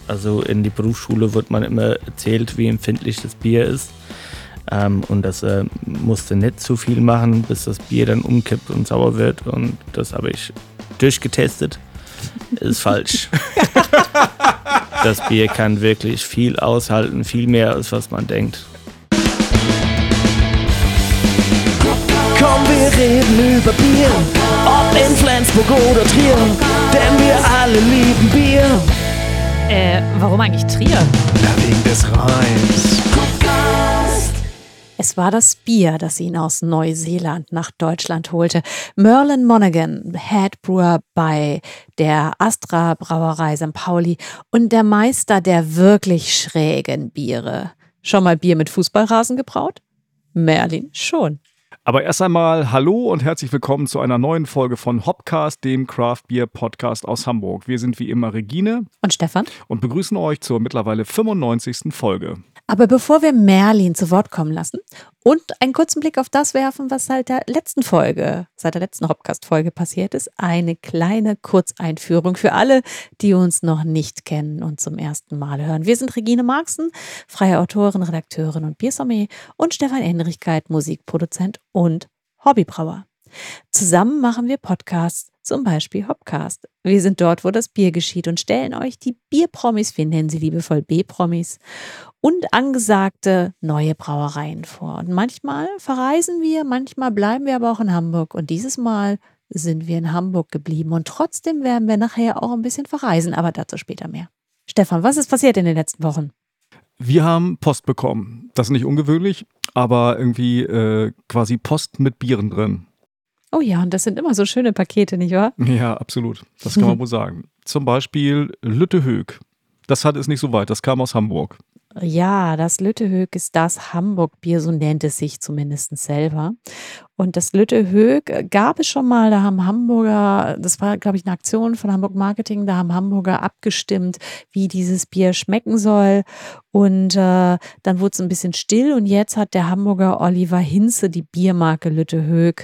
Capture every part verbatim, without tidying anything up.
Also in die Berufsschule wird man immer erzählt, wie empfindlich das Bier ist. Ähm, und das äh, musste nicht zu viel machen, bis das Bier dann umkippt und sauer wird. Und das habe ich durchgetestet. Ist falsch. Das Bier kann wirklich viel aushalten, viel mehr als was man denkt. Komm, wir reden über Bier, ob in Flensburg oder Trier, denn wir alle lieben Bier. Äh, warum eigentlich Trier? Na, wegen des Reims. Es war das Bier, das ihn aus Neuseeland nach Deutschland holte. Merlin Monaghan, Head Brewer bei der Astra Brauerei Sankt Pauli und der Meister der wirklich schrägen Biere. Schon mal Bier mit Fußballrasen gebraut? Merlin schon. Aber erst einmal hallo und herzlich willkommen zu einer neuen Folge von Hopcast, dem Craft Beer Podcast aus Hamburg. Wir sind wie immer Regine und Stefan und begrüßen euch zur mittlerweile fünfundneunzigsten Folge. Aber bevor wir Merlin zu Wort kommen lassen und einen kurzen Blick auf das werfen, was seit der letzten Folge, seit der letzten Hopcast-Folge passiert ist, eine kleine Kurzeinführung für alle, die uns noch nicht kennen und zum ersten Mal hören. Wir sind Regine Marxen, freie Autorin, Redakteurin und Biersommelier und Stefan Enrichkeit, Musikproduzent und Hobbybrauer. Zusammen machen wir Podcasts, zum Beispiel Hopcast. Wir sind dort, wo das Bier geschieht und stellen euch die Bierpromis, wir nennen sie liebevoll B-Promis, und angesagte neue Brauereien vor. Und manchmal verreisen wir, manchmal bleiben wir aber auch in Hamburg. Und dieses Mal sind wir in Hamburg geblieben. Und trotzdem werden wir nachher auch ein bisschen verreisen, aber dazu später mehr. Stefan, was ist passiert in den letzten Wochen? Wir haben Post bekommen. Das ist nicht ungewöhnlich, aber irgendwie äh, quasi Post mit Bieren drin. Oh ja, und das sind immer so schöne Pakete, nicht wahr? Ja, absolut. Das kann man wohl sagen. Zum Beispiel Lüttehög. Das hat es nicht so weit. Das kam aus Hamburg. Ja, das Lüttehög ist das Hamburg-Bier, so nennt es sich zumindest selber. Und das Lüttehög gab es schon mal, da haben Hamburger, das war, glaube ich, eine Aktion von Hamburg Marketing, da haben Hamburger abgestimmt, wie dieses Bier schmecken soll. Und äh, dann wurde es ein bisschen still und jetzt hat der Hamburger Oliver Hinze die Biermarke Lüttehög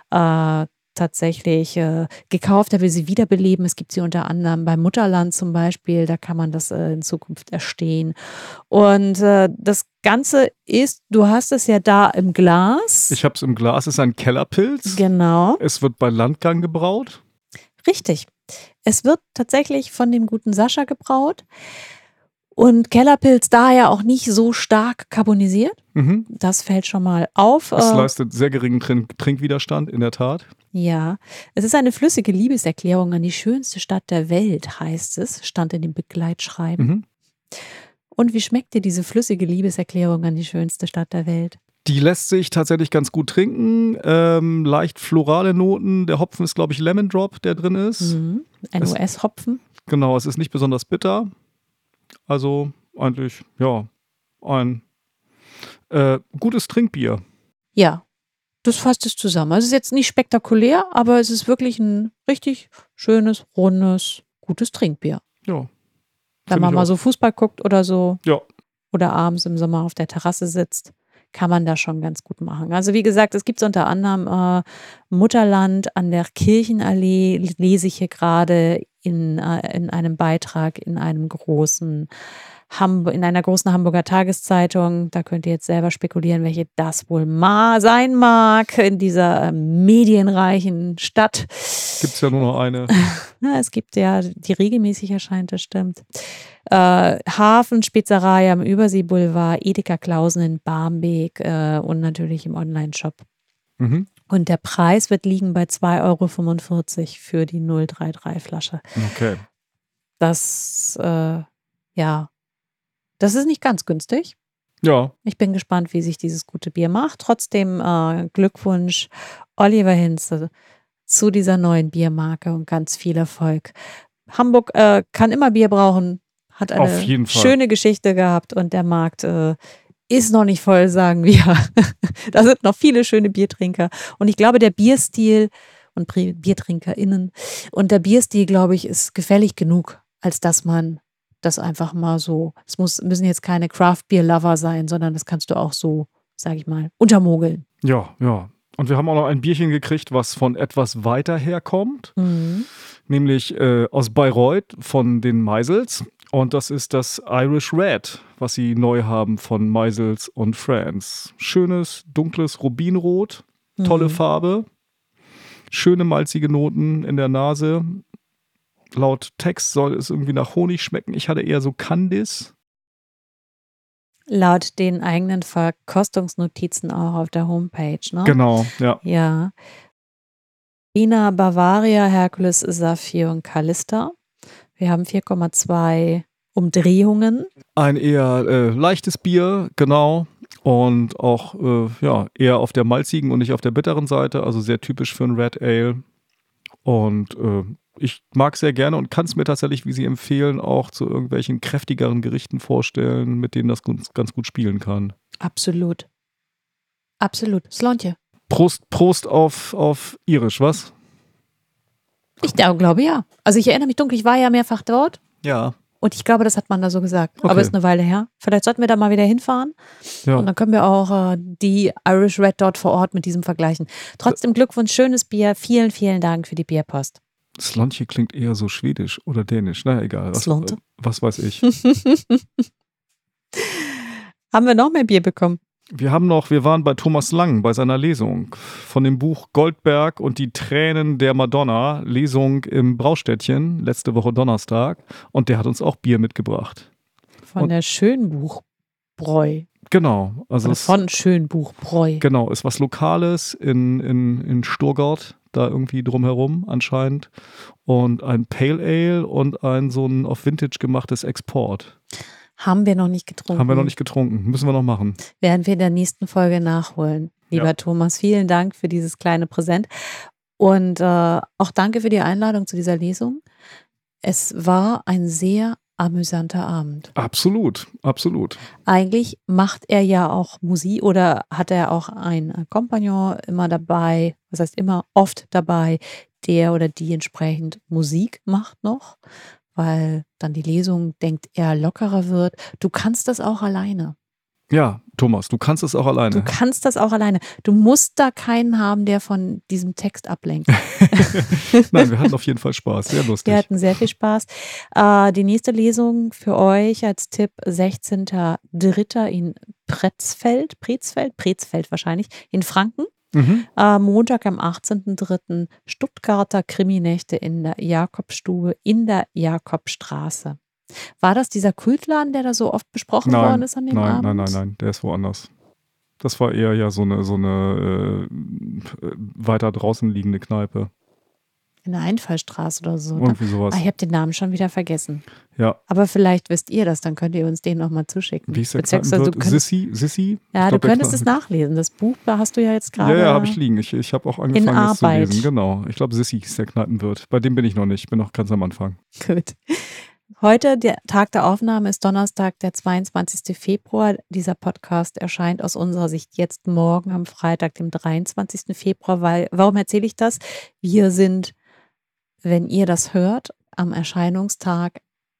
äh, tatsächlich äh, gekauft. Er will sie wiederbeleben. Es gibt sie unter anderem beim Mutterland zum Beispiel. Da kann man das äh, in Zukunft erstehen. Und äh, das Ganze ist, du hast es ja da im Glas. Ich habe es im Glas. Es ist ein Kellerpilz. Genau. Es wird bei Landgang gebraut. Richtig. Es wird tatsächlich von dem guten Sascha gebraut. Und Kellerpilz daher auch nicht so stark carbonisiert. Mhm. Das fällt schon mal auf. Es leistet sehr geringen Trink- Trinkwiderstand, in der Tat. Ja, es ist eine flüssige Liebeserklärung an die schönste Stadt der Welt, heißt es, stand in dem Begleitschreiben. Mhm. Und wie schmeckt dir diese flüssige Liebeserklärung an die schönste Stadt der Welt? Die lässt sich tatsächlich ganz gut trinken. Ähm, leicht florale Noten. Der Hopfen ist, glaube ich, Lemon Drop, der drin ist. Mhm. Ein U S-Hopfen. Genau, es ist nicht besonders bitter. Also eigentlich, ja, ein äh, gutes Trinkbier. Ja, das fasst es zusammen. Also es ist jetzt nicht spektakulär, aber es ist wirklich ein richtig schönes, rundes, gutes Trinkbier. Ja. Wenn man mal so Fußball guckt oder so. Ja. Oder abends im Sommer auf der Terrasse sitzt, kann man das schon ganz gut machen. Also wie gesagt, es gibt unter anderem äh, Mutterland an der Kirchenallee, lese ich hier gerade in, äh, in einem Beitrag in einem großen Hamburg, in einer großen Hamburger Tageszeitung. Da könnt ihr jetzt selber spekulieren, welche das wohl ma- sein mag in dieser äh, medienreichen Stadt. Gibt es ja nur noch eine. Na, es gibt ja, die regelmäßig erscheint, das stimmt. Äh, Hafen, Spezerei am Überseeboulevard, Edeka Klausen in Barmbek äh, und natürlich im Online-Shop. Mhm. Und der Preis wird liegen bei zwei Euro fünfundvierzig für die null drei drei Flasche. Okay. Das, äh, ja, das ist nicht ganz günstig. Ja. Ich bin gespannt, wie sich dieses gute Bier macht. Trotzdem äh, Glückwunsch, Oliver Hinze, zu dieser neuen Biermarke und ganz viel Erfolg. Hamburg äh, kann immer Bier brauchen, hat eine Auf jeden Fall. schöne Geschichte gehabt und der Markt äh, ist noch nicht voll, sagen wir. Da sind noch viele schöne Biertrinker und ich glaube, der Bierstil und BiertrinkerInnen und der Bierstil, glaube ich, ist gefällig genug, als dass man das einfach mal so, es muss, müssen jetzt keine Craft-Beer-Lover sein, sondern das kannst du auch so, sage ich mal, untermogeln. Ja, ja. Und wir haben auch noch ein Bierchen gekriegt, was von etwas weiter herkommt, Mhm. nämlich äh, aus Bayreuth von den Meisels. Und das ist das Irish Red, was sie neu haben von Meisels und Friends. Schönes, dunkles Rubinrot, tolle mhm. Farbe, schöne malzige Noten in der Nase. Laut Text soll es irgendwie nach Honig schmecken. Ich hatte eher so Kandis. Laut den eigenen Verkostungsnotizen auch auf der Homepage, ne? Genau, ja. Ja. Ina, Bavaria, Herkules, Saphir und Callista. Wir haben vier Komma zwei Umdrehungen. Ein eher äh, leichtes Bier, genau. Und auch äh, ja, eher auf der malzigen und nicht auf der bitteren Seite. Also sehr typisch für ein Red Ale. Und äh, ich mag es sehr gerne und kann es mir tatsächlich, wie Sie empfehlen, auch zu irgendwelchen kräftigeren Gerichten vorstellen, mit denen das ganz, ganz gut spielen kann. Absolut. Absolut. Slontje. Prost, Prost auf, auf Irisch, was? Ich glaube ja. Also ich erinnere mich dunkel, ich war ja mehrfach dort. Ja. Und ich glaube, das hat man da so gesagt. Okay. Aber ist eine Weile her. Vielleicht sollten wir da mal wieder hinfahren. Ja. Und dann können wir auch äh, die Irish Red dort vor Ort mit diesem vergleichen. Trotzdem Glückwunsch, schönes Bier. Vielen, vielen Dank für die Bierpost. Slontje klingt eher so schwedisch oder dänisch. Na egal. Was, Slonte? was weiß ich. Haben wir noch mehr Bier bekommen? Wir haben noch, wir waren bei Thomas Lang bei seiner Lesung von dem Buch Goldberg und die Tränen der Madonna. Lesung im Braustädtchen, letzte Woche Donnerstag. Und der hat uns auch Bier mitgebracht. Von und, der Schönbuchbräu. Genau. Also Oder es, von Schönbuchbräu. Genau, ist was Lokales in, in, in Stuttgart, da irgendwie drumherum anscheinend. Und ein Pale Ale und ein so ein auf Vintage gemachtes Export. Haben wir noch nicht getrunken. Haben wir noch nicht getrunken. Müssen wir noch machen. Werden wir in der nächsten Folge nachholen. Lieber ja. Thomas, vielen Dank für dieses kleine Präsent. Und äh, auch danke für die Einladung zu dieser Lesung. Es war ein sehr amüsanter Abend. Absolut, absolut. Eigentlich macht er ja auch Musik oder hat er auch einen Kompagnon immer dabei, das heißt immer oft dabei, der oder die entsprechend Musik macht noch, weil dann die Lesung, denkt er, lockerer wird. Du kannst das auch alleine. Ja, Thomas, du kannst es auch alleine. Du kannst das auch alleine. Du musst da keinen haben, der von diesem Text ablenkt. Nein, wir hatten auf jeden Fall Spaß. Sehr lustig. Wir hatten sehr viel Spaß. Äh, die nächste Lesung für euch als Tipp sechzehnter dritter in Pretzfeld, Pretzfeld, Pretzfeld wahrscheinlich, in Franken. Mhm. Äh, Montag am achtzehnten dritten Stuttgarter Kriminächte in der Jakobstube in der Jakobstraße. War das dieser Kultladen, der da so oft besprochen nein, worden ist an dem nein, Abend? Nein, nein, nein, der ist woanders. Das war eher ja so eine, so eine äh, weiter draußen liegende Kneipe. In der Einfallstraße oder so. Irgendwie sowas. Ah, ich habe den Namen schon wieder vergessen. Ja. Aber vielleicht wisst ihr das, dann könnt ihr uns den nochmal zuschicken. Wie ist der Kneipenwirt? Sissi? Sissi? Ja, glaub, du könntest es nachlesen. Das Buch hast du ja jetzt gerade. Ja, ja, habe ich liegen. Ich, ich habe auch angefangen, es zu lesen. Genau. Ich glaube, Sissi ist der Kneipenwirt. Bei dem bin ich noch nicht. Ich bin noch ganz am Anfang. Gut. Heute, der Tag der Aufnahme, ist Donnerstag, der zweiundzwanzigster Februar. Dieser Podcast erscheint aus unserer Sicht jetzt morgen am Freitag, dem dreiundzwanzigsten Februar. Weil, warum erzähle ich das? Wir sind, wenn ihr das hört, am Erscheinungstag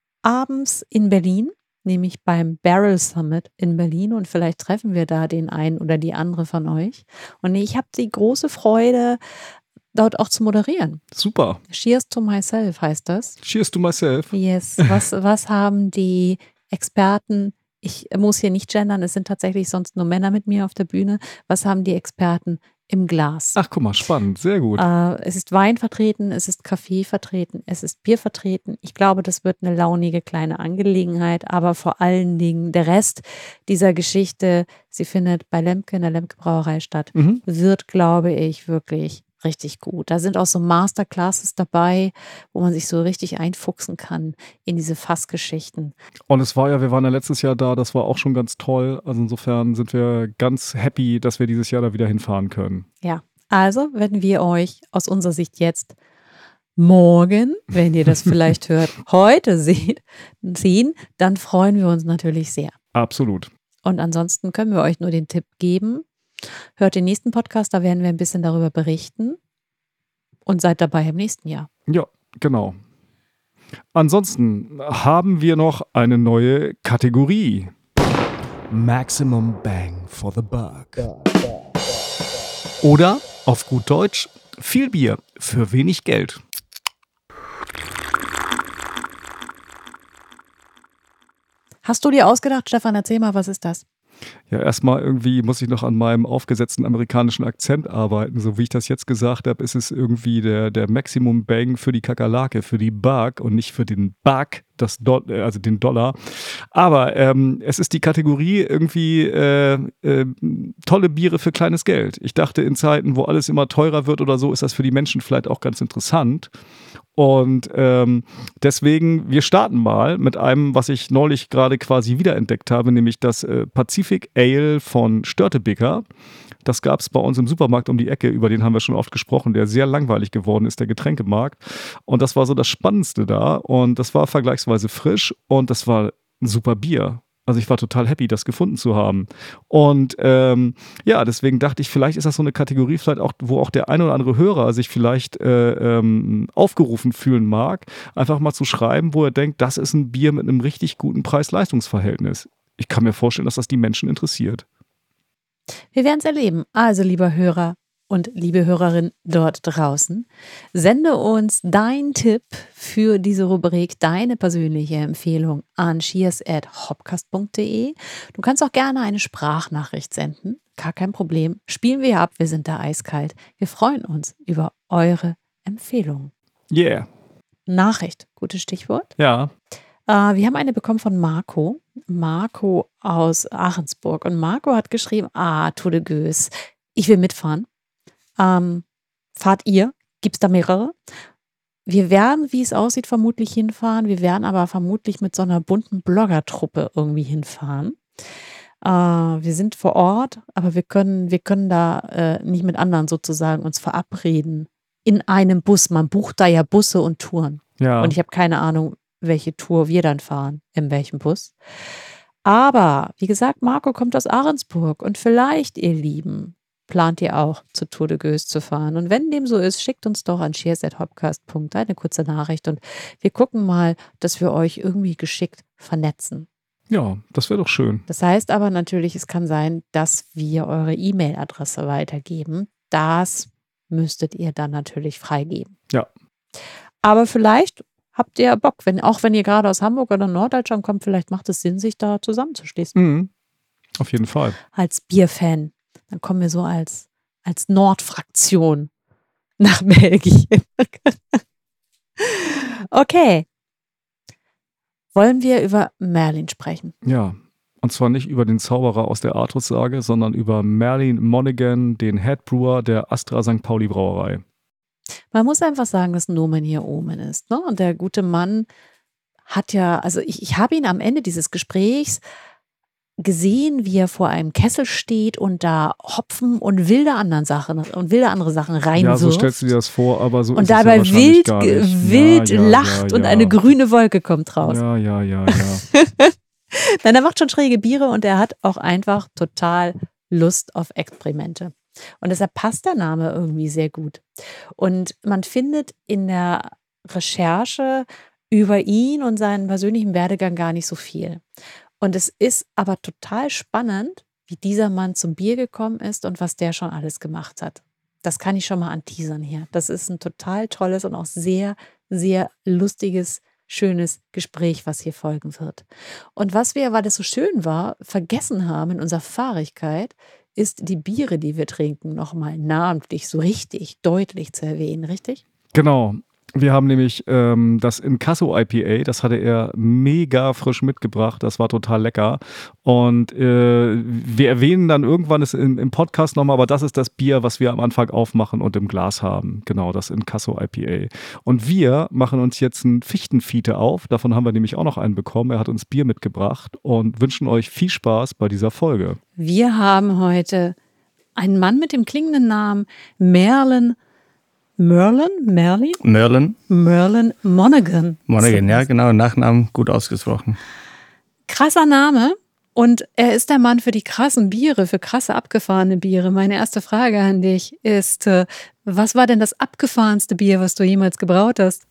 abends in Berlin, nämlich beim Barrel Summit in Berlin. Und vielleicht treffen wir da den einen oder die andere von euch. Und ich habe die große Freude, dort auch zu moderieren. Super. Cheers to myself heißt das. Cheers to myself. Yes. Was, was haben die Experten, ich muss hier nicht gendern, es sind tatsächlich sonst nur Männer mit mir auf der Bühne, was haben die Experten im Glas? Ach, guck mal, spannend, sehr gut. Äh, es ist Wein vertreten, es ist Kaffee vertreten, es ist Bier vertreten. Ich glaube, das wird eine launige kleine Angelegenheit, aber vor allen Dingen der Rest dieser Geschichte, sie findet bei Lemke in der Lemke Brauerei statt, Mhm. wird, glaube ich, wirklich richtig gut. Da sind auch so Masterclasses dabei, wo man sich so richtig einfuchsen kann in diese Fassgeschichten. Und es war ja, wir waren ja letztes Jahr da, das war auch schon ganz toll. Also insofern sind wir ganz happy, dass wir dieses Jahr da wieder hinfahren können. Ja, also wenn wir euch aus unserer Sicht jetzt morgen, wenn ihr das vielleicht hört, heute seht, sehen, dann freuen wir uns natürlich sehr. Absolut. Und ansonsten können wir euch nur den Tipp geben, hört den nächsten Podcast, da werden wir ein bisschen darüber berichten und seid dabei im nächsten Jahr. Ja, genau. Ansonsten haben wir noch eine neue Kategorie. Maximum Bang for the Buck. Oder auf gut Deutsch, viel Bier für wenig Geld. Hast du dir ausgedacht, Stefan, erzähl mal, was ist das? Ja, erstmal irgendwie muss ich noch an meinem aufgesetzten amerikanischen Akzent arbeiten. So wie ich das jetzt gesagt habe, ist es irgendwie der, der Maximum Bang für die Kakerlake, für die Bug und nicht für den Bug, das Do- also den Dollar. Aber ähm, es ist die Kategorie irgendwie äh, äh, tolle Biere für kleines Geld. Ich dachte, in Zeiten, wo alles immer teurer wird oder so, ist das für die Menschen vielleicht auch ganz interessant. Und ähm, deswegen, wir starten mal mit einem, was ich neulich gerade quasi wiederentdeckt habe, nämlich das äh, Pacific Ale von Störtebeker. Das gab es bei uns im Supermarkt um die Ecke, über den haben wir schon oft gesprochen, der sehr langweilig geworden ist, der Getränkemarkt. Und das war so das Spannendste da und das war vergleichsweise frisch und das war ein super Bier. Also ich war total happy, das gefunden zu haben. Und ähm, ja, deswegen dachte ich, vielleicht ist das so eine Kategorie, vielleicht auch, wo auch der ein oder andere Hörer sich vielleicht äh, ähm, aufgerufen fühlen mag, einfach mal zu schreiben, wo er denkt, das ist ein Bier mit einem richtig guten Preis-Leistungs-Verhältnis. Ich kann mir vorstellen, dass das die Menschen interessiert. Wir werden es erleben. Also, lieber Hörer und liebe Hörerin dort draußen, sende uns deinen Tipp für diese Rubrik, deine persönliche Empfehlung an cheers at hopcast punkt de. Du kannst auch gerne eine Sprachnachricht senden. Gar kein Problem. Spielen wir ab, wir sind da eiskalt. Wir freuen uns über eure Empfehlungen. Yeah. Nachricht, gutes Stichwort. Ja. Äh, wir haben eine bekommen von Marco. Marco aus Ahrensburg. Und Marco hat geschrieben, ah, Tour de Gueuse, ich will mitfahren. Ähm, fahrt ihr? Gibt es da mehrere? Wir werden, wie es aussieht, vermutlich hinfahren. Wir werden aber vermutlich mit so einer bunten Bloggertruppe irgendwie hinfahren. Äh, wir sind vor Ort, aber wir können, wir können da äh, nicht mit anderen sozusagen uns verabreden. In einem Bus. Man bucht da ja Busse und Touren. Ja. Und ich habe keine Ahnung, welche Tour wir dann fahren, in welchem Bus. Aber, wie gesagt, Marco kommt aus Ahrensburg und vielleicht, ihr Lieben, plant ihr auch zur Tour de Gueuse zu fahren. Und wenn dem so ist, schickt uns doch an cheers at hopcast punkt de eine kurze Nachricht und wir gucken mal, dass wir euch irgendwie geschickt vernetzen. Ja, das wäre doch schön. Das heißt aber natürlich, es kann sein, dass wir eure E-Mail-Adresse weitergeben. Das müsstet ihr dann natürlich freigeben. Ja. Aber vielleicht habt ihr Bock, wenn, auch wenn ihr gerade aus Hamburg oder Norddeutschland kommt, vielleicht macht es Sinn, sich da zusammenzuschließen. Mhm. Auf jeden Fall. Als Bierfan. Dann kommen wir so als, als Nordfraktion nach Belgien. Okay. Wollen wir über Merlin sprechen? Ja. Und zwar nicht über den Zauberer aus der Artus-Sage, sondern über Merlin Monaghan, den Head Brewer der Astra Sankt Pauli Brauerei. Man muss einfach sagen, dass Nomen hier Omen ist. Ne? Und der gute Mann hat ja, also ich, ich habe ihn am Ende dieses Gesprächs gesehen, wie er vor einem Kessel steht und da Hopfen und wilde anderen Sachen und wilde andere Sachen reinwirft. Ja, so stellst du dir das vor, aber so und ist dabei es ja wild, gar nicht. wild ja, ja, lacht ja, und ja. eine grüne Wolke kommt raus. Ja, ja, ja, ja. Nein, er macht schon schräge Biere und er hat auch einfach total Lust auf Experimente. Und deshalb passt der Name irgendwie sehr gut. Und man findet in der Recherche über ihn und seinen persönlichen Werdegang gar nicht so viel. Und es ist aber total spannend, wie dieser Mann zum Bier gekommen ist und was der schon alles gemacht hat. Das kann ich schon mal anteasern hier. Das ist ein total tolles und auch sehr, sehr lustiges, schönes Gespräch, was hier folgen wird. Und was wir, weil das so schön war, vergessen haben in unserer Fahrigkeit, ist die Biere, die wir trinken, nochmal namentlich so richtig deutlich zu erwähnen, richtig? Genau. Wir haben nämlich ähm, das Inkasso I P A, das hatte er mega frisch mitgebracht, das war total lecker. Und äh, wir erwähnen dann irgendwann es im, im Podcast nochmal, aber das ist das Bier, was wir am Anfang aufmachen und im Glas haben. Genau, das Inkasso I P A. Und wir machen uns jetzt ein Fichtenfiete auf, davon haben wir nämlich auch noch einen bekommen. Er hat uns Bier mitgebracht und wünschen euch viel Spaß bei dieser Folge. Wir haben heute einen Mann mit dem klingenden Namen Merlin Merlin? Merlin? Merlin. Merlin Monaghan. Monaghan, ja, genau, Nachnamen gut ausgesprochen. Krasser Name und er ist der Mann für die krassen Biere, für krasse abgefahrene Biere. Meine erste Frage an dich ist, was war denn das abgefahrenste Bier, was du jemals gebraut hast?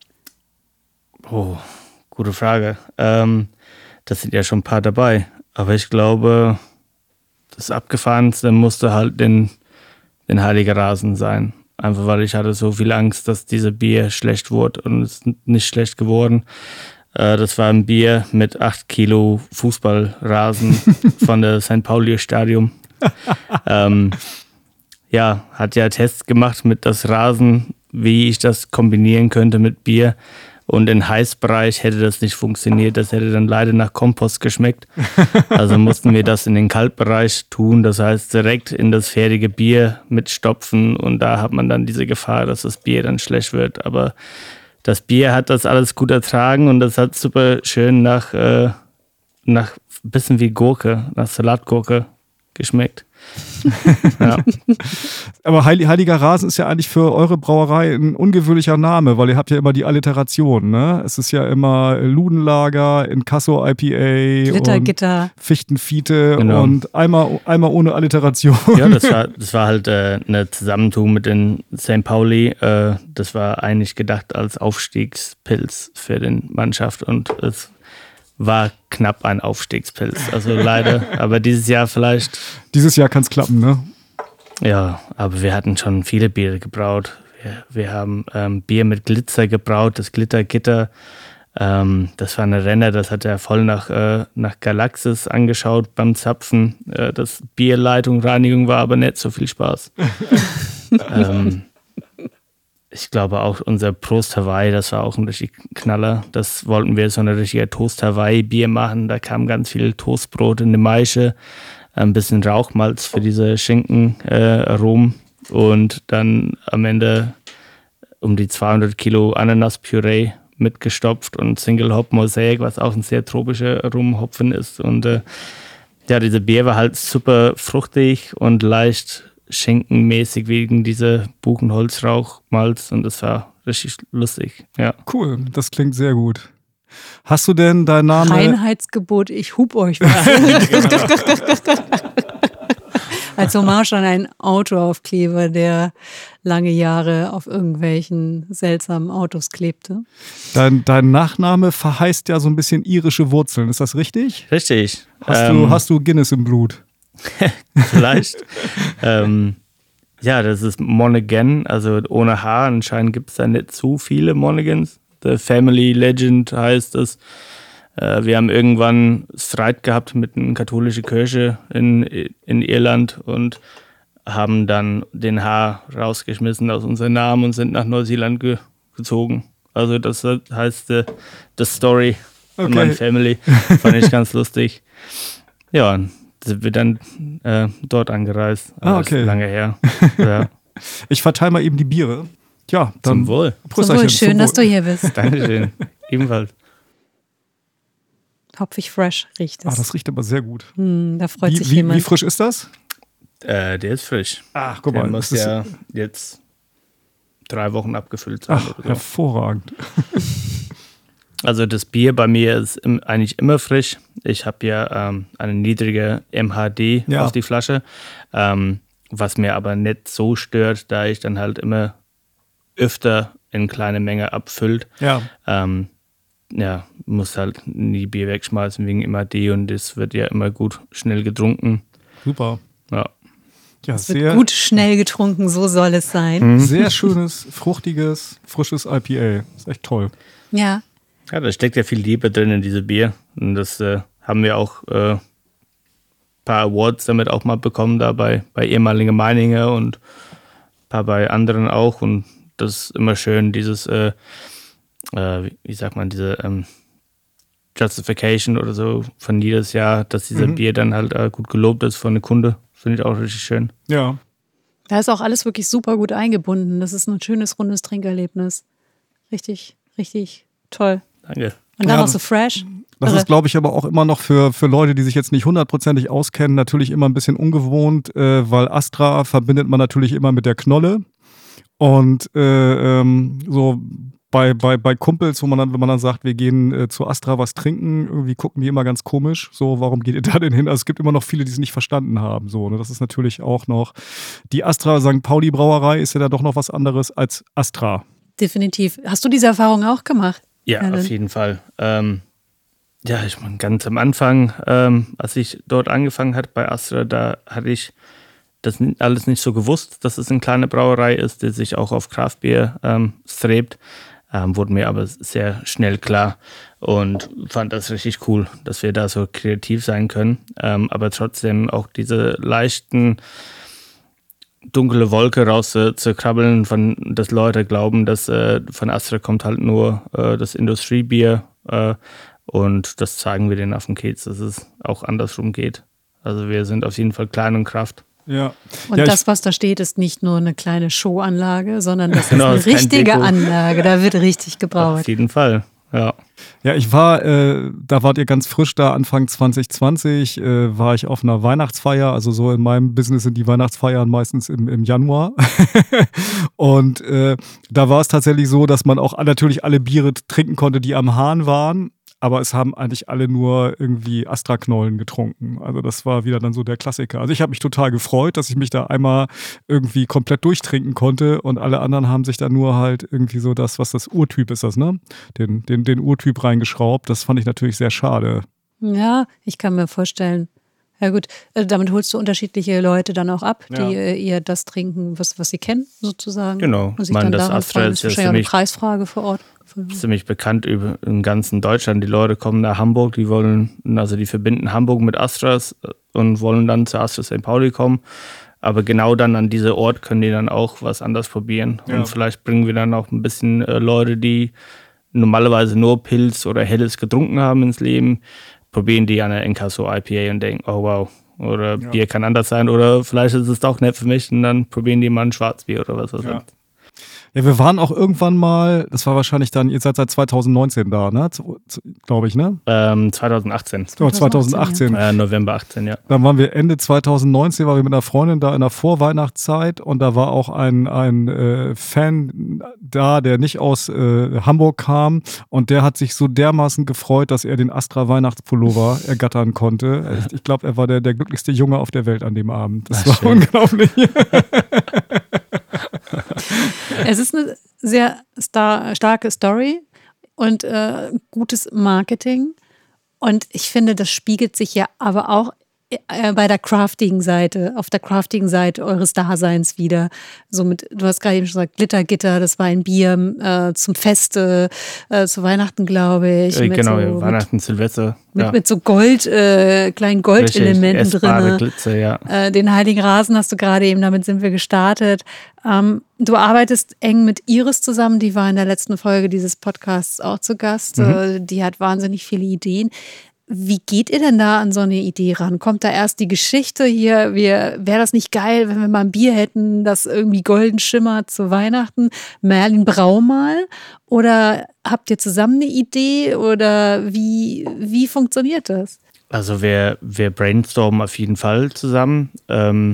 Oh, gute Frage. Ähm, das sind ja schon ein paar dabei, aber ich glaube, das abgefahrenste musste halt den, den Heiliger Rasen sein. Einfach weil ich hatte so viel Angst, dass diese Bier schlecht wurde und es ist nicht schlecht geworden. Äh, das war ein Bier mit acht Kilo Fußballrasen von der Sankt Pauli Stadion. ähm, ja, hat ja Tests gemacht mit das Rasen, wie ich das kombinieren könnte mit Bier. Und im Heißbereich hätte das nicht funktioniert. Das hätte dann leider nach Kompost geschmeckt. Also mussten wir das in den Kaltbereich tun. Das heißt, direkt in das fertige Bier mitstopfen. Und da hat man dann diese Gefahr, dass das Bier dann schlecht wird. Aber das Bier hat das alles gut ertragen und das hat super schön nach, äh, nach ein bisschen wie Gurke, nach Salatgurke geschmeckt. Ja. Aber Heil- Heiliger Rasen ist ja eigentlich für eure Brauerei ein ungewöhnlicher Name, weil ihr habt ja immer die Alliteration, ne? Es ist ja immer Ludenlager, Inkasso I P A Glittergitter, und Fichtenfiete Genau. und einmal, einmal ohne Alliteration. Ja, das war, das war halt äh, eine Zusammentun mit den Sankt Pauli. Äh, das war eigentlich gedacht als Aufstiegspilz für die Mannschaft und es war knapp ein Aufstiegspilz. Also leider, aber dieses Jahr vielleicht. Dieses Jahr kann es klappen, ne? Ja, aber wir hatten schon viele Biere gebraut. Wir, wir haben ähm, Bier mit Glitzer gebraut, das Glittergitter. Ähm, das war eine Renner, das hat er voll nach, äh, nach Galaxis angeschaut beim Zapfen. Äh, das Bierleitung, Reinigung war aber nicht so viel Spaß. ähm, ich glaube auch unser Prost Hawaii, das war auch ein richtig Knaller. Das wollten wir so eine richtige Toast Hawaii Bier machen. Da kam ganz viel Toastbrot in die Maische, ein bisschen Rauchmalz für diese Schinken-Aromen äh, und dann am Ende um die zweihundert Kilo Ananaspüree mitgestopft und Single Hop Mosaic, was auch ein sehr tropischer Rumhopfen ist. Und äh, ja, diese Bier war halt super fruchtig und leicht schinkenmäßig wegen dieser Buchenholzrauchmalz und das war richtig lustig. Ja. Cool, das klingt sehr gut. Hast du denn deinen Namen? Reinheitsgebot, ich hub euch was. Als Hommage an einen Autoaufkleber, der lange Jahre auf irgendwelchen seltsamen Autos klebte. Dein, dein Nachname verheißt ja so ein bisschen irische Wurzeln, ist das richtig? Richtig. Hast, ähm, du, hast du Guinness im Blut? Vielleicht. ähm, ja, das ist Monaghan, also ohne H. Anscheinend gibt es da nicht zu viele Monagans. The Family Legend heißt es. Äh, wir haben irgendwann Streit gehabt mit einer katholischen Kirche in, in Irland und haben dann den H rausgeschmissen aus unserem Namen und sind nach Neuseeland ge gezogen. Also das heißt äh, The Story von Okay. meiner Family. Fand ich ganz lustig. Ja, sind wir dann äh, dort angereist. Ah, Aber okay. ist lange her. Ja. Ich verteile mal eben die Biere. Ja, dann Zum Wohl. Sowohl schön, dass du hier bist. Dankeschön. Ebenfalls. Hopfig fresh riecht es. Ah, das riecht aber sehr gut. Hm, da freut Wie, sich wie, jemand. wie frisch ist das? Äh, der ist frisch. Ach, guck Der mal. muss das ist, ja jetzt drei Wochen abgefüllt sein. ach, oder so. hervorragend. Also das Bier bei mir ist im, eigentlich immer frisch. Ich habe ja ähm, eine niedrige M H D Ja. auf die Flasche, ähm, was mir aber nicht so stört, da ich dann halt immer öfter in kleine Menge abfüllt. Ja. Ähm, ja, muss halt nie Bier wegschmeißen wegen M H D und das wird ja immer gut schnell getrunken. Super. Ja. Ja, Es wird sehr, gut schnell getrunken, so soll es sein. sehr schönes, fruchtiges, frisches I P A. Ist echt toll. Ja. Ja, da steckt ja viel Liebe drin in diese Bier. Und das äh, haben wir auch ein äh, paar Awards damit auch mal bekommen, da bei, bei ehemaligen Meininger und ein paar bei anderen auch. Und das ist immer schön, dieses, äh, äh, wie, wie sagt man, diese ähm, Justification oder so von jedes Jahr, dass dieser Mhm. Bier dann halt äh, gut gelobt ist von der Kunde. Finde ich auch richtig schön. Ja. Da ist auch alles wirklich super gut eingebunden. Das ist ein schönes, rundes Trinkerlebnis. Richtig, richtig toll. Danke. Und dann Ja, noch so fresh. Das Irre. ist, glaube ich, aber auch immer noch für, für Leute, die sich jetzt nicht hundertprozentig auskennen, natürlich immer ein bisschen ungewohnt, äh, weil Astra verbindet man natürlich immer mit der Knolle. Und äh, ähm, so bei, bei, bei Kumpels, wo man dann, wenn man dann sagt, wir gehen äh, zu Astra was trinken, irgendwie gucken die immer ganz komisch. So, warum geht ihr da denn hin? Also es gibt immer noch viele, die es nicht verstanden haben. So, ne? Das ist natürlich auch noch. Die Astra Sankt Pauli Brauerei ist ja da doch noch was anderes als Astra. Definitiv. Hast du diese Erfahrung auch gemacht? Ja, Ja, dann- auf jeden Fall. Ähm, ja, ich meine, ganz am Anfang, ähm, als ich dort angefangen hat bei Astra, da hatte ich das n- alles nicht so gewusst, dass es eine kleine Brauerei ist, die sich auch auf Craftbier ähm, strebt. Ähm, wurde mir aber sehr schnell klar und fand das richtig cool, dass wir da so kreativ sein können, ähm, aber trotzdem auch diese leichten dunkle Wolke raus äh, zu krabbeln, von, dass Leute glauben, dass äh, von Astra kommt halt nur äh, das Industriebier äh, und das zeigen wir denen auf den Kiez, dass es auch andersrum geht. Also wir sind auf jeden Fall klein und Kraft. Ja. Und ja, das, was da steht, ist nicht nur eine kleine Showanlage, sondern das genau, ist eine ist kein richtige Deko. Anlage. Da wird richtig gebraut. Auf jeden Fall, ja. Ja, ich war, äh, da wart ihr ganz frisch da, Anfang zwanzig zwanzig, äh, war ich auf einer Weihnachtsfeier, also so in meinem Business sind die Weihnachtsfeiern meistens im, im Januar. Und äh, da war es tatsächlich so, dass man auch natürlich alle Biere trinken konnte, die am Hahn waren. Aber es haben eigentlich alle nur irgendwie Astra-Knollen getrunken. Also das war wieder dann so der Klassiker. Also ich habe mich total gefreut, dass ich mich da einmal irgendwie komplett durchtrinken konnte und alle anderen haben sich da nur halt irgendwie so das, was das Urtyp ist das, ne? Den, den, den Urtyp reingeschraubt. Das fand ich natürlich sehr schade. Ja, ich kann mir vorstellen. Ja gut, äh, damit holst du unterschiedliche Leute dann auch ab, Ja. die äh, ihr das trinken, was, was sie kennen, sozusagen. Genau. Und sich Ich meine, dann das daran Astra freuen. ist Das ist ja ja eine ziemlich- Preisfrage vor Ort. Ziemlich bekannt über im ganzen Deutschland. Die Leute kommen nach Hamburg, die wollen, also die verbinden Hamburg mit Astras und wollen dann zu Astra Sankt Pauli kommen. Aber genau dann an diesem Ort können die dann auch was anderes probieren. Ja. Und vielleicht bringen wir dann auch ein bisschen äh, Leute, die normalerweise nur Pilz oder Helles getrunken haben ins Leben, probieren die an der Encasso I P A und denken, oh wow, oder Ja. Bier kann anders sein oder vielleicht ist es doch nicht für mich und dann probieren die mal ein Schwarzbier oder was weiß ich. Ja. Ja, wir waren auch irgendwann mal, das war wahrscheinlich dann, ihr seid seit zwanzig neunzehn da, ne? Glaube ich, ne? Ähm, zwanzig achtzehn. Oh, zwanzig achtzehn. Äh, November achtzehn, ja. Dann waren wir Ende zwanzig neunzehn, waren wir mit einer Freundin da in der Vorweihnachtszeit und da war auch ein, ein äh, Fan da, der nicht aus äh, Hamburg kam und der hat sich so dermaßen gefreut, dass er den Astra Weihnachtspullover ergattern konnte. Ich, ich glaube, er war der, der glücklichste Junge auf der Welt an dem Abend. Das Ach, war schön. unglaublich. Es ist eine sehr star starke Story und äh, gutes Marketing. Und ich finde, das spiegelt sich ja aber auch äh, bei der Crafting-Seite, auf der Crafting-Seite eures Daseins wieder. So mit, du hast gerade eben schon gesagt, Glittergitter, das war ein Bier äh, zum Feste, äh, zu Weihnachten, glaube ich. Äh, mit genau, so, ja, Weihnachten, Silvester. Mit, ja. mit so Gold, äh, kleinen Goldelementen Richtig, essbare drin. Glitzer, ja. Äh, den Heiligen Rasen hast du gerade eben, damit sind wir gestartet. Ähm, du arbeitest eng mit Iris zusammen, die war in der letzten Folge dieses Podcasts auch zu Gast. Mhm. Äh, die hat wahnsinnig viele Ideen. Wie geht ihr denn da an so eine Idee ran? Kommt da erst die Geschichte hier, wäre das nicht geil, wenn wir mal ein Bier hätten, das irgendwie golden schimmert zu Weihnachten? Merlin brau mal? Oder habt ihr zusammen eine Idee? Oder wie, wie funktioniert das? Also wir, wir brainstormen auf jeden Fall zusammen. Ähm,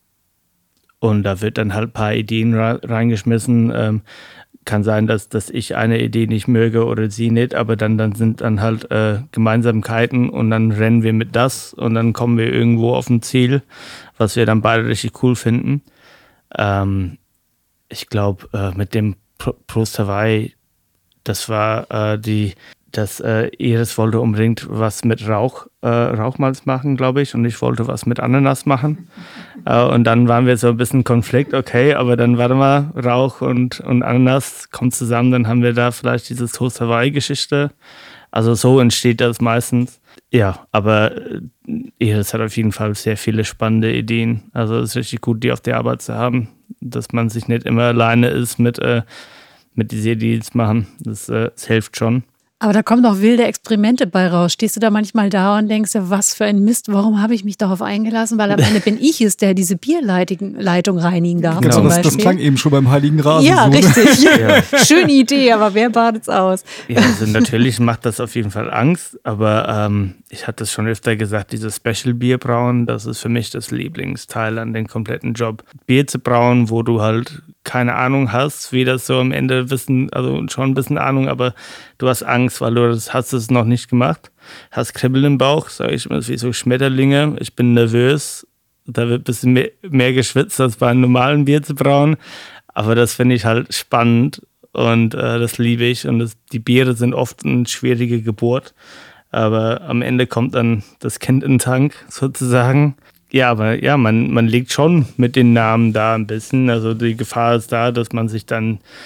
und da wird dann halt ein paar Ideen ra- reingeschmissen. Ähm, kann sein, dass, dass ich eine Idee nicht möge oder sie nicht, aber dann, dann sind dann halt äh, Gemeinsamkeiten und dann rennen wir mit das und dann kommen wir irgendwo auf ein Ziel, was wir dann beide richtig cool finden. Ähm, ich glaube, äh, mit dem Pro- Prost Hawaii, das war äh, die, dass äh, Iris wollte unbedingt was mit Rauch, äh, Rauchmalz machen, glaube ich, und ich wollte was mit Ananas machen. Äh, und dann waren wir so ein bisschen Konflikt, okay, aber dann warte mal, Rauch und, und Ananas kommen zusammen, dann haben wir da vielleicht diese Toast Hawaii-Geschichte. Also so entsteht das meistens. Ja, aber äh, Iris hat auf jeden Fall sehr viele spannende Ideen. Also es ist richtig gut, die auf der Arbeit zu haben, dass man sich nicht immer alleine ist mit, äh, mit diesen Ideen zu machen. Das, äh, das hilft schon. Aber da kommen doch wilde Experimente bei raus. Stehst du da manchmal da und denkst, ja, was für ein Mist, warum habe ich mich darauf eingelassen? Weil am Ende bin ich es, der diese Bierleitung Leitung reinigen darf. Genau, zum das, das Beispiel. klang eben schon beim Heiligen Rasen Ja, so. Ne? richtig. Ja. Schöne Idee, aber wer badet's aus? Ja, also natürlich macht das auf jeden Fall Angst, aber ähm, ich hatte es schon öfter gesagt, dieses Special-Bier brauen, das ist für mich das Lieblingsteil an dem kompletten Job. Bier zu brauen, wo du halt keine Ahnung hast, wie das so am Ende wissen, also schon ein bisschen Ahnung, aber du hast Angst, weil du das hast es noch nicht gemacht, hast Kribbeln im Bauch, sage ich immer, wie so Schmetterlinge, ich bin nervös, da wird ein bisschen mehr, mehr geschwitzt, als bei einem normalen Bier zu brauen, aber das finde ich halt spannend und äh, das liebe ich und das, die Biere sind oft eine schwierige Geburt, aber am Ende kommt dann das Kind in den Tank sozusagen. Ja, aber ja, man, man liegt schon mit den Namen da ein bisschen. Also die Gefahr ist da, dass man sich dann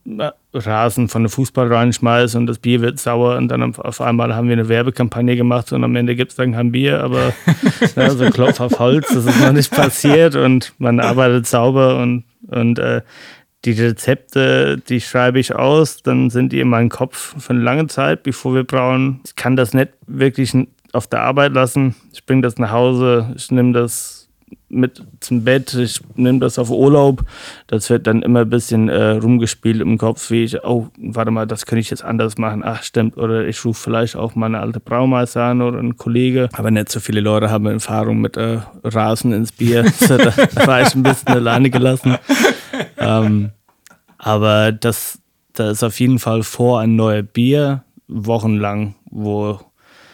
Rasen von einem Fußball reinschmeiße und das Bier wird sauer und dann auf einmal haben wir eine Werbekampagne gemacht und am Ende gibt es dann kein Bier, aber ja, so Klopf auf Holz, das ist noch nicht passiert und man arbeitet sauber und, und äh, die Rezepte, die schreibe ich aus, dann sind die in meinem Kopf für eine lange Zeit, bevor wir brauen. Ich kann das nicht wirklich auf der Arbeit lassen. Ich bringe das nach Hause, ich nehme das mit zum Bett, ich nehme das auf Urlaub. Das wird dann immer ein bisschen äh, rumgespielt im Kopf, wie ich, oh, warte mal, das könnte ich jetzt anders machen. Ach, stimmt. Oder ich rufe vielleicht auch mal eine alte Braumeister an oder einen Kollege. Aber nicht so viele Leute haben Erfahrung mit äh, Rasen ins Bier. da, da war ich ein bisschen alleine gelassen. ähm, aber das, da ist auf jeden Fall vor ein neues Bier, wochenlang, wo,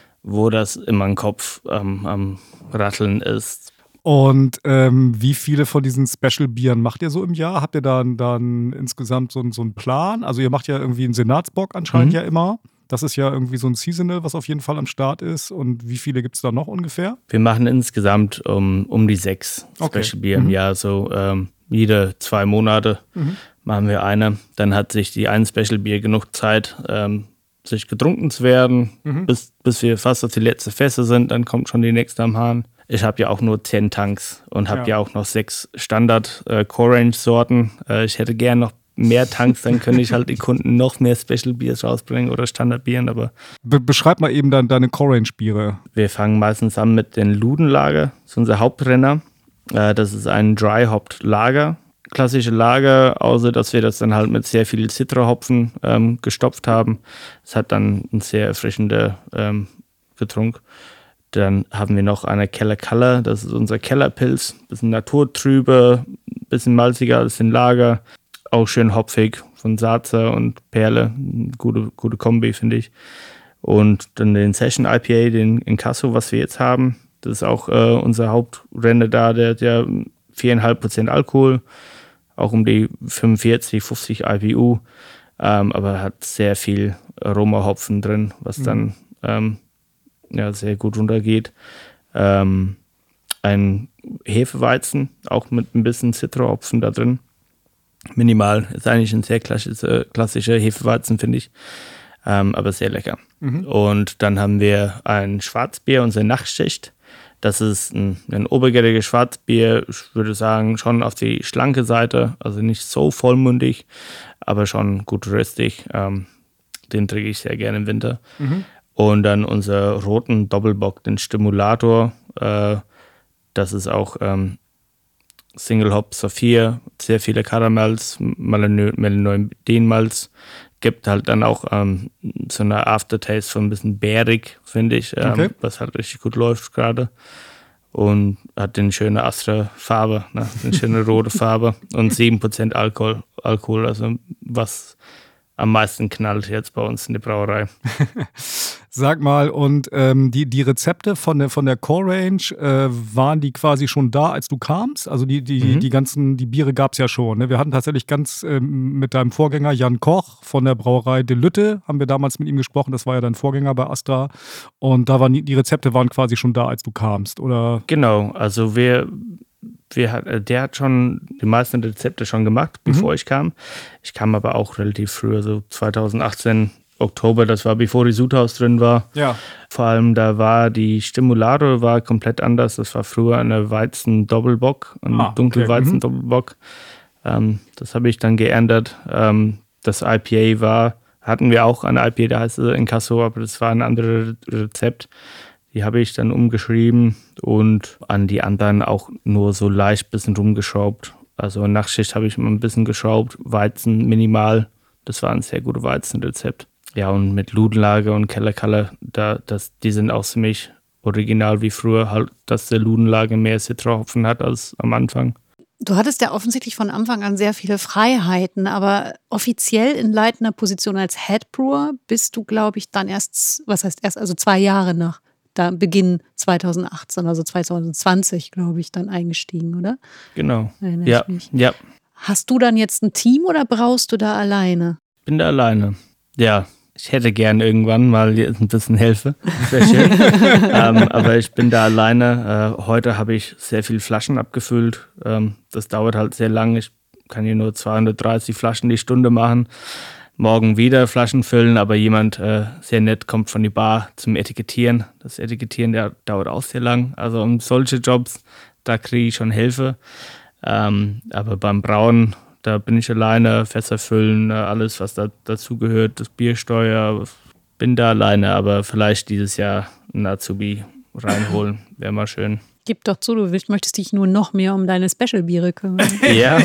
wo das in meinem Kopf ähm, am Ratteln ist. Und ähm, wie viele von diesen Special-Bieren macht ihr so im Jahr? Habt ihr dann, dann insgesamt so, so einen Plan? Also ihr macht ja irgendwie einen Senatsbock anscheinend mhm. ja immer. Das ist ja irgendwie so ein Seasonal, was auf jeden Fall am Start ist. Und wie viele gibt es da noch ungefähr? Wir machen insgesamt um, um die sechs okay. Special-Bier mhm. im Jahr. So ähm, jede zwei Monate mhm. machen wir eine. Dann hat sich die ein Special-Bier genug Zeit, ähm, sich getrunken zu werden, mhm. bis, bis wir fast auf die letzte Fässer sind. Dann kommt schon die nächste am Hahn. Ich habe ja auch nur zehn Tanks und habe ja. ja auch noch sechs Standard-Core-Range-Sorten. Äh, ich hätte gern noch mehr Tanks, dann könnte ich halt die Kunden noch mehr Special-Biers rausbringen oder Standardbieren. Aber Be- beschreib mal eben dann deine Core-Range-Biere. Wir fangen meistens an mit den Ludenlager. Das ist unser Hauptbrenner. Äh, das ist ein Dry-Hopped-Lager. Klassische Lager, außer dass wir das dann halt mit sehr viel Citra-Hopfen ähm, gestopft haben. Es hat dann ein sehr erfrischender ähm, Getrunk. Dann haben wir noch eine Keller Color, das ist unser Kellerpilz. Bisschen naturtrüber, bisschen malziger als den Lager. Auch schön hopfig von Saatzer und Perle. Gute, gute Kombi, finde ich. Und dann den Session I P A, den Inkasso, was wir jetzt haben. Das ist auch äh, unser Hauptrenner da, der hat ja vier Komma fünf Prozent Alkohol. Auch um die fünfundvierzig, fünfzig I B U. Ähm, aber hat sehr viel Aromahopfen drin, was mhm. dann ähm, ja, sehr gut runtergeht. Ähm, ein Hefeweizen, auch mit ein bisschen Zitrahopfen da drin. Minimal, ist eigentlich ein sehr klassischer, klassischer Hefeweizen, finde ich. Ähm, aber sehr lecker. Mhm. Und dann haben wir ein Schwarzbier, unser Nachtschicht. Das ist ein, ein obergäriges Schwarzbier, ich würde sagen, schon auf die schlanke Seite, also nicht so vollmundig, aber schon gut röstig. Ähm, den trinke ich sehr gerne im Winter. Mhm. Und dann unser roten Doppelbock, den Stimulator. Äh, das ist auch ähm, Single Hop Saphir, sehr viele Karamells, Melanoidin-Malz. Gibt halt dann auch ähm, so eine Aftertaste von ein bisschen bärig, finde ich, ähm, okay. was halt richtig gut läuft gerade. Und hat eine schöne Astra-Farbe, ne? Eine schöne rote Farbe und sieben Prozent Alkohol, Alkohol, also was am meisten knallt jetzt bei uns in der Brauerei. Sag mal, und ähm, die, die Rezepte von der, von der Core Range, äh, waren die quasi schon da, als du kamst? Also die, die, mhm. die ganzen, die Biere gab es ja schon. Ne? Wir hatten tatsächlich ganz ähm, mit deinem Vorgänger Jan Koch von der Brauerei De Lütte, haben wir damals mit ihm gesprochen, das war ja dein Vorgänger bei Astra. Und da waren die, die Rezepte waren quasi schon da, als du kamst, oder? Genau, also wir... Wir, der hat schon die meisten Rezepte schon gemacht, bevor mhm. ich kam. Ich kam aber auch relativ früh, also zwanzig achtzehn Oktober, das war bevor die Sudhaus drin war. Ja. Vor allem da war die Stimulator war komplett anders. Das war früher eine Weizen-Doppelbock, ein ah, Dunkelweizen-Doppelbock. Okay. Mhm. Ähm, das habe ich dann geändert. Ähm, das I P A war, hatten wir auch ein I P A, da heißt es Inkasso, aber das war ein anderes Rezept. Die habe ich dann umgeschrieben und an die anderen auch nur so leicht ein bisschen rumgeschraubt. Also Nachtschicht habe ich mal ein bisschen geschraubt, Weizen minimal. Das war ein sehr gutes Weizenrezept. Ja, und mit Ludenlager und Keller Color, da, das, die sind auch ziemlich original wie früher, halt, dass der Ludenlager mehr Zitrahopfen hat als am Anfang. Du hattest ja offensichtlich von Anfang an sehr viele Freiheiten, aber offiziell in leitender Position als Head Brewer bist du, glaube ich, dann erst, was heißt erst, also zwei Jahre nach da Beginn zwanzig achtzehn, also zwanzig zwanzig, glaube ich, dann eingestiegen, oder? Genau. Ja, ja. Hast du dann jetzt ein Team oder brauchst du da alleine? Ich bin da alleine. Ja, ich hätte gern irgendwann mal ein bisschen Hilfe. Das wäre schön. ähm, aber ich bin da alleine. Äh, heute habe ich sehr viele Flaschen abgefüllt. Ähm, das dauert halt sehr lang. Ich kann hier nur zweihundertdreißig Flaschen die Stunde machen. Morgen wieder Flaschen füllen, aber jemand äh, sehr nett kommt von die Bar zum Etikettieren. Das Etikettieren, der dauert auch sehr lang. Also um solche Jobs, da kriege ich schon Hilfe. Ähm, aber beim Brauen, da bin ich alleine, Fässer füllen, alles, was da dazu gehört, das Biersteuer, bin da alleine, aber vielleicht dieses Jahr einen Azubi reinholen, wäre mal schön. Gib doch zu, du willst, möchtest dich nur noch mehr um deine Special-Biere kümmern. Ja.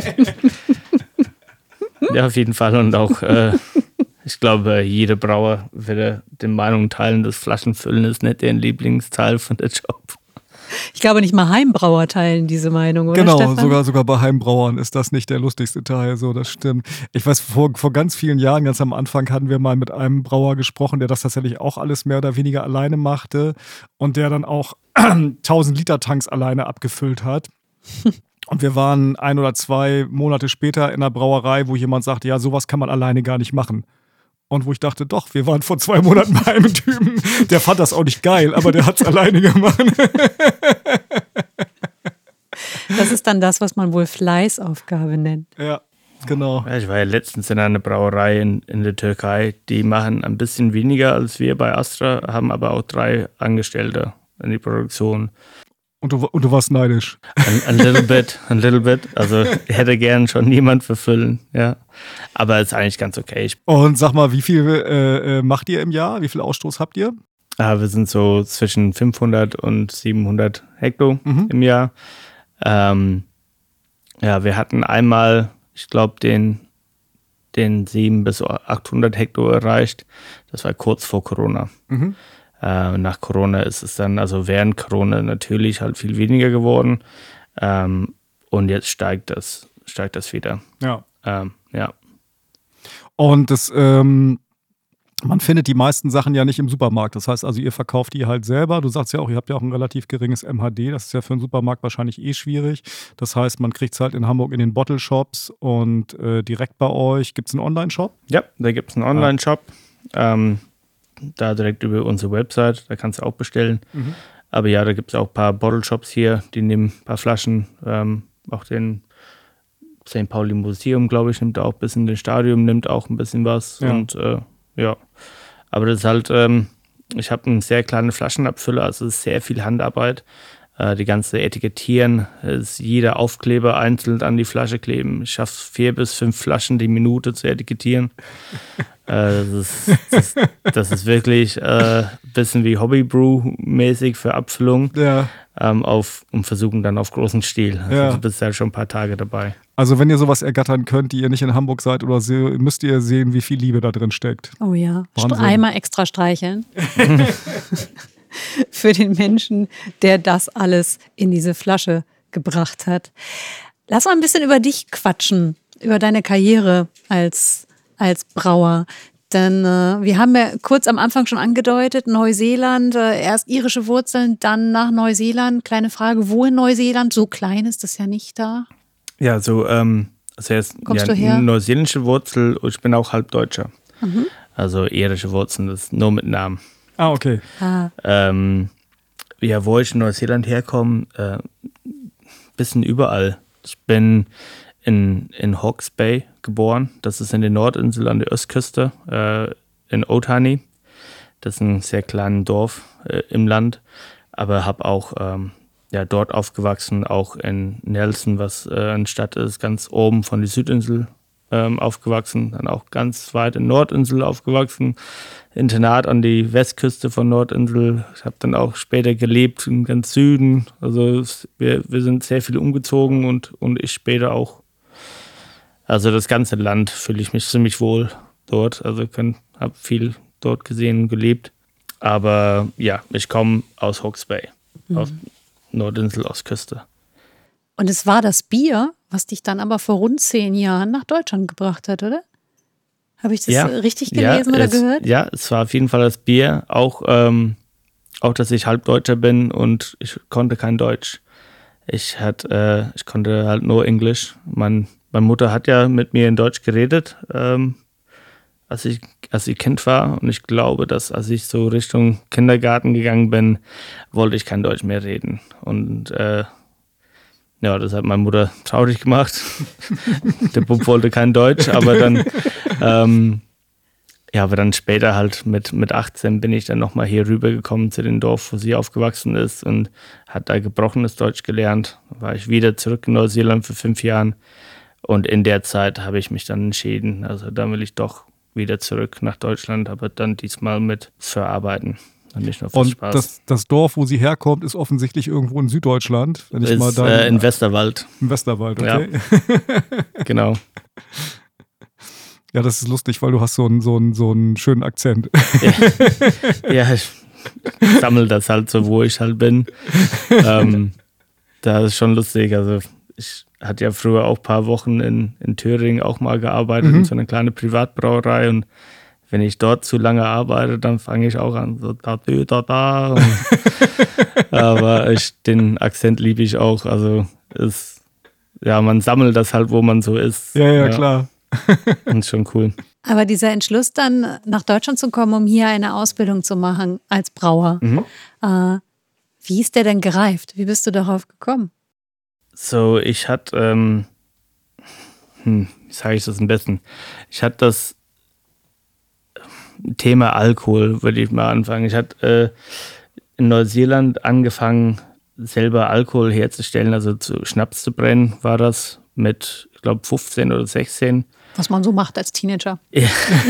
Ja, auf jeden Fall. Und auch, äh, ich glaube, jeder Brauer würde die Meinung teilen, dass Flaschenfüllen ist nicht der Lieblingsteil von der Job. Ich glaube, nicht mal Heimbrauer teilen diese Meinung, oder Genau, Stefan? sogar, sogar bei Heimbrauern ist das nicht der lustigste Teil, so, das stimmt. Ich weiß, vor, vor ganz vielen Jahren, ganz am Anfang, hatten wir mal mit einem Brauer gesprochen, der das tatsächlich auch alles mehr oder weniger alleine machte und der dann auch tausend Liter Tanks alleine abgefüllt hat. Und wir waren ein oder zwei Monate später in einer Brauerei, wo jemand sagte, ja, sowas kann man alleine gar nicht machen. Und wo ich dachte, doch, wir waren vor zwei Monaten bei einem Typen, der fand das auch nicht geil, aber der hat es alleine gemacht. Das ist dann das, was man wohl Fleißaufgabe nennt. Ja, genau. Ja, ich war ja letztens in einer Brauerei in, in der Türkei, die machen ein bisschen weniger als wir bei Astra, haben aber auch drei Angestellte in die Produktion. Und du, und du warst neidisch. A, a little bit, a little bit. Also ich hätte gern schon niemand verfüllen, ja. Aber es ist eigentlich ganz okay. Ich, Und sag mal, wie viel äh, macht ihr im Jahr? Wie viel Ausstoß habt ihr? ah, wir sind so zwischen fünfhundert und siebenhundert Hektar Mhm. im Jahr. Ähm, ja, wir hatten einmal, ich glaube, den, den sieben bis achthundert Hektar erreicht. Das war kurz vor Corona. Mhm. Äh, nach Corona ist es dann, also während Corona natürlich halt viel weniger geworden. Ähm, und jetzt steigt das, steigt das wieder. Ja. Ähm, ja. Und das, ähm, man findet die meisten Sachen ja nicht im Supermarkt. Das heißt also, ihr verkauft die halt selber. Du sagst ja auch, ihr habt ja auch ein relativ geringes M H D. Das ist ja für einen Supermarkt wahrscheinlich eh schwierig. Das heißt, man kriegt es halt in Hamburg in den Bottle-Shops und äh, direkt bei euch. Gibt es einen Online-Shop? Ja, da gibt es einen Online-Shop. Ähm, da direkt über unsere Website, da kannst du auch bestellen. Mhm. Aber ja, da gibt es auch ein paar Bottle-Shops hier, die nehmen ein paar Flaschen. Ähm, auch den Sankt Pauli Museum, glaube ich, nimmt auch ein bisschen, das Stadion nimmt auch ein bisschen was. Ja. Und äh, ja, aber das ist halt, ähm, ich habe einen sehr kleinen Flaschenabfüller, also es ist sehr viel Handarbeit. Äh, die ganze Etikettieren, ist jeder Aufkleber einzeln an die Flasche kleben. Ich schaffe vier bis fünf Flaschen die Minute zu etikettieren. äh, das, ist, das, das ist wirklich ein äh, bisschen wie Hobbybrew-mäßig für Abfüllung. Ja. Ähm, auf, und versuchen dann auf großen Stil. Also Ja. du bist ja schon ein paar Tage dabei. Also wenn ihr sowas ergattern könnt, die ihr nicht in Hamburg seid oder so, müsst ihr sehen, wie viel Liebe da drin steckt. Oh ja, Wahnsinn. einmal extra streicheln. Für den Menschen, der das alles in diese Flasche gebracht hat. Lass mal ein bisschen über dich quatschen, über deine Karriere als, als Brauer. Denn äh, wir haben ja kurz am Anfang schon angedeutet, Neuseeland, äh, erst irische Wurzeln, dann nach Neuseeland. Kleine Frage, wo in Neuseeland? So klein ist das ja nicht da. Ja, so, ähm, also jetzt Kommst ja, du her? neuseeländische Wurzel und ich bin auch halb Deutscher. Mhm. Also irische Wurzeln, das ist nur mit Namen. Ah, okay. Ah, Ähm, ja, wo ich in Neuseeland herkomme, äh, bisschen überall. Ich bin in, in Hawke's Bay geboren. Das ist in der Nordinsel an der Ostküste, äh, in Otani. Das ist ein sehr kleines Dorf äh, im Land. Aber habe auch ähm, ja, dort aufgewachsen, auch in Nelson, was äh, eine Stadt ist, ganz oben von der Südinsel ähm, aufgewachsen. Dann auch ganz weit in Nordinsel aufgewachsen. Internat an die Westküste von Nordinsel. Ich habe dann auch später gelebt im ganz Süden. Also es, wir, wir sind sehr viel umgezogen und, und ich später auch. Also das ganze Land fühle ich mich ziemlich wohl dort. Also habe viel dort gesehen und gelebt. Aber ja, ich komme aus Hawke's Bay, mhm. auf Nordinsel, Ostküste. und es war das Bier, was dich dann aber vor rund zehn Jahren nach Deutschland gebracht hat, oder? Habe ich das Ja. richtig gelesen ja, oder es, gehört? Ja, es war auf jeden Fall das Bier. Auch, ähm, auch dass ich Halbdeutscher bin und ich konnte kein Deutsch. Ich, hat, äh, ich konnte halt nur Englisch. Mein, meine Mutter hat ja mit mir in Deutsch geredet, ähm, als, ich, als ich Kind war. Und ich glaube, dass als ich so Richtung Kindergarten gegangen bin, wollte ich kein Deutsch mehr reden. Und äh, Ja, das hat meine Mutter traurig gemacht. Der Bub wollte kein Deutsch, aber dann, ähm, ja, aber dann später halt mit, mit achtzehn bin ich dann nochmal hier rübergekommen zu dem Dorf, wo sie aufgewachsen ist und hat da gebrochenes Deutsch gelernt. Da war ich wieder zurück in Neuseeland für fünf Jahre und in der Zeit habe ich mich dann entschieden, also dann will ich doch wieder zurück nach Deutschland, aber dann diesmal mit Verarbeiten. Und, nicht nur für und Spaß. Das, das Dorf, wo sie herkommt, ist offensichtlich irgendwo in Süddeutschland. Wenn ich ist, mal dann, äh, in Westerwald. Im Westerwald, okay. Ja. Genau. Ja, das ist lustig, weil du hast so einen, so einen, so einen schönen Akzent. Ja, ja, ich sammle das halt so, wo ich halt bin. ähm, das ist schon lustig. Also ich hatte ja früher auch ein paar Wochen in, in Thüringen auch mal gearbeitet, mhm. in so einer kleinen Privatbrauerei und wenn ich dort zu lange arbeite, dann fange ich auch an, so da, da, da. Und, aber ich, den Akzent liebe ich auch. Also ist, ja, man sammelt das halt, wo man so ist. Ja, ja, ja. Klar. Und ist schon cool. Aber dieser Entschluss dann nach Deutschland zu kommen, um hier eine Ausbildung zu machen als Brauer, mhm. äh, wie ist der denn gereift? Wie bist du darauf gekommen? So, ich hatte, ähm, hm, wie sage ich das am besten? Ich hatte das Thema Alkohol, würde ich mal anfangen. Ich hatte äh, in Neuseeland angefangen, selber Alkohol herzustellen, also zu Schnaps zu brennen, war das mit, ich glaube, fünfzehn oder sechzehn. Was man so macht als Teenager. Ja.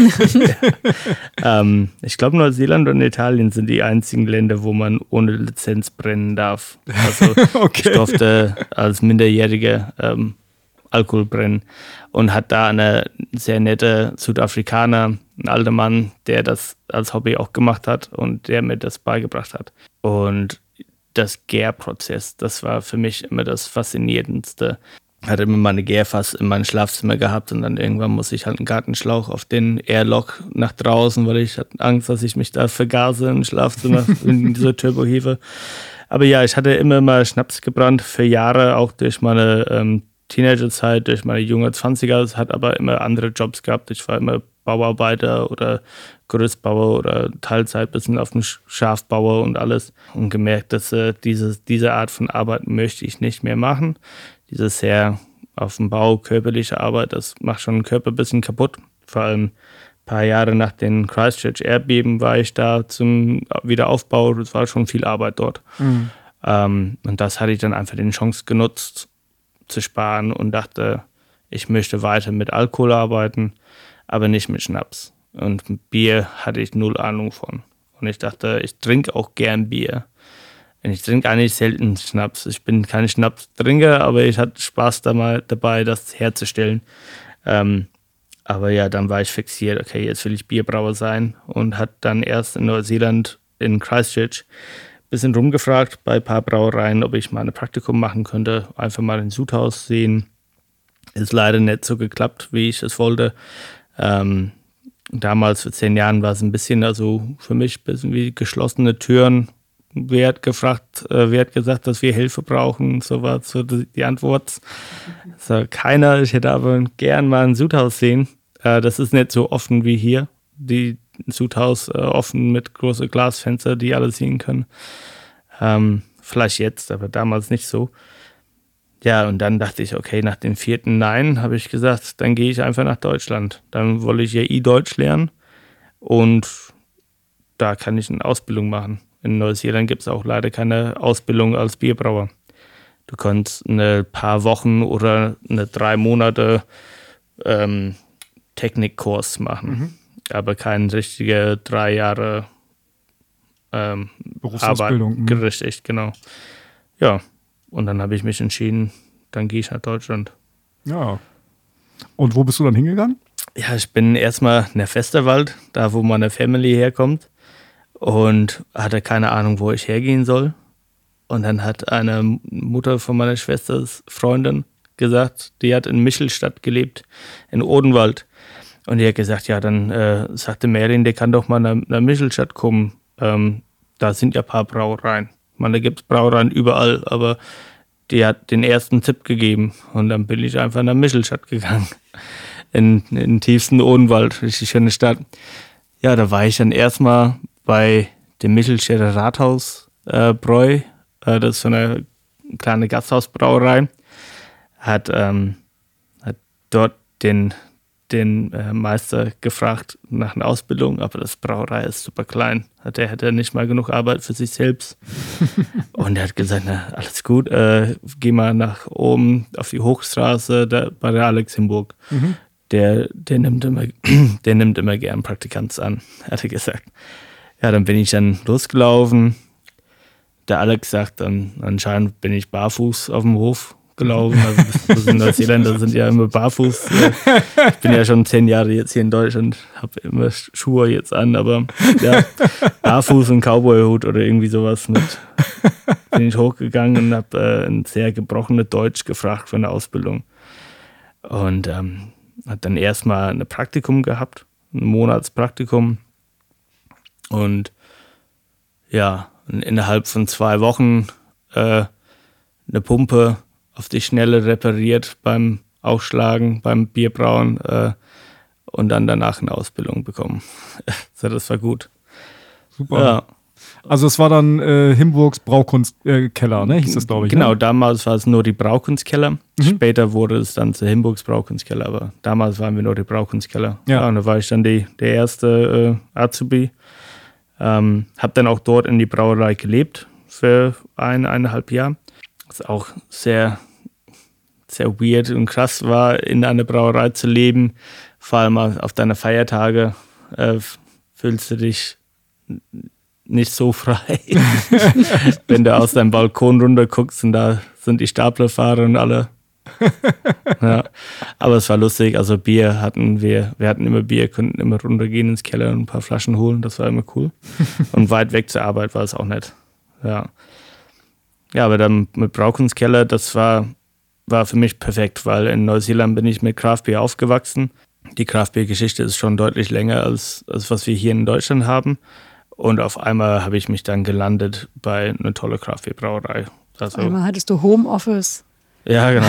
ja. ähm, ich glaube, Neuseeland und Italien sind die einzigen Länder, wo man ohne Lizenz brennen darf. Also okay. Ich durfte als Minderjähriger ähm, Alkohol brennen und hat da eine sehr nette Südafrikaner, ein alter Mann, der das als Hobby auch gemacht hat und der mir das beigebracht hat. Und das Gärprozess, das war für mich immer das Faszinierendste. Ich hatte immer meine Gärfass in meinem Schlafzimmer gehabt und dann irgendwann musste ich halt einen Gartenschlauch auf den Airlock nach draußen, weil ich hatte Angst, dass ich mich da vergase im Schlafzimmer in dieser Turbohefe. Aber ja, ich hatte immer mal Schnaps gebrannt für Jahre, auch durch meine ähm, Teenagerzeit, durch meine junge zwanziger. Es hat aber immer andere Jobs gehabt. Ich war immer Bauarbeiter oder Gerüstbauer oder Teilzeit bisschen auf dem Schafbauer und alles. Und gemerkt, dass äh, diese, diese Art von Arbeit möchte ich nicht mehr machen. Diese sehr auf dem Bau körperliche Arbeit, das macht schon den Körper ein bisschen kaputt. Vor allem ein paar Jahre nach dem Christchurch-Erdbeben war ich da zum Wiederaufbau. Das war schon viel Arbeit dort. Mhm. Ähm, und das hatte ich dann einfach die Chance genutzt, zu sparen und dachte, ich möchte weiter mit Alkohol arbeiten, aber nicht mit Schnaps. Und mit Bier hatte ich null Ahnung von. Und ich dachte, ich trinke auch gern Bier. Und ich trinke eigentlich selten Schnaps. Ich bin kein Schnapstrinker, aber ich hatte Spaß dabei, das herzustellen. Ähm, aber ja, dann war ich fixiert, okay, jetzt will ich Bierbrauer sein und hat dann erst in Neuseeland in Christchurch ein bisschen rumgefragt bei ein paar Brauereien, ob ich mal ein Praktikum machen könnte, einfach mal ein Sudhaus sehen. Ist leider nicht so geklappt, wie ich es wollte. Ähm, damals, vor zehn Jahren, war es ein bisschen, also für mich ein bisschen wie geschlossene Türen. Wer hat gefragt, äh, wer hat gesagt, dass wir Hilfe brauchen? So war so die, die Antwort. So, keiner, ich hätte aber gern mal ein Sudhaus sehen. Äh, das ist nicht so offen wie hier. Die Sudhaus äh, offen mit großen Glasfenster, die alle sehen können. Ähm, vielleicht jetzt, aber damals nicht so. Ja, und dann dachte ich, okay, nach dem vierten Nein habe ich gesagt, dann gehe ich einfach nach Deutschland. Dann wollte ich ja E-Deutsch lernen und da kann ich eine Ausbildung machen. In Neuseeland gibt es auch leider keine Ausbildung als Bierbrauer. Du kannst eine paar Wochen oder eine drei Monate ähm, Technikkurs machen, mhm. aber keine richtige drei Jahre ähm, Berufsausbildung. Arbeit. Mhm. Richtig, genau. Ja, und dann habe ich mich entschieden, dann gehe ich nach Deutschland. Ja. Und wo bist du dann hingegangen? Ja, ich bin erstmal nach Westerwald, da wo meine Family herkommt. Und hatte keine Ahnung, wo ich hergehen soll. Und dann hat eine Mutter von meiner Schwesters Freundin gesagt, die hat in Michelstadt gelebt, in Odenwald. Und die hat gesagt, ja, dann äh, sagte Merlin, der kann doch mal nach, nach Michelstadt kommen. Ähm, da sind ja ein paar Brauereien. Ich meine, da gibt es Brauereien überall, aber die hat den ersten Tipp gegeben. Und dann bin ich einfach nach Michelstadt gegangen. In, in den tiefsten Odenwald, richtig schöne Stadt. Ja, da war ich dann erstmal bei dem Michelstädter Rathaus äh, Bräu. Äh, das ist so eine kleine Gasthausbrauerei. hat, ähm, hat dort den, den äh, Meister gefragt nach einer Ausbildung, aber das Brauerei ist super klein. Der hätte nicht mal genug Arbeit für sich selbst. Und er hat gesagt, na, alles gut, äh, geh mal nach oben auf die Hochstraße da, bei der Alex Himburg. Mhm. Der, der, nimmt immer, der nimmt immer gern Praktikanten an, hat er gesagt. Ja, dann bin ich dann losgelaufen. Der Alex sagt dann, anscheinend bin ich barfuß auf dem Hof gelaufen. Also in Neuseeland sind ja immer barfuß. Ich bin ja schon zehn Jahre jetzt hier in Deutschland, habe immer Schuhe jetzt an, aber ja, barfuß und Cowboyhut oder irgendwie sowas mit. Bin ich hochgegangen und habe äh, ein sehr gebrochenes Deutsch gefragt für eine Ausbildung. Und ähm, hat dann erstmal ein Praktikum gehabt, ein Monatspraktikum. Und ja, innerhalb von zwei Wochen äh, eine Pumpe auf die Schnelle repariert beim Aufschlagen, beim Bierbrauen äh, und dann danach eine Ausbildung bekommen. So, das war gut. Super. Ja. Also es war dann äh, Himburgs Braukunstkeller, äh, ne? Hieß das, glaube ich. Genau, ne? Damals war es nur die Braukunstkeller. Mhm. Später wurde es dann zu Himburgs Braukunstkeller, aber damals waren wir nur die Braukunstkeller. Ja. Ja, und da war ich dann die, der erste äh, Azubi. Ähm, habe dann auch dort in die Brauerei gelebt für ein, eineinhalb Jahre. Was auch sehr, sehr weird und krass war, in einer Brauerei zu leben. Vor allem auf deine Feiertage äh, fühlst du dich nicht so frei. Wenn du aus deinem Balkon runter guckst und da sind die Staplerfahrer und alle. Ja. Aber es war lustig, also Bier hatten wir, wir hatten immer Bier, konnten immer runtergehen ins Keller und ein paar Flaschen holen, das war immer cool. Und weit weg zur Arbeit war es auch nett. Ja, ja, aber dann mit Braukunstkeller, das war, war für mich perfekt, weil in Neuseeland bin ich mit Craft Beer aufgewachsen. Die Craft Beer Geschichte ist schon deutlich länger als, als was wir hier in Deutschland haben. Und auf einmal habe ich mich dann gelandet bei einer tolle Craft Beer Brauerei. Also, auf einmal hattest du Homeoffice. Ja, genau.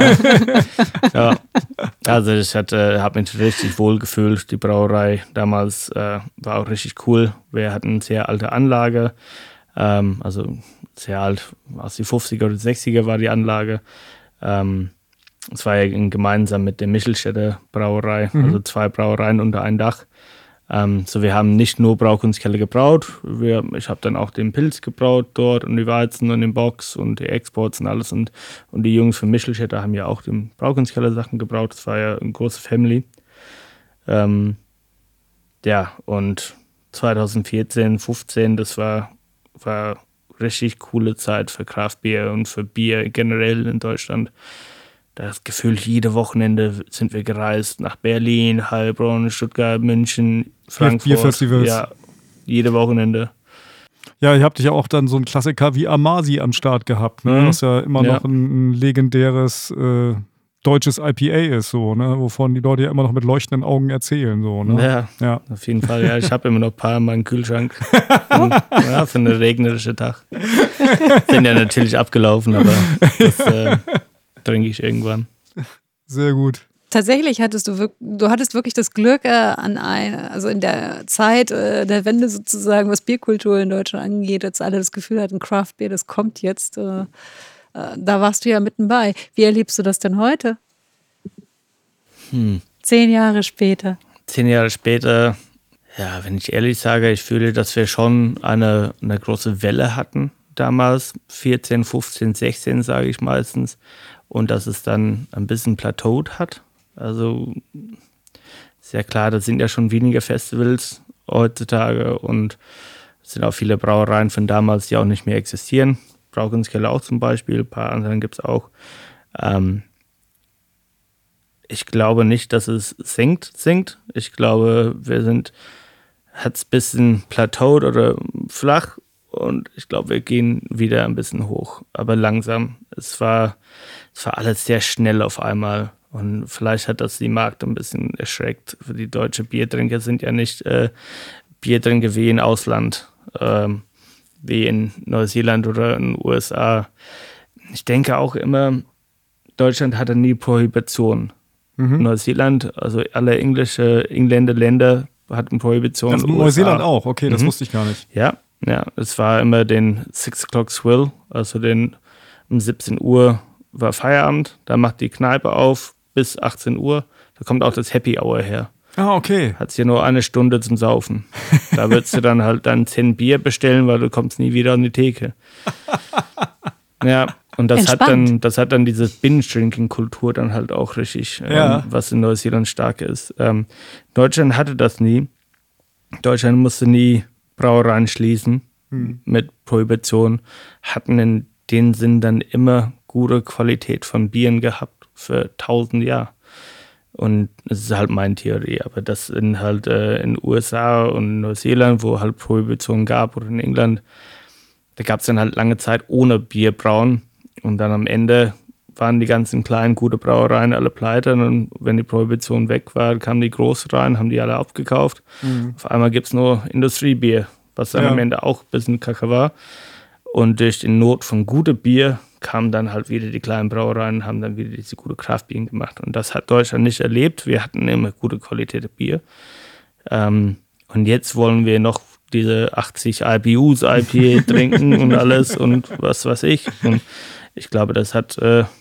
Ja. Also ich hatte, habe mich richtig wohl gefühlt. Die Brauerei damals äh, war auch richtig cool. Wir hatten eine sehr alte Anlage, ähm, also sehr alt, aus den fünfziger oder sechziger war die Anlage. Ähm, es war ja gemeinsam mit der Michelstädter Brauerei, mhm. also zwei Brauereien unter einem Dach. Ähm, so, wir haben nicht nur Braukunstkeller gebraut, wir, ich habe dann auch den Pilz gebraut dort und die Weizen und den Box und die Exports und alles. Und, und die Jungs von Michelstädter haben ja auch den Braukunstkeller Sachen gebraut. Das war ja eine große Family. Ähm, ja, und zwanzig vierzehn, fünfzehn, das war, war richtig coole Zeit für Craft Beer und für Bier generell in Deutschland. Das Gefühl, jede Wochenende sind wir gereist nach Berlin, Heilbronn, Stuttgart, München, Frankfurt. Bierfestivals. Ja, jede Wochenende. Ja, ihr habt ja auch dann so einen Klassiker wie Amasi am Start gehabt, ne? Mhm. Was ja immer ja. noch ein, ein legendäres äh, deutsches I P A ist, so, ne? Wovon die Leute ja immer noch mit leuchtenden Augen erzählen. So, ne? Ja, ja, auf jeden Fall. Ja, ich habe immer noch ein paar in meinem Kühlschrank. Und, ja, für einen regnerischen Tag. Sind ja natürlich abgelaufen, aber das äh, trinke ich irgendwann. Sehr gut. Tatsächlich hattest du wirklich, du hattest wirklich das Glück äh, an ein, also in der Zeit äh, der Wende sozusagen, was Bierkultur in Deutschland angeht, als alle das Gefühl hatten, Craft Beer, das kommt jetzt. Äh, äh, da warst du ja mitten bei. Wie erlebst du das denn heute? Hm. Zehn Jahre später. Zehn Jahre später, ja, wenn ich ehrlich sage, ich fühle, dass wir schon eine, eine große Welle hatten damals, vierzehn, fünfzehn, sechzehn sage ich meistens, und dass es dann ein bisschen plateaued hat. Also ist ja klar, das sind ja schon weniger Festivals heutzutage und es sind auch viele Brauereien von damals, die auch nicht mehr existieren. Braukunstkeller auch zum Beispiel, ein paar anderen gibt es auch. Ähm, ich glaube nicht, dass es sinkt, sinkt. Ich glaube, wir sind, hat es ein bisschen plateaued oder flach und ich glaube, wir gehen wieder ein bisschen hoch, aber langsam. Es war, es war alles sehr schnell auf einmal. Und vielleicht hat das die Markt ein bisschen erschreckt. Für die deutschen Biertrinker sind ja nicht äh, Biertrinker wie in Ausland, ähm, wie in Neuseeland oder in den U S A. Ich denke auch immer, Deutschland hatte nie Prohibition. Mhm. Neuseeland, also alle englische, Engländer, Länder hatten Prohibition. Also Neuseeland auch, okay, das mhm. wusste ich gar nicht. Ja, ja, es war immer den Six O'Clock Swill, also den um siebzehn Uhr war Feierabend, da macht die Kneipe auf bis achtzehn Uhr. Da kommt auch das Happy Hour her. Ah, okay. Hat's hier nur eine Stunde zum Saufen. Da würdest du dann halt dann zehn Bier bestellen, weil du kommst nie wieder an die Theke. Ja, und das Entspannt. hat dann, das hat dann diese Binge-Drinking-Kultur dann halt auch richtig, Ja. ähm, was in Neuseeland stark ist. Ähm, Deutschland hatte das nie. Deutschland musste nie Brauereien schließen Hm. mit Prohibition, hatten in dem Sinn dann immer gute Qualität von Bieren gehabt für tausend Jahre. Und es ist halt meine Theorie, aber das in halt äh, in den U S A und Neuseeland, wo halt Prohibition gab, oder in England, da gab es dann halt lange Zeit ohne Bierbrauen. Und dann am Ende waren die ganzen kleinen, gute Brauereien alle pleite. Und wenn die Prohibition weg war, kamen die groß rein, haben die alle aufgekauft. Mhm. Auf einmal gibt es nur Industriebier, was dann Ja. am Ende auch ein bisschen kacke war. Und durch die Not von gutem Bier kamen dann halt wieder die kleinen Brauereien, haben dann wieder diese gute Kraftbier gemacht. Und das hat Deutschland nicht erlebt. Wir hatten immer gute Qualität Bier. Ähm, und jetzt wollen wir noch diese achtzig I B Us, I P A trinken und alles und was weiß ich. Und ich glaube, das hat, äh, ja,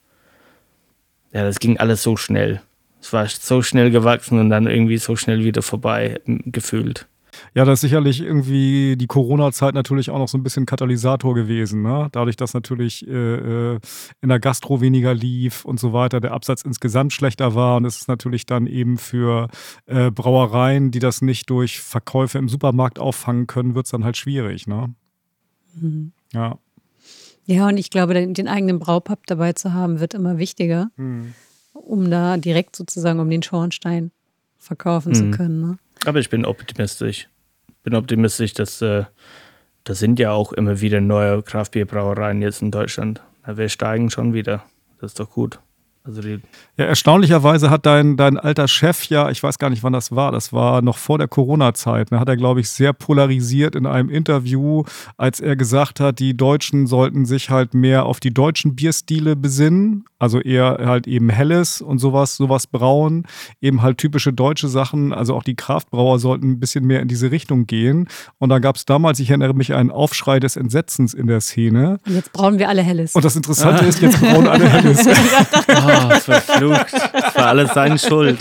das ging alles so schnell. Es war so schnell gewachsen und dann irgendwie so schnell wieder vorbei m, gefühlt. Ja, das ist sicherlich irgendwie die Corona-Zeit natürlich auch noch so ein bisschen Katalysator gewesen. Ne? Dadurch, dass natürlich äh, äh, in der Gastro weniger lief und so weiter, der Absatz insgesamt schlechter war. Und es ist natürlich dann eben für äh, Brauereien, die das nicht durch Verkäufe im Supermarkt auffangen können, wird es dann halt schwierig. Ne? Mhm. Ja. Ja, und ich glaube, den, den eigenen Braupub dabei zu haben, wird immer wichtiger, Hm. um da direkt sozusagen um den Schornstein verkaufen zu Mhm. können. Ne? Aber ich bin optimistisch. Bin optimistisch, dass äh, das sind ja auch immer wieder neue Kraftbierbrauereien jetzt in Deutschland. Ja, wir steigen schon wieder. Das ist doch gut. Also die Ja, erstaunlicherweise hat dein, dein alter Chef ja, ich weiß gar nicht, wann das war, das war noch vor der Corona-Zeit, ne, hat er, glaube ich, sehr polarisiert in einem Interview, als er gesagt hat, die Deutschen sollten sich halt mehr auf die deutschen Bierstile besinnen, also eher halt eben Helles und sowas, sowas brauen, eben halt typische deutsche Sachen, also auch die Kraftbrauer sollten ein bisschen mehr in diese Richtung gehen. Und da gab es damals, ich erinnere mich, einen Aufschrei des Entsetzens in der Szene. Und jetzt brauchen wir alle Helles. Und das Interessante ist, jetzt brauen alle Helles. oh, verflucht. Das war alles seine Schuld.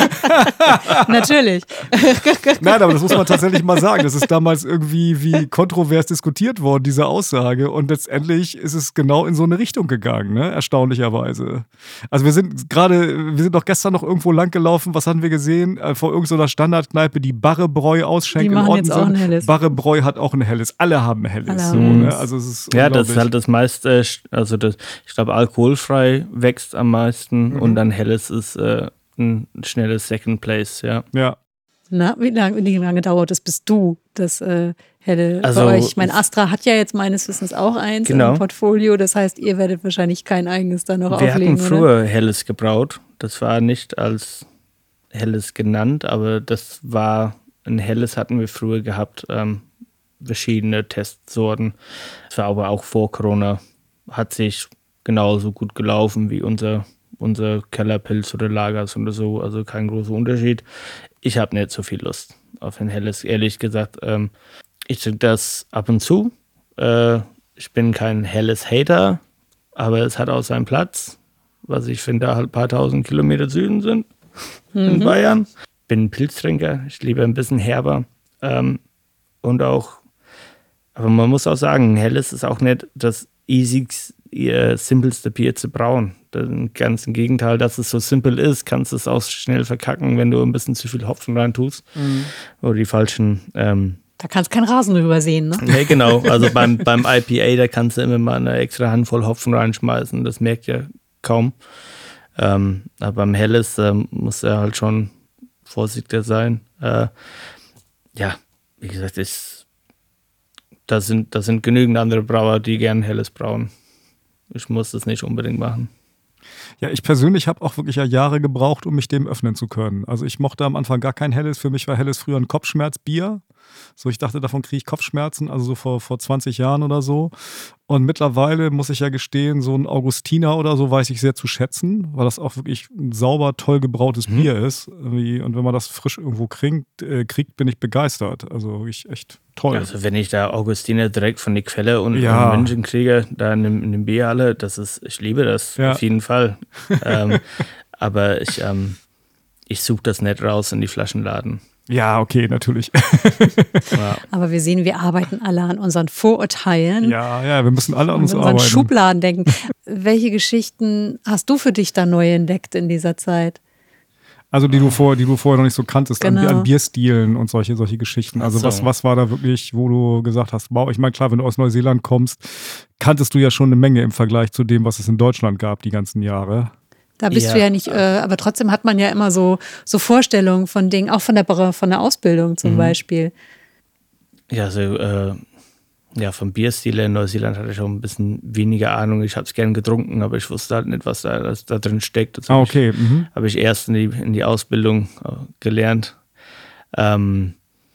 Natürlich. Nein, aber das muss man tatsächlich mal sagen. Das ist damals irgendwie wie kontrovers diskutiert worden, diese Aussage. Und letztendlich ist es genau in so eine Richtung gegangen, ne? Erstaunlicherweise. Also wir sind gerade, wir sind doch gestern noch irgendwo lang gelaufen. Was haben wir gesehen? Äh, vor irgendeiner Standardkneipe, die Barrebräu ausschenkt. Die machen in jetzt auch ein Helles. Barrebräu hat auch ein Helles. Alle haben ein Helles. Alle So, haben ne? es. Also es ist Ja, das ist unglaublich. halt das meiste, also das, ich glaube, alkoholfrei wächst am meisten Mhm. und dann Helles ist äh, ein schnelles Second Place, ja. Ja. Na, wie lange, wie lange dauert es, bis du das äh, Helle Also, bei euch? Ich meine, Astra hat ja jetzt meines Wissens auch eins Genau. im Portfolio. Das heißt, ihr werdet wahrscheinlich kein eigenes da noch Wir auflegen, hatten oder? früher Helles gebraut. Das war nicht als Helles genannt, aber das war ein Helles hatten wir früher gehabt. Ähm, verschiedene Testsorten. Das war aber auch vor Corona. Hat sich genauso gut gelaufen wie unser, unser Kellerpilz oder Lagers oder so. Also kein großer Unterschied. Ich habe nicht so viel Lust auf ein Helles, ehrlich gesagt. Ähm, ich trinke das ab und zu. Äh, ich bin kein Helles-Hater, aber es hat auch seinen Platz. Was ich finde, da halt ein paar tausend Kilometer Süden sind in Bayern. Bin ein Pilztrinker, ich liebe ein bisschen herber. Ähm, und auch, aber man muss auch sagen, Helles ist auch nicht das easyste, äh, simpelste Bier zu brauen. Ganz im Gegenteil, dass es so simpel ist, kannst du es auch schnell verkacken, wenn du ein bisschen zu viel Hopfen rein tust. Mhm. Oder die falschen. Ähm, Da kannst du keinen Rasen drüber sehen, ne? nee, genau. Also beim, beim I P A, da kannst du immer mal eine extra Handvoll Hopfen reinschmeißen. Das merkt ja kaum. Ähm, aber beim Helles ähm, muss er halt schon vorsichtiger sein. Äh, ja, wie gesagt, ich, da, sind, da sind genügend andere Brauer, die gern Helles brauen. Ich muss das nicht unbedingt machen. Ja, ich persönlich habe auch wirklich ja Jahre gebraucht, um mich dem öffnen zu können. Also ich mochte am Anfang gar kein Helles. Für mich war Helles früher ein Kopfschmerzbier. So, ich dachte, davon kriege ich Kopfschmerzen, also so vor, vor zwanzig Jahren oder so. Und mittlerweile muss ich ja gestehen, so ein Augustiner oder so weiß ich sehr zu schätzen, weil das auch wirklich ein sauber, toll gebrautes Mhm. Bier ist. Irgendwie. Und wenn man das frisch irgendwo kriegt, äh, kriegt, bin ich begeistert. Also wirklich echt toll. Also wenn ich da Augustiner direkt von der Quelle und, Ja. und München kriege, da in, dem- in dem Bierhalle, das ist, ich liebe das Ja. auf jeden Fall. ähm, aber ich, ähm, ich suche das nicht raus in die Flaschenladen. Ja, okay, natürlich. Ja. Aber wir sehen, wir arbeiten alle an unseren Vorurteilen. Ja, ja, wir müssen alle an Und uns unseren arbeiten. Schubladen denken. Welche Geschichten hast du für dich da neu entdeckt in dieser Zeit? Also die du vorher, die du vorher noch nicht so kanntest, an, Genau. an Bierstilen und solche, solche Geschichten. Also Ach so. was, was war da wirklich, wo du gesagt hast, wow, ich meine, klar, wenn du aus Neuseeland kommst, kanntest du ja schon eine Menge im Vergleich zu dem, was es in Deutschland gab die ganzen Jahre. Da bist Ja. du ja nicht, äh, aber trotzdem hat man ja immer so, so Vorstellungen von Dingen, auch von der, von der Ausbildung zum Mhm. Beispiel. Ja, so, äh, ja, vom Bierstil in Neuseeland hatte ich auch ein bisschen weniger Ahnung. Ich habe es gern getrunken, aber ich wusste halt nicht, was da, was da drin steckt. Das Ah, habe okay. Mhm. ich, hab ich erst in die, in die Ausbildung äh, gelernt. Ähm,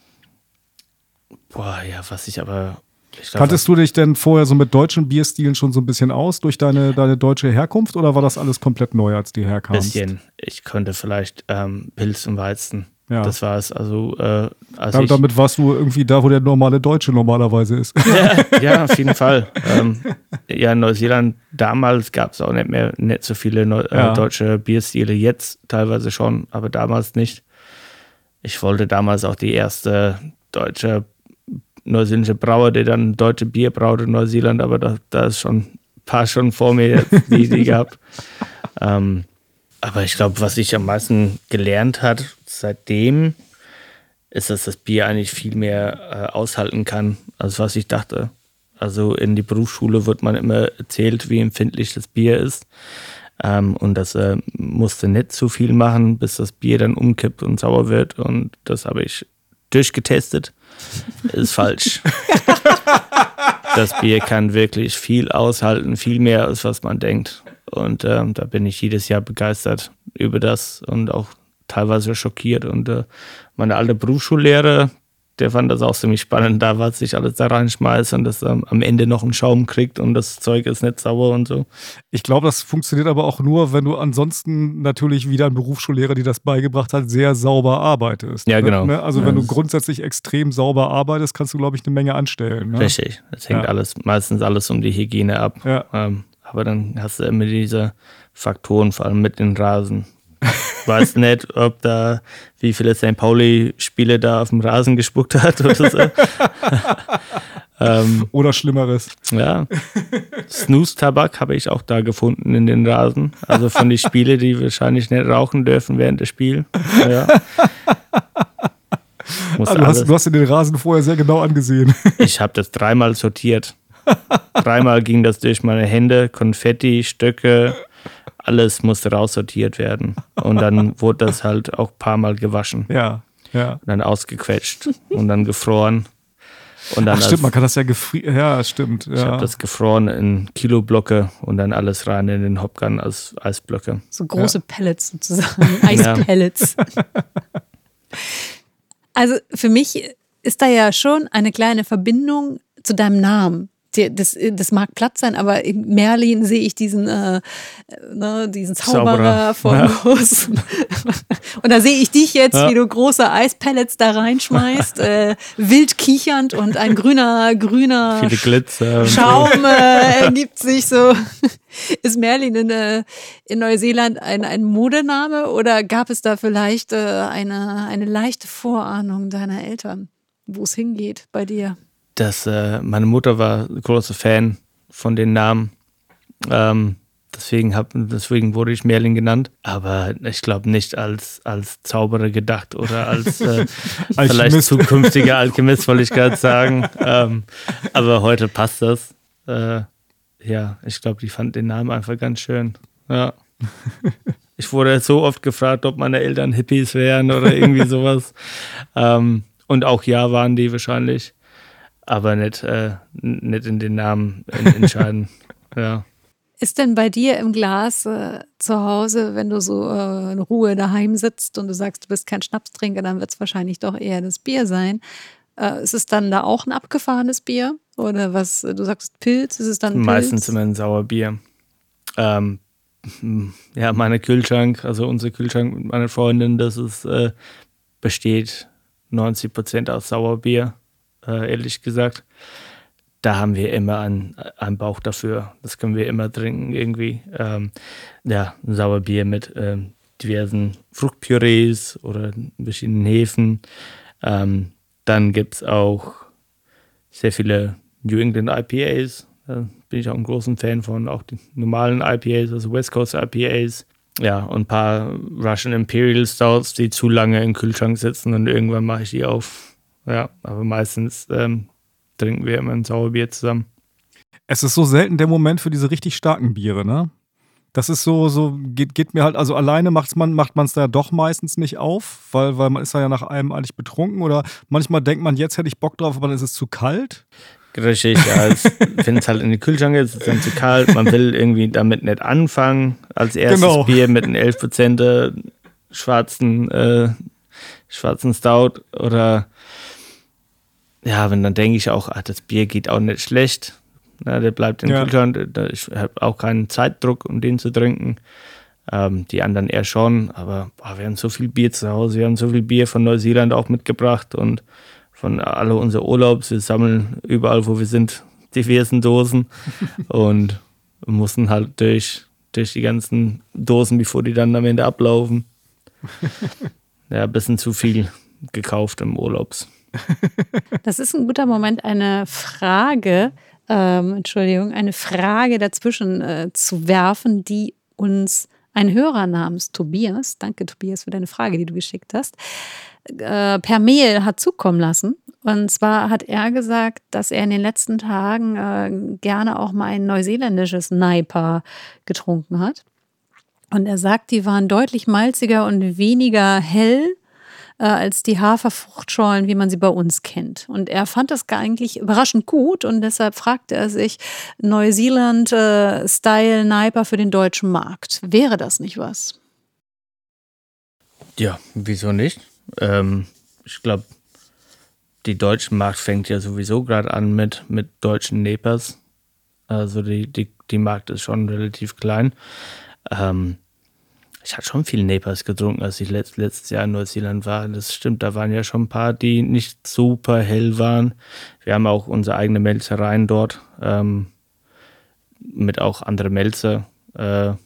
boah, ja, was ich aber. Ich glaub, Kanntest du dich denn vorher so mit deutschen Bierstilen schon so ein bisschen aus durch deine, deine deutsche Herkunft oder war das alles komplett neu, als du ein herkamst? bisschen. Ich konnte vielleicht ähm, Pilz und Weizen. Ja. Das war es. Also, äh, als Damit, ich, damit warst du irgendwie da, wo der normale Deutsche normalerweise ist. ja, ja, auf jeden Fall. Ähm, ja, in Neuseeland damals gab es auch nicht mehr nicht so viele Neu Ja. äh, deutsche Bierstile. Jetzt teilweise schon, aber damals nicht. Ich wollte damals auch die erste deutsche neuseeländische Brauer, der dann deutsche Bier braut in Neuseeland, aber da, da ist schon ein paar schon vor mir jetzt die Idee gehabt. Ähm, aber ich glaube, was ich am meisten gelernt hat seitdem, ist, dass das Bier eigentlich viel mehr äh, aushalten kann, als was ich dachte. Also in die Berufsschule wird man immer erzählt, wie empfindlich das Bier ist. Ähm, und das äh, musste nicht zu viel machen, bis das Bier dann umkippt und sauer wird. Und das habe ich durchgetestet. Ist falsch. Das Bier kann wirklich viel aushalten, viel mehr als was man denkt. Und ähm, da bin ich jedes Jahr begeistert über das und auch teilweise schockiert. Und äh, meine alte Berufsschullehrer, der fand das auch ziemlich spannend, da was ich alles da reinschmeiße und das ähm, am Ende noch einen Schaum kriegt und das Zeug ist nicht sauer und so. Ich glaube, das funktioniert aber auch nur, wenn du ansonsten natürlich wieder ein Berufsschullehrer, die das beigebracht hat, sehr sauber arbeitest. Ja, ne? genau. Ne? Also Ja, wenn du das- grundsätzlich extrem sauber arbeitest, kannst du, glaube ich, eine Menge anstellen. Ne? Richtig. Das hängt Ja. alles, meistens alles um die Hygiene ab. Ja. Ähm, aber dann hast du immer diese Faktoren, vor allem mit den Rasen. Weiß nicht, ob da, wie viele Sankt Pauli-Spiele da auf dem Rasen gespuckt hat oder so. ähm, Oder Schlimmeres. ja. Snooze-Tabak habe ich auch da gefunden in den Rasen. Also von den Spielen, die wahrscheinlich nicht rauchen dürfen während des Spiels. Ja. Muss Ah, du, alles, hast, du hast dir den Rasen vorher sehr genau angesehen. ich habe das dreimal sortiert. Dreimal ging das durch meine Hände, Konfetti, Stöcke, alles musste raussortiert werden. Und dann wurde das halt auch ein paar Mal gewaschen. Ja, ja. Und dann ausgequetscht und dann gefroren. Und dann Ach, stimmt, als, man kann das ja gefrieren. Ja, stimmt. ich Ja. habe das gefroren in Kiloblöcke und dann alles rein in den Hopgun als Eisblöcke. So große Pellets sozusagen, Eispellets. Also für mich ist da ja schon eine kleine Verbindung zu deinem Namen. Die- Das, das mag platt sein, aber in Merlin sehe ich diesen, äh, ne, diesen Zauberer Zauberer. vor Ja. groß. Und da sehe ich dich jetzt, Ja. wie du große Eispellets da reinschmeißt, äh, wild kichernd und ein grüner, grüner Viele Glitzer. und so. Schaum äh, ergibt sich so. Ist Merlin in, äh, in Neuseeland ein, ein Modename oder gab es da vielleicht äh, eine, eine leichte Vorahnung deiner Eltern, wo es hingeht bei dir? dass äh, meine Mutter war großer Fan von den Namen. Ähm, deswegen, hab, deswegen wurde ich Merlin genannt. Aber ich glaube nicht als, als Zauberer gedacht oder als äh, vielleicht Alchemist. zukünftiger Alchemist, wollte ich gerade sagen. Ähm, aber heute passt das. Äh, ja, ich glaube, die fand den Namen einfach ganz schön. Ja. Ich wurde so oft gefragt, ob meine Eltern Hippies wären oder irgendwie sowas. Ähm, und auch ja, waren die wahrscheinlich. Aber nicht, äh, nicht in den Namen entscheiden. Ja. Ist denn bei dir im Glas äh, zu Hause, wenn du so äh, in Ruhe daheim sitzt und du sagst, du bist kein Schnapstrinker, dann wird es wahrscheinlich doch eher das Bier sein. Äh, ist es dann da auch ein abgefahrenes Bier? Oder was, du sagst Pilz, ist es dann Pilz? Meistens immer ein Sauerbier. Ähm, ja, mein Kühlschrank, also unser Kühlschrank mit meiner Freundin, das ist, äh, besteht neunzig Prozent aus Sauerbier, äh, ehrlich gesagt. Da haben wir immer einen, einen Bauch dafür. Das können wir immer trinken irgendwie. Ähm, ja, ein Sauerbier mit ähm, diversen Fruchtpürees oder verschiedenen Hefen. Ähm, dann gibt es auch sehr viele New England I P As. Da bin ich auch ein großer Fan von. Auch die normalen I P As, also West Coast I P As. Ja, und ein paar Russian Imperial Stouts, die zu lange im Kühlschrank sitzen und irgendwann mache ich die auf. Ja, aber meistens ähm, trinken wir immer ein Sauerbier zusammen. Es ist so selten der Moment für diese richtig starken Biere, ne? Das ist so, so geht, geht mir halt, also alleine macht's man, macht man es da doch meistens nicht auf, weil, weil man ist ja nach einem eigentlich betrunken oder manchmal denkt man, jetzt hätte ich Bock drauf, aber dann ist es zu kalt. Richtig, ja, wenn es halt in den Kühlschrank ist, ist es dann zu kalt. Man will irgendwie damit nicht anfangen. Als erstes Genau. Bier mit einem elf Prozent schwarzen, äh, schwarzen Stout oder ja, wenn dann denke ich auch, ach, das Bier geht auch nicht schlecht. Na, der bleibt im Ja. Kühlschrank. Ich habe auch keinen Zeitdruck, um den zu trinken. Ähm, die anderen eher schon, aber boah, wir haben so viel Bier zu Hause. Wir haben so viel Bier von Neuseeland auch mitgebracht und von alle unsere Urlaubs. Wir sammeln überall, wo wir sind, diversen Dosen und mussten halt durch, durch die ganzen Dosen, bevor die dann am Ende ablaufen. Ja, ein bisschen zu viel gekauft im Urlaubs. Das ist ein guter Moment, eine Frage, ähm, Entschuldigung, eine Frage dazwischen äh, zu werfen, die uns ein Hörer namens Tobias, danke Tobias für deine Frage, die du geschickt hast, äh, per Mail hat zukommen lassen. Und zwar hat er gesagt, dass er in den letzten Tagen äh, gerne auch mal ein neuseeländisches Naipa getrunken hat. Und er sagt, die waren deutlich malziger und weniger hell äh, als die Haferfruchtschorlen, wie man sie bei uns kennt. Und er fand das gar eigentlich überraschend gut und deshalb fragte er sich, Neuseeland-Style äh, Naipa für den deutschen Markt. Wäre das nicht was? Ja, wieso nicht? Ähm, ich glaube, die deutsche Markt fängt ja sowieso gerade an mit, mit deutschen Nepas. Also die, die, die Markt ist schon relativ klein. Ähm, ich hatte schon viele Nepas getrunken, als ich letzt, letztes Jahr in Neuseeland war. Das stimmt, da waren ja schon ein paar, die nicht super hell waren. Wir haben auch unsere eigene Melzereien dort, ähm, mit auch andere Melzer. Äh,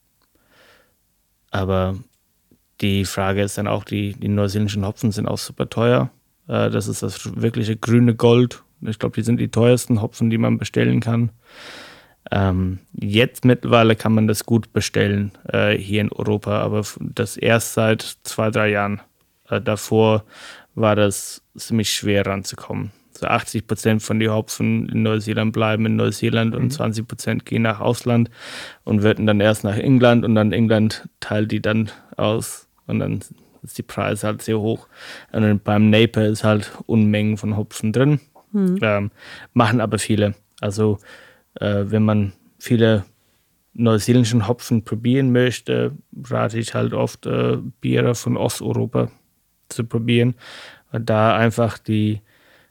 aber die Frage ist dann auch, die, die neuseeländischen Hopfen sind auch super teuer. Äh, das ist das wirkliche grüne Gold. Ich glaube, die sind die teuersten Hopfen, die man bestellen kann. Ähm, jetzt mittlerweile kann man das gut bestellen äh, hier in Europa, aber das erst seit zwei, drei Jahren. Äh, davor war das ziemlich schwer ranzukommen. So achtzig Prozent von den Hopfen in Neuseeland bleiben in Neuseeland und zwanzig Prozent gehen nach Ausland und werden dann erst nach England und dann England teilt die dann aus und dann ist die Preise halt sehr hoch. Und beim Napa ist halt Unmengen von Hopfen drin, mhm. ähm, machen aber viele. Also äh, wenn man viele neuseeländischen Hopfen probieren möchte, rate ich halt oft äh, Biere von Osteuropa zu probieren, weil da einfach die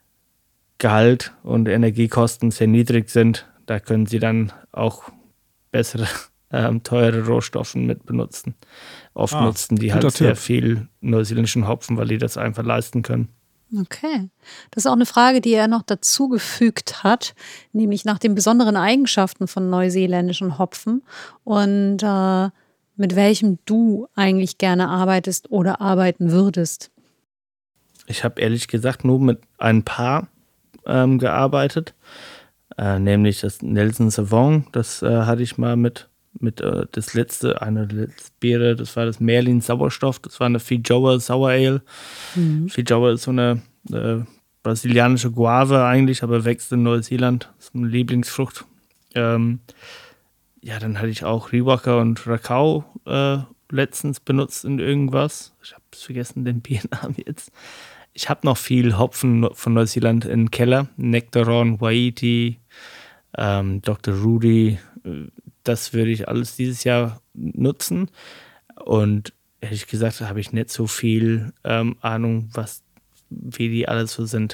Gehalt und Energiekosten sehr niedrig sind. Da können sie dann auch bessere, ähm, teure Rohstoffe mit benutzen. Oft ah, nutzen die halt Tipp. sehr viel neuseeländischen Hopfen, weil die das einfach leisten können. Okay. Das ist auch eine Frage, die er noch dazugefügt hat, nämlich nach den besonderen Eigenschaften von neuseeländischen Hopfen und äh, mit welchem du eigentlich gerne arbeitest oder arbeiten würdest. Ich habe ehrlich gesagt nur mit ein paar ähm, gearbeitet, äh, nämlich das Nelson Sauvin, das äh, hatte ich mal mit, mit äh, das letzte, eine der letzten Biere, das war das Merlin Sauerstoff, das war eine Feijoa Sour Ale. Mhm. Feijoa ist so eine äh, brasilianische Guave eigentlich, aber wächst in Neuseeland, das ist eine Lieblingsfrucht. Ähm, ja, dann hatte ich auch Riwaka und Rakau äh, letztens benutzt in irgendwas. Ich habe vergessen den Biernamen jetzt. Ich habe noch viel Hopfen von Neuseeland im Keller. Nectaron, Waiiti, ähm, Doktor Rudy. Das würde ich alles dieses Jahr nutzen. Und ehrlich gesagt habe ich nicht so viel ähm, Ahnung, was, wie die alles so sind.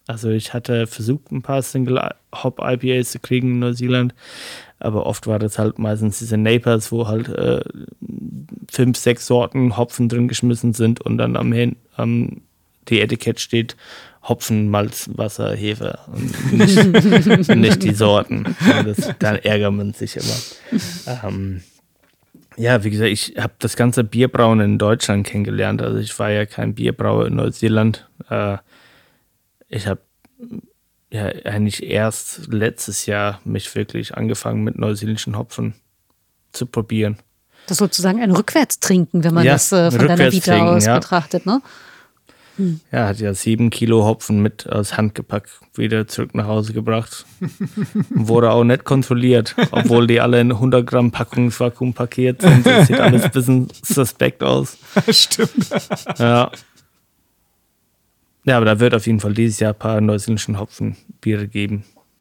Also ich hatte versucht, ein paar Single-Hop-I P As zu kriegen in Neuseeland, aber oft war das halt meistens diese Napers, wo halt äh, fünf, sechs Sorten Hopfen drin geschmissen sind und dann am, am die Etikett steht Hopfen, Malz, Wasser, Hefe und nicht, nicht die Sorten. Und das, dann ärgert man sich immer. Ähm, ja, wie gesagt, ich habe das ganze Bierbrauen in Deutschland kennengelernt. Also ich war ja kein Bierbrauer in Neuseeland. Äh, ich habe ja eigentlich erst letztes Jahr mich wirklich angefangen mit neuseeländischen Hopfen zu probieren. Das ist sozusagen ein Rückwärtstrinken, wenn man ja, das äh, von deiner Vita aus ja. betrachtet, ne? Hm. Ja, hat ja sieben Kilo Hopfen mit aus Handgepäck wieder zurück nach Hause gebracht. Wurde auch nicht kontrolliert, obwohl die alle in hundert Gramm Packungsvakuum paketiert sind. Das sieht alles ein bisschen suspekt aus. Stimmt. Ja. Ja, aber da wird auf jeden Fall dieses Jahr ein paar neuseeländischen Hopfenbiere geben.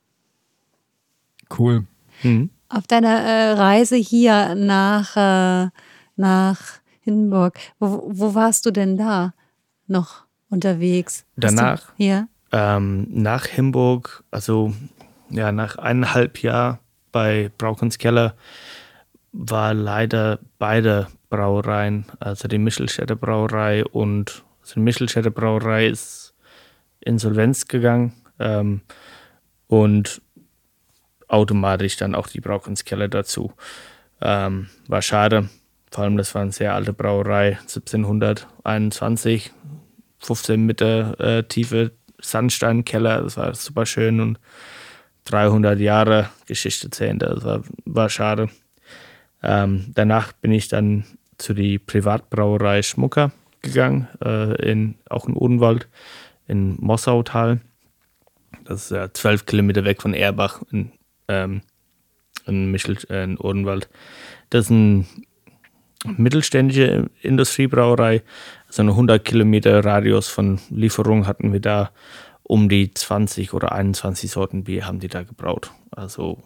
Cool. Mhm. Auf deiner äh, Reise hier nach, äh, nach Hindenburg, wo, wo warst du denn da noch unterwegs? Danach? Du, ja. Ähm, nach Hindenburg, also ja, nach eineinhalb Jahren bei Brauchens Keller war leider beide Brauereien, also die Michelstädter Brauerei und also die Michelstädter Brauerei ist insolvenz gegangen ähm, und automatisch dann auch die Brauchens Keller dazu. Ähm, war schade, vor allem das war eine sehr alte Brauerei, siebzehnhunderteinundzwanzig, fünfzehn Meter äh, tiefe Sandsteinkeller, das war super schön und dreihundert Jahre Geschichte dahinter, das war, war schade. Ähm, danach bin ich dann zu die Privatbrauerei Schmucker gegangen, äh, in, auch in Odenwald, in Mossautal. Das ist ja zwölf Kilometer weg von Erbach in, ähm, in, Michel, äh, in Odenwald. Das ist eine mittelständische Industriebrauerei, also eine hundert Kilometer Radius von Lieferung hatten wir da. Um die zwanzig oder einundzwanzig Sorten Bier haben die da gebraut. Also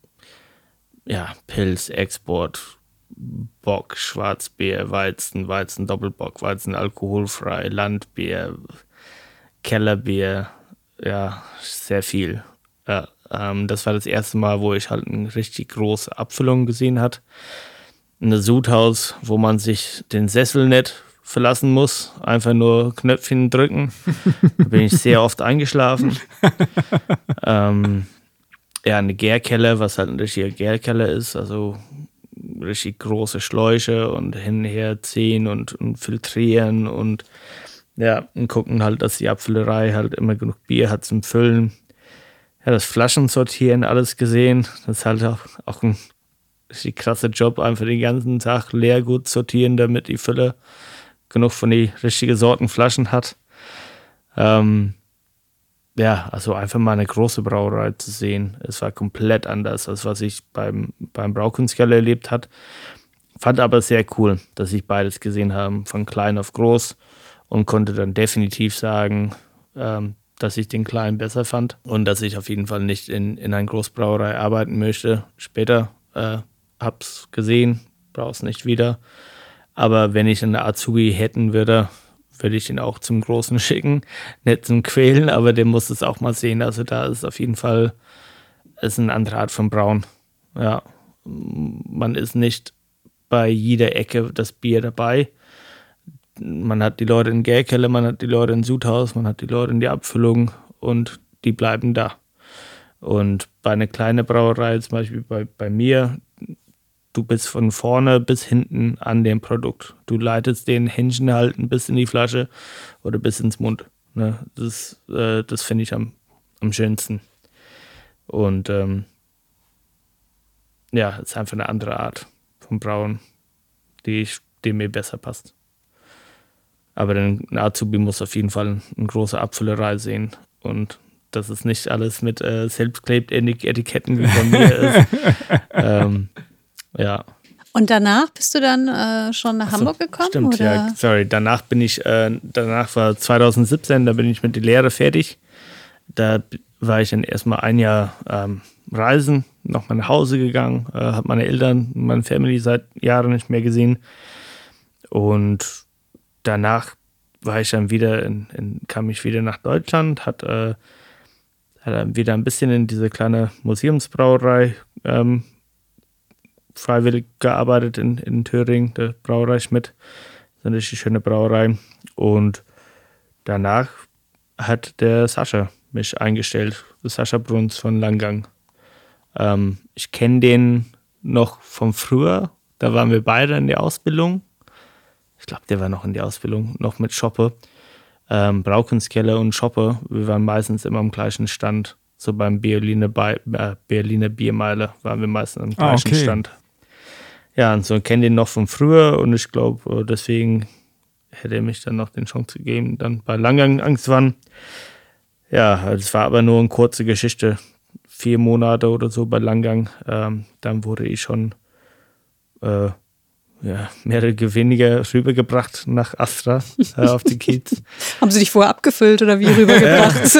ja, Pils, Export, Bock, Schwarzbier, Weizen, Weizen, Doppelbock, Weizen, alkoholfrei, Landbier, Kellerbier, ja, sehr viel. Ja, ähm, das war das erste Mal, wo ich halt eine richtig große Abfüllung gesehen habe. Ein Sudhaus, wo man sich den Sessel nicht verlassen muss, einfach nur Knöpfchen drücken. Da bin ich sehr oft eingeschlafen. ähm, ja, eine Gärkeller, was halt ein richtiger Gärkeller ist, also richtig große Schläuche und hin und her ziehen und, und filtrieren und ja, und gucken halt, dass die Abfüllerei halt immer genug Bier hat zum Füllen. Ja, das Flaschensortieren, alles gesehen, das ist halt auch, auch ein richtig krasser Job, einfach den ganzen Tag Leergut sortieren, damit die Füller genug von die richtigen Sorten Flaschen hat. Ähm, ja, also einfach mal eine große Brauerei zu sehen. Es war komplett anders, als was ich beim, beim Braukunstkeller erlebt habe. Fand aber sehr cool, dass ich beides gesehen habe, von klein auf groß und konnte dann definitiv sagen, ähm, dass ich den Kleinen besser fand und dass ich auf jeden Fall nicht in, in einer Großbrauerei arbeiten möchte. Später äh, hab's gesehen, brauch's nicht wieder. Aber wenn ich einen Azubi hätten würde, würde ich ihn auch zum Großen schicken. Nicht zum Quälen, aber der muss es auch mal sehen. Also da ist auf jeden Fall ist eine andere Art von Brauen. Ja, man ist nicht bei jeder Ecke das Bier dabei. Man hat die Leute in Gärkeller, man hat die Leute in Sudhaus, man hat die Leute in die Abfüllung und die bleiben da. Und bei einer kleinen Brauerei, zum Beispiel bei, bei mir, du bist von vorne bis hinten an dem Produkt. Du leitest den Händchen halten bis in die Flasche oder bis ins Mund. Ne? Das, äh, das finde ich am, am schönsten. Und ähm, ja, es ist einfach eine andere Art von Brauen, die, ich, die mir besser passt. Aber ein Azubi muss auf jeden Fall eine große Abfüllerei sehen. Und dass es nicht alles mit äh, Selbstklebt-Etiketten wie bei mir ist. ähm, Ja. Und danach bist du dann äh, schon nach Achso, Hamburg gekommen? Stimmt, oder? ja. Sorry, danach bin ich, äh, danach war zwanzig siebzehn, da bin ich mit der Lehre fertig. Da war ich dann erstmal ein Jahr ähm, reisen, nochmal nach Hause gegangen, äh, habe meine Eltern, meine Family seit Jahren nicht mehr gesehen. Und danach war ich dann wieder, in, in, kam ich wieder nach Deutschland, hat, äh, hat dann wieder ein bisschen in diese kleine Museumsbrauerei ähm, freiwillig gearbeitet in, in Thüringen, der Brauerei Schmidt. Das ist eine richtig schöne Brauerei. Und danach hat der Sascha mich eingestellt, der Sascha Bruns von Langgang. Ähm, ich kenne den noch von früher, da waren wir beide in der Ausbildung. Ich glaube, der war noch in der Ausbildung, noch mit Schoppe. Ähm, Braukunstkeller und Schoppe, wir waren meistens immer am gleichen Stand. So beim Berliner, Be- äh, Berliner Biermeile waren wir meistens am gleichen ah, okay. Stand. Ja, und so kenne den noch von früher und ich glaube, deswegen hätte er mich dann noch den Chance gegeben, dann bei Langgang irgendwann. Ja, es war aber nur eine kurze Geschichte. Vier Monate oder so bei Langgang. Ähm, dann wurde ich schon äh, ja, mehr oder weniger rübergebracht nach Astra äh, auf die Kiez. Haben sie dich vorher abgefüllt oder wie rübergebracht?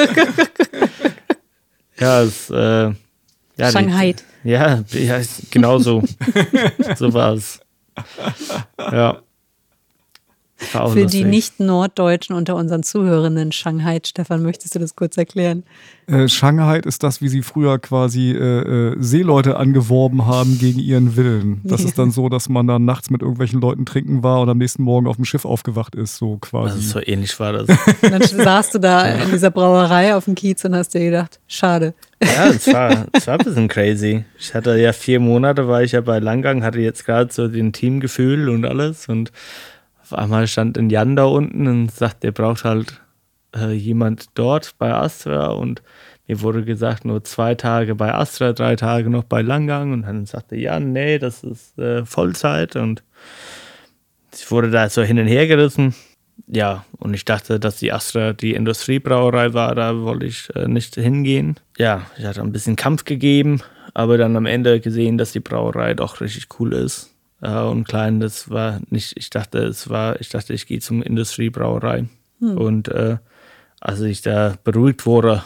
Ja, es äh, ja, Shanghai. Die, ja, ja, genau so. So war es. Ja. War Für lustig. die Nicht-Norddeutschen unter unseren Zuhörenden, Shanghai, Stefan, möchtest du das kurz erklären? Äh, Shanghai ist das, wie sie früher quasi äh, äh, Seeleute angeworben haben gegen ihren Willen. Das ist dann so, dass man dann nachts mit irgendwelchen Leuten trinken war und am nächsten Morgen auf dem Schiff aufgewacht ist, so quasi. Also so ähnlich war das. Und dann saßt du da in dieser Brauerei auf dem Kiez und hast dir gedacht, schade. Ja, es war, es war ein bisschen crazy. Ich hatte ja vier Monate, war ich ja bei Langgang, hatte jetzt gerade so den Teamgefühl und alles und auf einmal stand ein Jan da unten und sagt, der braucht halt äh, jemand dort bei Astra und mir wurde gesagt, nur zwei Tage bei Astra, drei Tage noch bei Langgang und dann sagte Jan, nee, das ist äh, Vollzeit und ich wurde da so hin und her gerissen. Ja, und ich dachte, dass die Astra die Industriebrauerei war, da wollte ich äh, nicht hingehen. Ja, ich hatte ein bisschen Kampf gegeben, aber dann am Ende gesehen, dass die Brauerei doch richtig cool ist. Uh, und klein, das war nicht, ich dachte, es war, ich dachte, ich gehe zum Industriebrauerei. Hm. Und äh, als ich da beruhigt wurde,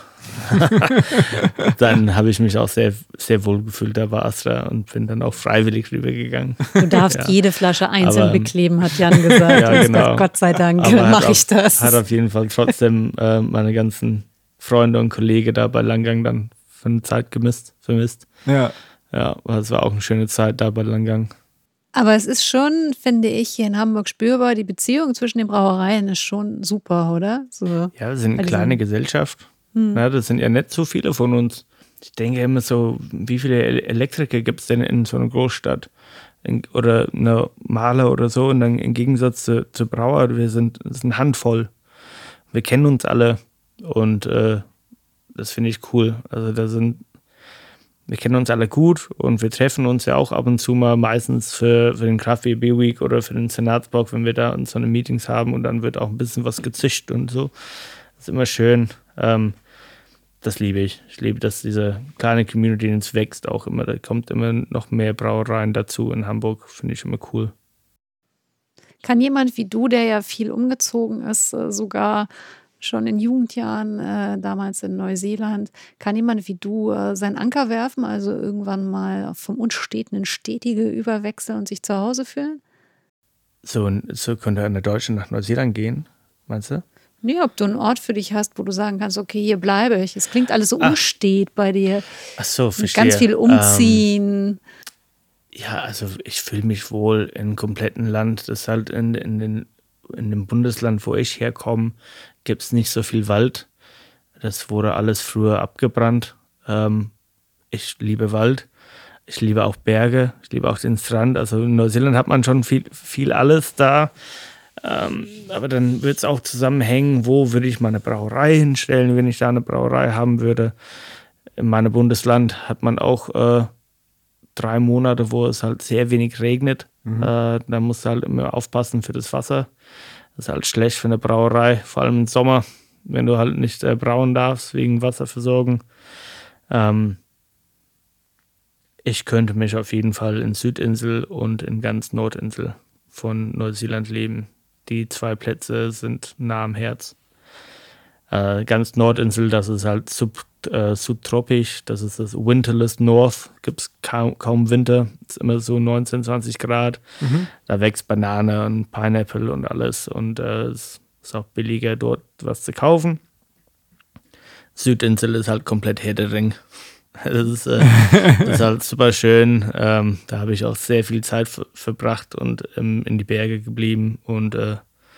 dann habe ich mich auch sehr, sehr wohl gefühlt da bei Astra und bin dann auch freiwillig rübergegangen. Du darfst ja. jede Flasche einzeln aber, bekleben, hat Jan gesagt. Ja, genau. Gott sei Dank mache ich das. Hat auf jeden Fall trotzdem äh, meine ganzen Freunde und Kollegen da bei Langgang dann für eine Zeit gemisst, vermisst. Ja. Ja, es war auch eine schöne Zeit da bei Langgang. Aber es ist schon, finde ich, hier in Hamburg spürbar, die Beziehung zwischen den Brauereien ist schon super, oder? So, ja, wir sind eine kleine Gesellschaft. Hm. Ja, das sind ja nicht so viele von uns. Ich denke immer so, wie viele Elektriker gibt es denn in so einer Großstadt? In, oder eine Maler oder so. Und dann im Gegensatz zu, zu Brauer, wir sind, das ist eine Handvoll. Wir kennen uns alle. Und äh, das finde ich cool. Also da sind Wir kennen uns alle gut und wir treffen uns ja auch ab und zu mal, meistens für, für den Craft Beer Week oder für den Senatsbock, wenn wir da so eine Meetings haben und dann wird auch ein bisschen was gezischt und so. Das ist immer schön. Ähm, das liebe ich. Ich liebe, dass diese kleine Community jetzt wächst auch immer. Da kommt immer noch mehr Brauereien dazu in Hamburg. Finde ich immer cool. Kann jemand wie du, der ja viel umgezogen ist, sogar schon in Jugendjahren, äh, damals in Neuseeland, kann jemand wie du äh, seinen Anker werfen, also irgendwann mal vom Unsteten ins Stetige überwechseln und sich zu Hause fühlen? So, so könnte eine Deutsche nach Neuseeland gehen, meinst du? Nee, ob du einen Ort für dich hast, wo du sagen kannst, okay, hier bleibe ich. Es klingt alles so unstet bei dir. Ach so, verstehe. Ganz viel umziehen. Ähm, ja, also ich fühle mich wohl im kompletten Land. Das ist halt in, in, den, in dem Bundesland, wo ich herkomme, gibt es nicht so viel Wald. Das wurde alles früher abgebrannt. Ähm, ich liebe Wald. Ich liebe auch Berge. Ich liebe auch den Strand. Also in Neuseeland hat man schon viel, viel alles da. Ähm, aber dann wird es auch zusammenhängen, wo würde ich meine Brauerei hinstellen, wenn ich da eine Brauerei haben würde. In meinem Bundesland hat man auch äh, drei Monate, wo es halt sehr wenig regnet. Mhm. Äh, da musst du halt immer aufpassen für das Wasser. Das ist halt schlecht für eine Brauerei, vor allem im Sommer, wenn du halt nicht äh, brauen darfst wegen Wasserversorgung. Ähm, ich könnte mich auf jeden Fall in Südinsel und in ganz Nordinsel von Neuseeland leben. Die zwei Plätze sind nah am Herz. Äh, ganz Nordinsel, das ist halt sub, äh, subtropisch, das ist das Winterless North, gibt es kaum, kaum Winter, ist immer so neunzehn, zwanzig Grad. Mhm. Da wächst Banane und Pineapple und alles und äh, ist Ist auch billiger, dort was zu kaufen. Südinsel ist halt komplett Herr der Ring. Das ist, äh, das ist halt super schön. Ähm, da habe ich auch sehr viel Zeit ver- verbracht und ähm, in die Berge geblieben. Und äh,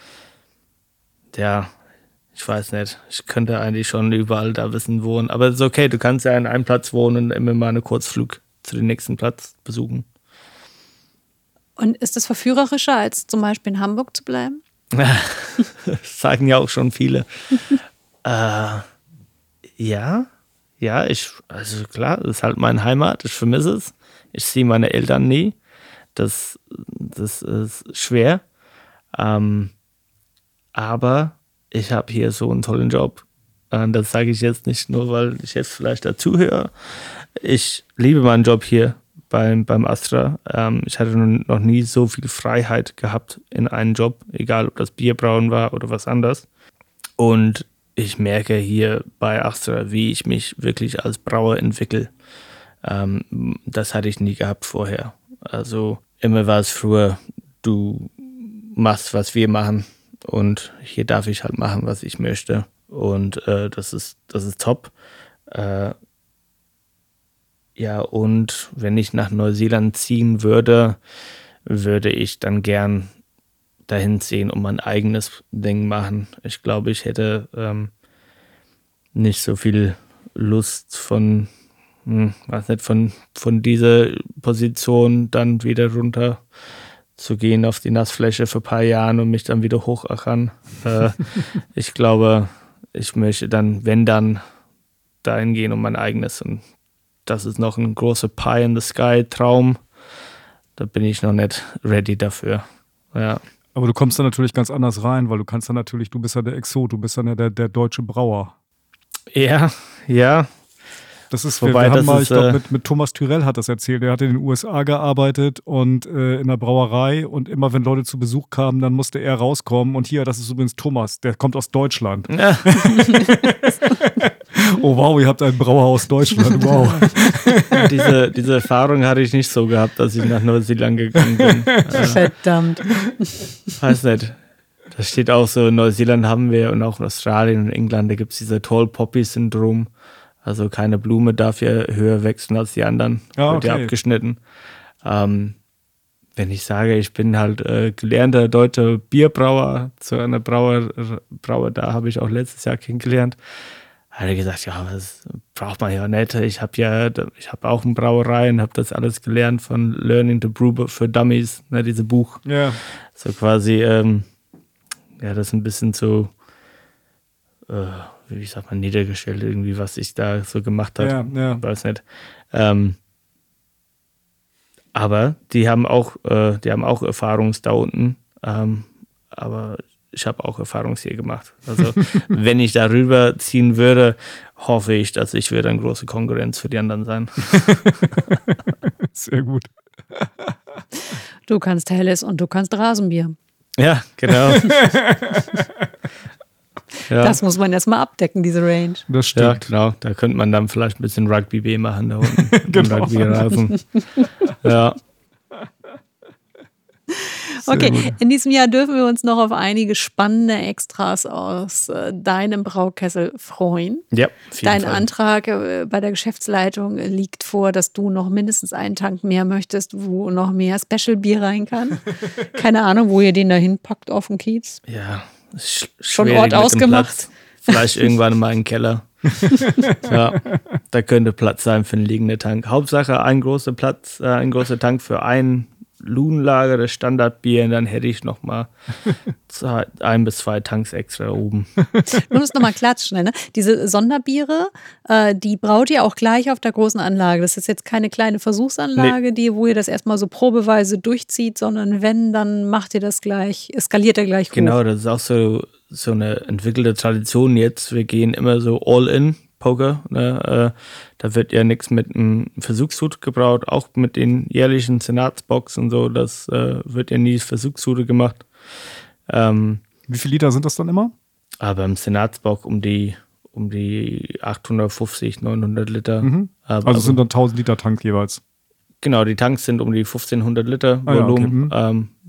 ja, ich weiß nicht, ich könnte eigentlich schon überall da wissen wohnen. Aber es ist okay, du kannst ja an einem Platz wohnen und immer mal einen Kurzflug zu dem nächsten Platz besuchen. Und ist es verführerischer, als zum Beispiel in Hamburg zu bleiben? Das sagen ja auch schon viele. äh, ja, ja, ich, also klar, das ist halt meine Heimat, ich vermisse es. Ich sehe meine Eltern nie. Das, das ist schwer. Ähm, aber ich habe hier so einen tollen Job. Und das sage ich jetzt nicht nur, weil ich jetzt vielleicht dazuhöre. Ich liebe meinen Job hier beim, beim Astra. Ähm, ich hatte noch nie so viel Freiheit gehabt in einem Job, egal ob das Bierbrauen war oder was anderes. Und ich merke hier bei Astra, wie ich mich wirklich als Brauer entwickle. Ähm, das hatte ich nie gehabt vorher. Also immer war es früher, du machst, was wir machen und hier darf ich halt machen, was ich möchte. Und äh, das ist, das ist top. Äh, ja, und wenn ich nach Neuseeland ziehen würde, würde ich dann gern dahin ziehen und mein eigenes Ding machen. Ich glaube, ich hätte ähm, nicht so viel Lust von, hm, weiß nicht, von, von dieser Position dann wieder runter zu gehen auf die Nassfläche für ein paar Jahre und mich dann wieder hochachern. äh, ich glaube, ich möchte dann, wenn dann, dahin gehen um mein eigenes. Und das ist noch ein großer Pie-in-the-Sky-Traum. Da bin ich noch nicht ready dafür. Ja. Aber du kommst dann natürlich ganz anders rein, weil du kannst dann natürlich, du bist ja der Exot, du bist dann ja der, der deutsche Brauer. Ja, ja. Das ist, Wobei, wir, wir haben das mal, ist, ich glaube, äh, mit, mit Thomas Tyrell hat das erzählt. Der hat in den U S A gearbeitet und äh, in der Brauerei und immer, wenn Leute zu Besuch kamen, dann musste er rauskommen. Und hier, das ist übrigens Thomas, der kommt aus Deutschland. Ja. Oh wow, ihr habt einen Brauer aus Deutschland, wow. diese, diese Erfahrung hatte ich nicht so gehabt, dass ich nach Neuseeland gegangen bin. äh, Verdammt. weiß nicht. Da steht auch so, in Neuseeland haben wir und auch in Australien und England, da gibt es diese Tall Poppy-Syndrom. Also keine Blume darf ja höher wachsen als die anderen. Ah, Wird ja okay. abgeschnitten. Ähm, wenn ich sage, ich bin halt äh, gelernter deutscher Bierbrauer, zu einer Brauer, Brauer da habe ich auch letztes Jahr kennengelernt, hat er gesagt, ja, das braucht man ja nicht. Ich habe ja, ich habe auch eine Brauerei und habe das alles gelernt von Learning to Brew for Dummies, ne, dieses Buch. Ja. So quasi, ähm, ja, das ist ein bisschen so, äh, wie sagt man, niedergestellt irgendwie, was ich da so gemacht habe. Ja, ja. Weiß nicht. Ähm, aber die haben auch, äh, die haben auch Erfahrungs da unten. Ähm, aber ich habe auch Erfahrungs hier gemacht. Also wenn ich darüber ziehen würde, hoffe ich, dass ich würde eine große Konkurrenz für die anderen sein. Sehr gut. Du kannst Helles und du kannst Rasenbier. Ja, genau. Ja. Das muss man erstmal abdecken, diese Range. Das Ja, stimmt. genau. Da könnte man dann vielleicht ein bisschen Rugby B machen da unten. Genau. Rugby-Rasen. Ja. Okay, in diesem Jahr dürfen wir uns noch auf einige spannende Extras aus äh, deinem Braukessel freuen. Ja, auf jeden Dein Fall. Antrag äh, bei der Geschäftsleitung äh, liegt vor, dass du noch mindestens einen Tank mehr möchtest, wo noch mehr Special-Bier rein kann. Keine Ahnung, wo ihr den da hinpackt auf den Kiez. Ja, sch Schon schwierig Ort mit dem ausgemacht? Platz. Vielleicht irgendwann mal im Keller. Ja, da könnte Platz sein für einen liegenden Tank. Hauptsache ein großer Platz, äh, ein großer Tank für ein Luhnlager, das Standardbier, und dann hätte ich noch mal zwei, ein bis zwei Tanks extra oben. Nur das nochmal klarstellen, ne? Diese Sonderbiere, äh, die braut ihr auch gleich auf der großen Anlage. Das ist jetzt keine kleine Versuchsanlage, die, wo ihr das erstmal so probeweise durchzieht, sondern wenn, dann macht ihr das gleich, skaliert ihr gleich hoch. Genau, das ist auch so, so eine entwickelte Tradition jetzt. Wir gehen immer so all in Poker. Ne? Äh, da wird ja nichts mit einem Versuchshut gebraut, auch mit den jährlichen Senatsbox und so. Das äh, wird ja nie Versuchshute gemacht. Ähm, Wie viele Liter sind das dann immer? aber im Senatsbock um die, um die achthundertfünfzig, neunhundert Liter. Mhm. Aber, Also es sind aber, dann tausend Liter Tank jeweils. genau, die Tanks sind um die fünfzehnhundert Liter Ah ja, Volumen. okay. Mhm. ähm,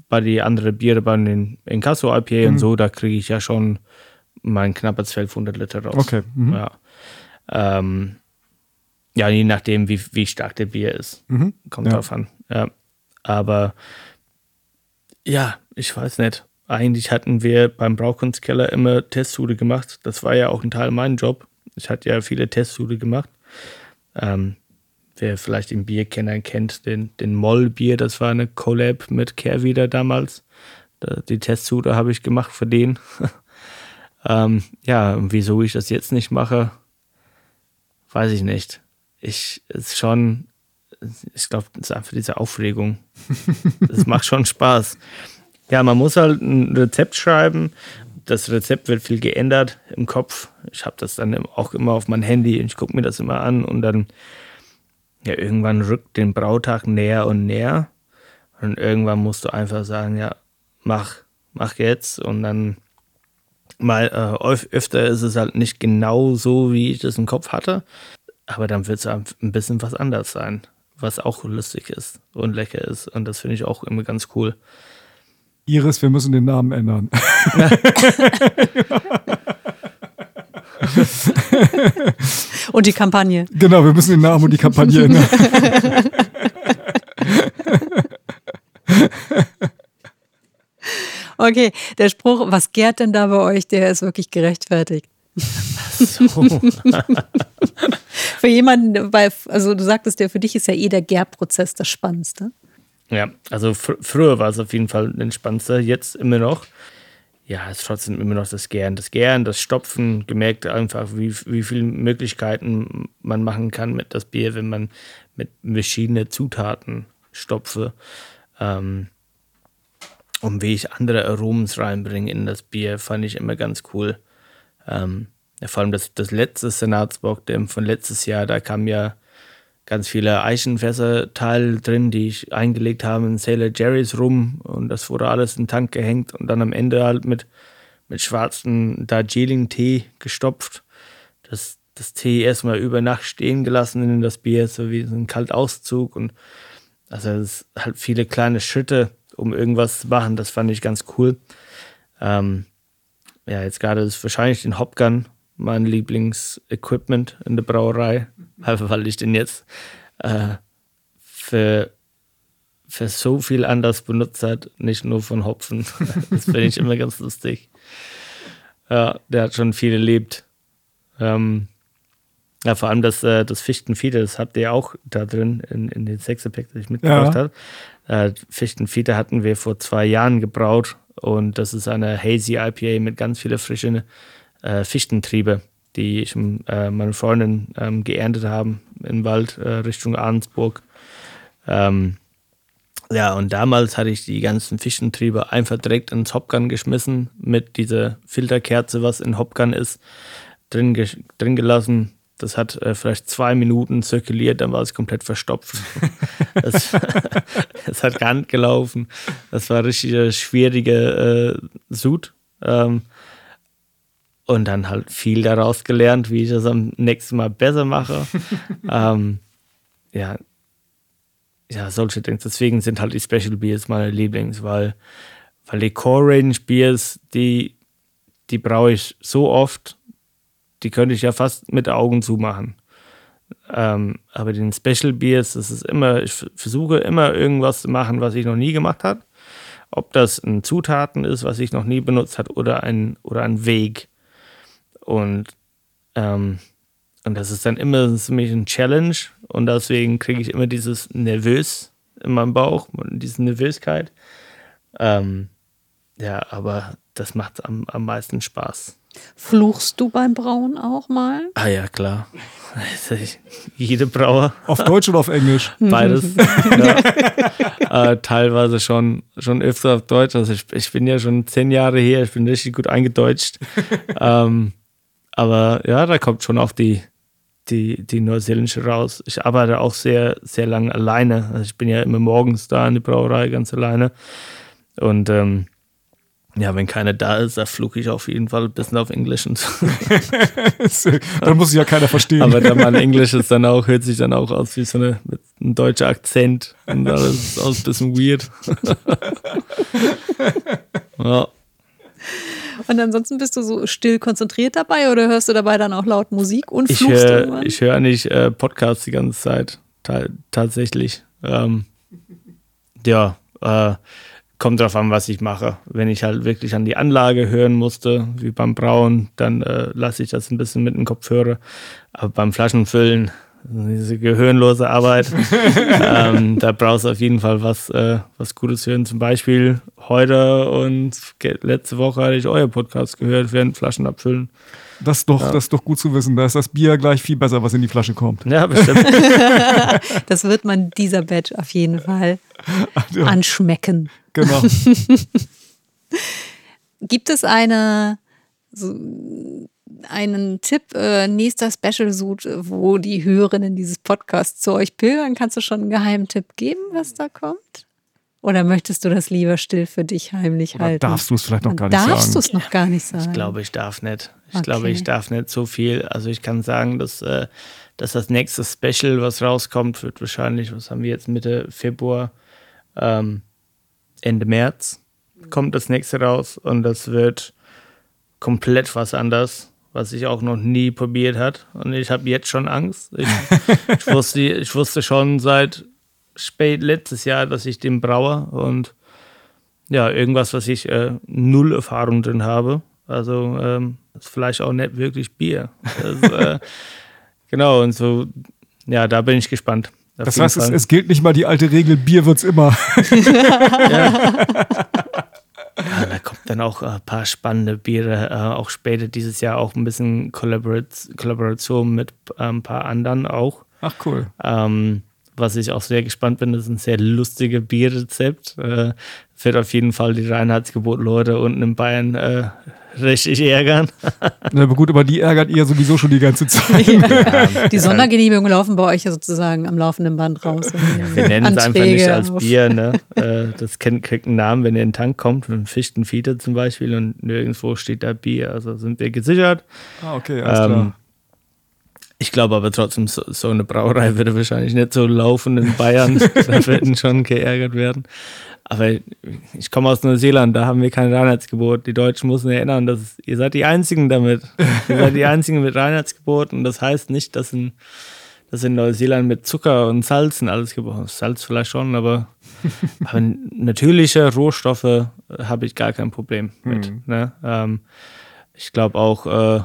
bei den anderen Biere, bei den Inkasso-I P A Mhm. und so, da kriege ich ja schon mein knappe zwölfhundert Liter raus. Okay. Mhm. Ja. Ähm, ja, je nachdem, wie, wie stark der Bier ist. Mhm. Kommt Ja. drauf an. Ja. Aber ja, ich weiß nicht. Eigentlich hatten wir beim Braukunstkeller immer Testsude gemacht. Das war ja auch ein Teil meinen Job. Ich hatte ja viele Testsude gemacht. Ähm, wer vielleicht den Bierkenner kennt, den, den Moll-Bier, das war eine Collab mit Kehrwieder damals. Da, die Testsude habe ich gemacht für den. ähm, ja, und wieso ich das jetzt nicht mache, weiß ich nicht. Ich ist schon, ich glaube, es ist einfach diese Aufregung. Es macht schon Spaß. Ja, man muss halt ein Rezept schreiben. Das Rezept wird viel geändert im Kopf. Ich habe das dann auch immer auf mein Handy und ich gucke mir das immer an und dann ja, irgendwann rückt den Brautag näher und näher und irgendwann musst du einfach sagen, ja, mach, mach jetzt und dann mal äh, öf- öfter ist es halt nicht genau so, wie ich das im Kopf hatte, aber dann wird es ein bisschen was anders sein, was auch lustig ist und lecker ist und das finde ich auch immer ganz cool. Iris, wir müssen den Namen ändern. Und die Kampagne. Genau, wir müssen den Namen und die Kampagne ändern. Okay, der Spruch, was gärt denn da bei euch, der ist wirklich gerechtfertigt. So. Für jemanden, weil, also du sagtest ja, für dich ist ja eh der Gärprozess das Spannendste. Ja, also fr- früher war es auf jeden Fall entspannter, jetzt immer noch. Ja, es ist trotzdem immer noch das Gären. Das Gären, das Stopfen, gemerkt einfach, wie, wie viele Möglichkeiten man machen kann mit das Bier, wenn man mit verschiedenen Zutaten stopfe. Ähm, und wie ich andere Aromen reinbringe in das Bier, fand ich immer ganz cool. Ähm, ja, vor allem das, das letzte Senatsbock, dem von letztes Jahr, da kam ja ganz viele Eichenfässer-Teile drin, die ich eingelegt habe in Sailor Jerry's rum und das wurde alles in den Tank gehängt und dann am Ende halt mit, mit schwarzen Darjeeling-Tee gestopft. Das, das Tee erstmal über Nacht stehen gelassen in das Bier, so wie so ein Kaltauszug und also es ist halt viele kleine Schritte, um irgendwas zu machen, das fand ich ganz cool. Ähm, ja, jetzt gerade ist wahrscheinlich den Hopgun mein Lieblingsequipment in der Brauerei, einfach weil ich den jetzt äh, für, für so viel anders benutzt hat, nicht nur von Hopfen. Das finde ich immer ganz lustig. Ja, der hat schon viel erlebt. Ähm, ja, vor allem das, äh, das Fichtenfieder, das habt ihr auch da drin in, in den Sechserpack, das ich mitgebracht Ja. habe. Äh, Fichtenfieder hatten wir vor zwei Jahren gebraut und das ist eine Hazy I P A mit ganz vielen frischen äh, Fichtentriebe, die ich äh, meine Freundin ähm, geerntet haben im Wald äh, Richtung Ahrensburg. Ähm, ja, und damals hatte ich die ganzen Fichtentriebe einfach direkt ins Hopgun geschmissen, mit dieser Filterkerze, was in Hopgun ist, drin, ge- drin gelassen. Das hat äh, vielleicht zwei Minuten zirkuliert, dann war es komplett verstopft. Das, das hat gar nicht gelaufen. Das war richtig äh, schwierige äh, Sud. Ähm, und dann halt viel daraus gelernt, wie ich das am nächsten Mal besser mache. ähm, ja, ja, solche Dinge. Deswegen sind halt die Special Beers meine Lieblings, weil, weil die Core Range Beers, die, die brauche ich so oft, die könnte ich ja fast mit Augen zumachen. Ähm, aber den Special Beers, das ist immer, ich f- versuche immer irgendwas zu machen, was ich noch nie gemacht habe. Ob das ein Zutaten ist, was ich noch nie benutzt habe, oder ein, oder ein Weg. Und, ähm, und das ist dann immer für mich ein Challenge und deswegen kriege ich immer dieses Nervös in meinem Bauch, diese Nervöskeit. Ähm, ja, aber das macht am, am meisten Spaß. Fluchst du beim Brauen auch mal? Ah ja, klar. Jede Brauer. Auf Deutsch oder auf Englisch? Beides. Ja. äh, teilweise schon, schon öfter auf Deutsch. Also ich, ich bin ja schon zehn Jahre hier, ich bin richtig gut eingedeutscht. ähm, aber ja, da kommt schon auch die, die, die Neuseeländische raus. Ich arbeite auch sehr, sehr lange alleine. Also ich bin ja immer morgens da in der Brauerei ganz alleine. Und ähm, Ja, wenn keiner da ist, da fluche ich auf jeden Fall ein bisschen auf Englisch. Und dann muss sich ja keiner verstehen. Aber dann mein Englisch ist dann auch, hört sich dann auch aus wie so eine, mit einem deutschen Akzent. Und das ist auch ein bisschen weird. Ja. Und ansonsten bist du so still konzentriert dabei oder hörst du dabei dann auch laut Musik und Ich fluchst höre irgendwann? ich hör nicht äh, Podcasts die ganze Zeit. Ta- tatsächlich. Ähm, ja, äh, kommt drauf an, was ich mache. Wenn ich halt wirklich an die Anlage hören musste, wie beim Brauen, dann äh, lasse ich das ein bisschen mit dem Kopfhörer. Aber beim Flaschenfüllen, diese gehirnlose Arbeit, ähm, da brauchst du auf jeden Fall was, äh, was Gutes hören. Zum Beispiel heute und ge- letzte Woche hatte ich euer Podcast gehört während Flaschen abfüllen. Das ist, doch, Ja. das ist doch gut zu wissen. Da ist das Bier gleich viel besser, was in die Flasche kommt. Ja, bestimmt. Das wird man dieser Batch auf jeden Fall Ja, anschmecken. genau. Gibt es eine, so, einen Tipp, äh, nächster Special-Suit, wo die Hörerinnen dieses Podcasts zu euch pilgern? Kannst du schon einen geheimen Tipp geben, was da kommt? Oder möchtest du das lieber still für dich heimlich Oder halten? darfst du es vielleicht noch gar nicht Darfst du sagen? es noch gar nicht sagen? Ich glaube, ich darf nicht. Ich Okay. glaube, ich darf nicht so viel. Also ich kann sagen, dass, äh, dass das nächste Special, was rauskommt, wird wahrscheinlich, was haben wir jetzt, Mitte Februar, ähm, Ende März kommt das nächste raus und das wird komplett was anderes, was ich auch noch nie probiert hat. Und ich habe jetzt schon Angst. Ich, ich, wusste, ich wusste schon seit spät letztes Jahr, dass ich den braue und ja, irgendwas, was ich äh, null Erfahrung drin habe. Also ähm, ist vielleicht auch nicht wirklich Bier. Das, äh, genau, und so, ja, da bin ich gespannt. Auf Das jeden heißt, es, Fall. es gilt nicht mal die alte Regel, Bier wird's immer. Ja, da kommt dann auch ein paar spannende Biere, äh, auch später dieses Jahr auch ein bisschen Kollaborat- Kollaboration mit äh, ein paar anderen auch. Ach cool. Ähm, was ich auch sehr gespannt bin, ist ein sehr lustiges Bierrezept. Äh, wird auf jeden Fall die Reinheitsgebot-Leute unten in Bayern äh, richtig ärgern. Na, aber gut, aber die ärgert ihr sowieso schon die ganze Zeit. Die Sondergenehmigungen laufen bei euch ja sozusagen am laufenden Band raus. Wir nennen es einfach Anträge nicht als auf- Bier. Ne? Äh, das kennt, kriegt einen Namen, wenn ihr in den Tank kommt, mit einem Fichtenfiete zum Beispiel und nirgendwo steht da Bier. Also sind wir gesichert. Ah, okay, alles Ähm, klar. Ich glaube aber trotzdem, so, so eine Brauerei würde wahrscheinlich nicht so laufen in Bayern. Da würden schon geärgert werden. Aber ich komme aus Neuseeland, da haben wir kein Reinheitsgebot. Die Deutschen müssen erinnern, dass es, ihr seid die Einzigen damit. Ihr seid die Einzigen mit Reinheitsgebot und das heißt nicht, dass in, dass in Neuseeland mit Zucker und Salz und alles geboren ist. Salz vielleicht schon, aber, aber natürliche Rohstoffe äh, habe ich gar kein Problem mit. Mhm. Ne? Ähm, ich glaube auch, äh,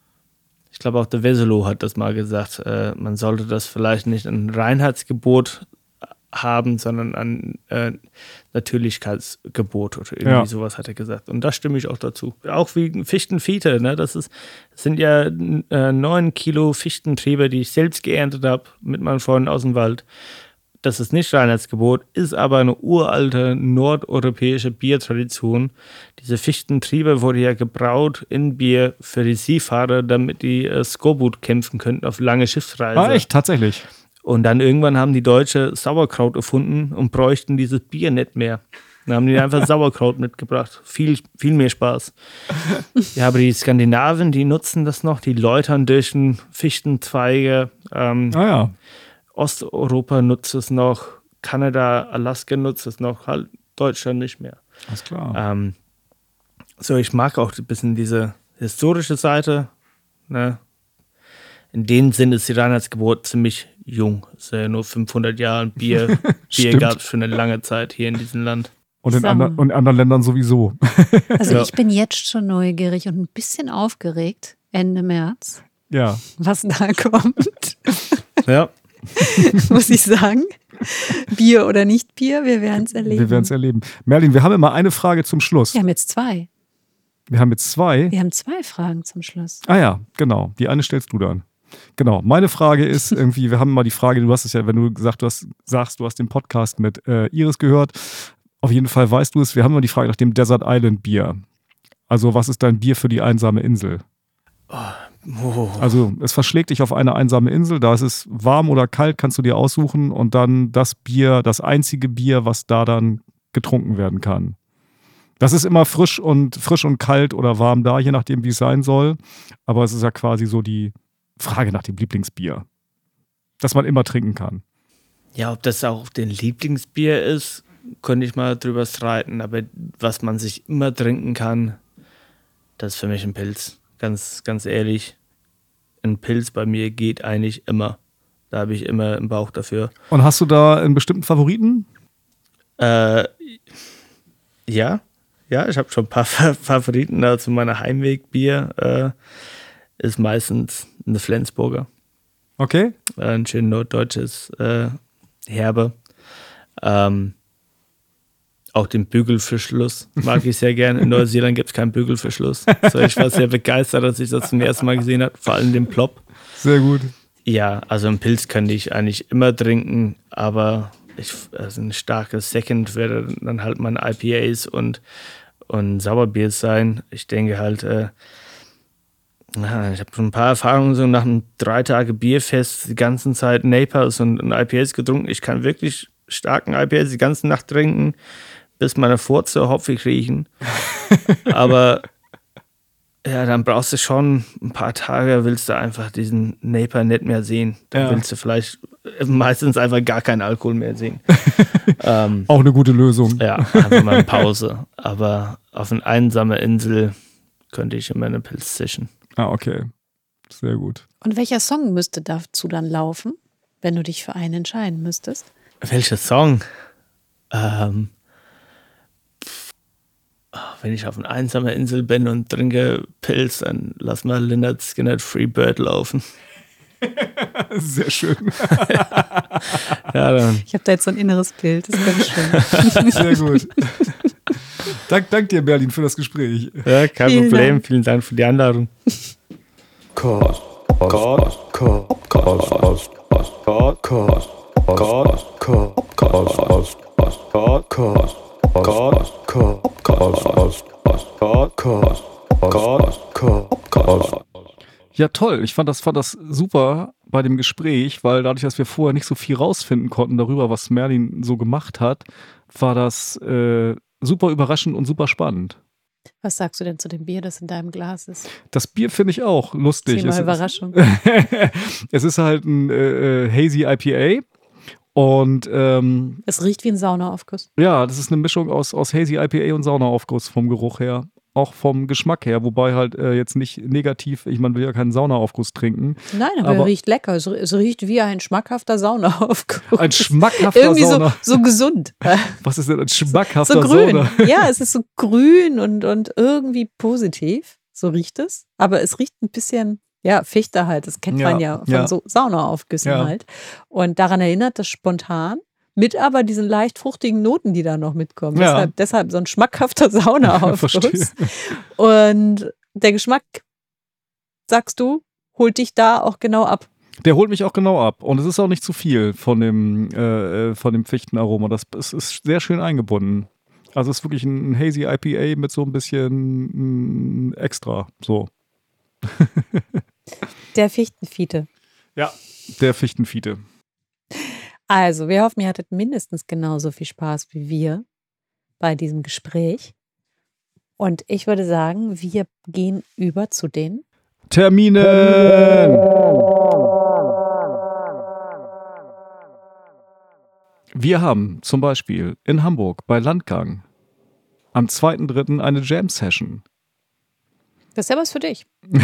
ich glaube auch der Weselo hat das mal gesagt, äh, man sollte das vielleicht nicht ein Reinheitsgebot haben, sondern ein äh, Natürlichkeitsgebot oder irgendwie Ja. sowas hat er gesagt. Und da stimme ich auch dazu. Auch wie Fichtenfiete, ne? Das ist, das sind ja äh, neun Kilo Fichtentriebe, die ich selbst geerntet habe mit meinen Freunden aus dem Wald. Das ist nicht Reinheitsgebot, ist aber eine uralte nordeuropäische Biertradition. Diese Fichtentriebe wurde ja gebraut in Bier für die Seefahrer, damit die äh, Skorbut kämpfen könnten auf lange Schiffsreise. Ah, echt? Tatsächlich? Und dann irgendwann haben die Deutsche Sauerkraut erfunden und bräuchten dieses Bier nicht mehr. Dann haben die einfach Sauerkraut mitgebracht. Viel, viel mehr Spaß. Ja, aber die Skandinaven, die nutzen das noch, die läutern durch den Fichtenzweige. Ähm, Ah ja. Osteuropa nutzt es noch, Kanada, Alaska nutzt es noch, halt Deutschland nicht mehr. Alles klar. Ähm, so, ich mag auch ein bisschen diese historische Seite. Ne? In dem Sinn ist die Reinheitsgebot ziemlich jung. Es ist ja nur fünfhundert Jahre und Bier. Bier Stimmt. gab es für eine lange Zeit hier in diesem Land. Und in, Sagen. ander, und in anderen Ländern sowieso. Also Ja. ich bin jetzt schon neugierig und ein bisschen aufgeregt, Ende März, Ja. was da kommt, Ja, muss ich sagen. Bier oder nicht Bier, wir werden es erleben. Wir werden es erleben. Merlin, wir haben immer eine Frage zum Schluss. Wir haben jetzt zwei. Wir haben jetzt zwei. Wir haben zwei Fragen zum Schluss. Ah ja, genau. Die eine stellst du dann. Genau. Meine Frage ist irgendwie, wir haben mal die Frage, du hast es ja, wenn du gesagt du hast, sagst, du hast den Podcast mit äh, Iris gehört, auf jeden Fall weißt du es, wir haben mal die Frage nach dem Desert Island Bier. Also was ist dein Bier für die einsame Insel? oh. Also es verschlägt dich auf eine einsame Insel, da ist es warm oder kalt, kannst du dir aussuchen und dann das Bier, das einzige Bier, was da dann getrunken werden kann. Das ist immer frisch und frisch und kalt oder warm da, je nachdem, wie es sein soll. Aber es ist ja quasi so die Frage nach dem Lieblingsbier, das man immer trinken kann. Ja, ob das auch den Lieblingsbier ist, könnte ich mal drüber streiten. Aber was man sich immer trinken kann, das ist für mich ein Pilz. Ganz, ganz ehrlich, ein Pilz bei mir geht eigentlich immer. Da habe ich immer einen Bauch dafür. Und hast du da einen bestimmten Favoriten? Äh, ja, ja, ich habe schon ein paar Favoriten. Also meine Heimwegbier äh, ist meistens eine Flensburger. Okay. Äh, ein schön norddeutsches äh, Herbe. Ähm, auch den Bügelverschluss mag ich sehr gerne. In Neuseeland gibt es keinen Bügelverschluss. Also ich war sehr begeistert, als ich das zum ersten Mal gesehen habe. Vor allem den Plop. Sehr gut. Ja, also einen Pilz könnte ich eigentlich immer trinken, aber ich, also ein starkes Second wäre dann halt meine I P As und, und Sauerbiers sein. Ich denke halt, äh, na, ich habe schon ein paar Erfahrungen so nach einem drei Tage Bierfest die ganze Zeit Napers und, und I P As getrunken. Ich kann wirklich starken I P As die ganze Nacht trinken, bis meine Furze hopfig riechen. Aber ja, dann brauchst du schon ein paar Tage, willst du einfach diesen Naper nicht mehr sehen. Dann Ja. willst du vielleicht meistens einfach gar keinen Alkohol mehr sehen. ähm, Auch eine gute Lösung. ja, einfach mal eine Pause. Aber auf eine einsame Insel könnte ich immer eine Pilz zischen. Ah, okay. Sehr gut. Und welcher Song müsste dazu dann laufen, wenn du dich für einen entscheiden müsstest? Welcher Song? Ähm, wenn ich auf einer einsamen Insel bin und trinke Pilz, dann lass mal Lynyrd Skynyrd Free Bird laufen. Sehr schön. Ja, dann. Ich habe da jetzt so ein inneres Bild, das ist ganz schön. Sehr gut. Dank, dank dir, Berlin, für das Gespräch. Ja, kein Vielen Problem. Dank. Vielen Dank für die Einladung. Kost, Kost, Kost, Kost, Kost, Kost, Kost, Kost, Kost, Kost, Kost, Kost, Kost, Kost, Kost, Kost, Kost, Kost. Ja, toll. Ich fand das, fand das super bei dem Gespräch, weil dadurch, dass wir vorher nicht so viel rausfinden konnten darüber, was Merlin so gemacht hat, war das äh, super überraschend und super spannend. Was sagst du denn zu dem Bier, das in deinem Glas ist? Das Bier finde ich auch lustig. Thema Es ist- Überraschung. Es ist halt ein äh, äh, Hazy I P A und ähm, Es riecht wie ein Saunaaufguss. ja, das ist eine Mischung aus, aus Hazy I P A und Saunaaufguss vom Geruch her. Auch vom Geschmack her, wobei halt äh, jetzt nicht negativ, ich meine, will ja keinen Saunaaufguss trinken. Nein, aber, Aber- er riecht lecker. Es, es riecht wie ein schmackhafter Saunaaufguss. Ein schmackhafter Irgendwie so, Sauna. so gesund. Was ist denn ein schmackhafter So grün. Sauna? Ja, es ist so grün und, und irgendwie positiv. So riecht es. Aber es riecht ein bisschen, ja, Fichte halt. Das kennt Ja, man ja von ja. so Saunaaufgüssen Ja. halt. Und daran erinnert das spontan. Mit aber diesen leicht fruchtigen Noten, die da noch mitkommen. Ja. Deshalb, deshalb so ein schmackhafter Verstehe. Saunaaufguss. Und der Geschmack, sagst du, holt dich da auch genau ab. Der holt mich auch genau ab. Und es ist auch nicht zu viel von dem, äh, von dem Fichtenaroma. Das es ist sehr schön eingebunden. Also es ist wirklich ein Hazy I P A mit so ein bisschen mm, extra. So. Der Fichtenfiete. Ja. Der Fichtenfiete. Also, wir hoffen, ihr hattet mindestens genauso viel Spaß wie wir bei diesem Gespräch. Und ich würde sagen, wir gehen über zu den Terminen! Wir haben zum Beispiel in Hamburg bei Landgang am zweiten dritten eine Jam-Session. Das ist ja was für dich.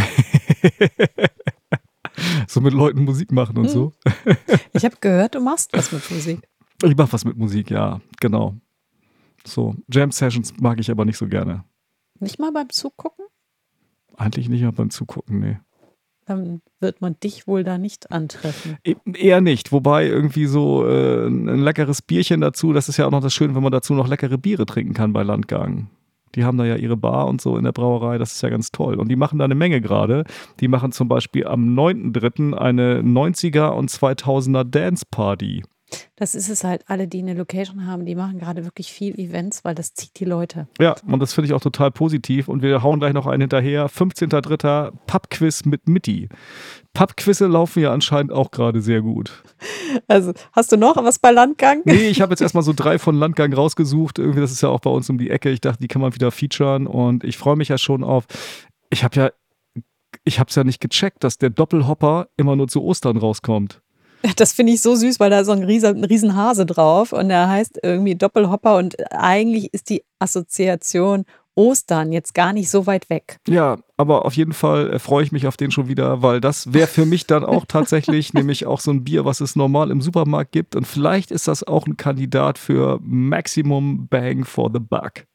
So mit Leuten Musik machen und Hm. so. Ich habe gehört, du machst was mit Musik. Ich mach was mit Musik, ja, genau. So, Jam-Sessions mag ich aber nicht so gerne. Nicht mal beim Zugucken? Eigentlich nicht mal beim Zugucken, nee. Dann wird man dich wohl da nicht antreffen. E- Eher nicht, wobei irgendwie so äh, ein ein leckeres Bierchen dazu, das ist ja auch noch das Schöne, wenn man dazu noch leckere Biere trinken kann bei Landgang. Die haben da ja ihre Bar und so in der Brauerei, das ist ja ganz toll. Und die machen da eine Menge gerade. Die machen zum Beispiel am neunten dritten eine neunziger und zweitausender Dance Party. Das ist es halt. Alle, die eine Location haben, die machen gerade wirklich viel Events, weil das zieht die Leute. Ja, und das finde ich auch total positiv. Und wir hauen gleich noch einen hinterher. fünfzehnter dritter Pubquiz mit Mitti. Pubquizze laufen ja anscheinend auch gerade sehr gut. Also, hast du noch was bei Landgang? Nee, ich habe jetzt erstmal so drei von Landgang rausgesucht. Irgendwie, das ist ja auch bei uns um die Ecke. Ich dachte, die kann man wieder featuren. Und ich freue mich ja schon auf. Ich habe ja, ich habe es ja nicht gecheckt, dass der Doppelhopper immer nur zu Ostern rauskommt. Das finde ich so süß, weil da ist so ein riesen, ein riesen Hase drauf und der heißt irgendwie Doppelhopper und eigentlich ist die Assoziation Ostern jetzt gar nicht so weit weg. Ja, aber auf jeden Fall äh, freue ich mich auf den schon wieder, weil das wäre für mich dann auch tatsächlich nämlich auch so ein Bier, was es normal im Supermarkt gibt und vielleicht ist das auch ein Kandidat für Maximum Bang for the Buck.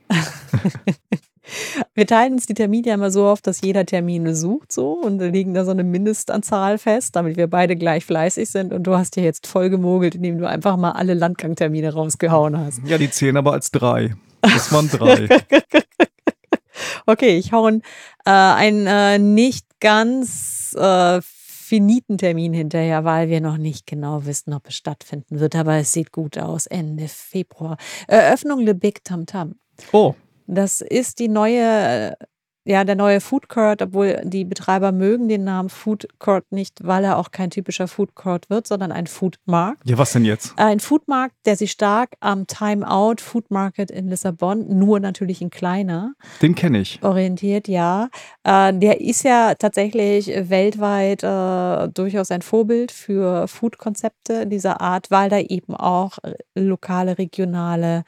Wir teilen uns die Termine ja immer so auf, dass jeder Termine sucht so und legen da so eine Mindestanzahl fest, damit wir beide gleich fleißig sind und du hast dir jetzt voll gemogelt, indem du einfach mal alle Landgangtermine rausgehauen hast. Ja, die zählen aber als drei. Das waren drei. Okay, ich hau einen, äh, einen äh, nicht ganz äh, finiten Termin hinterher, weil wir noch nicht genau wissen, ob es stattfinden wird, aber es sieht gut aus, Ende Februar. Eröffnung Le Big Tam Tam. Oh. Das ist die neue, ja, der neue Food Court, obwohl die Betreiber mögen den Namen Food Court nicht, weil er auch kein typischer Food Court wird, sondern ein Food Markt. Ja, was denn jetzt? Ein Food Markt, der sich stark am Time Out Food Market in Lissabon, nur natürlich in kleiner, Den kenne ich. orientiert, ja. Äh, der ist ja tatsächlich weltweit äh, durchaus ein Vorbild für Food-Konzepte dieser Art, weil da eben auch lokale, regionale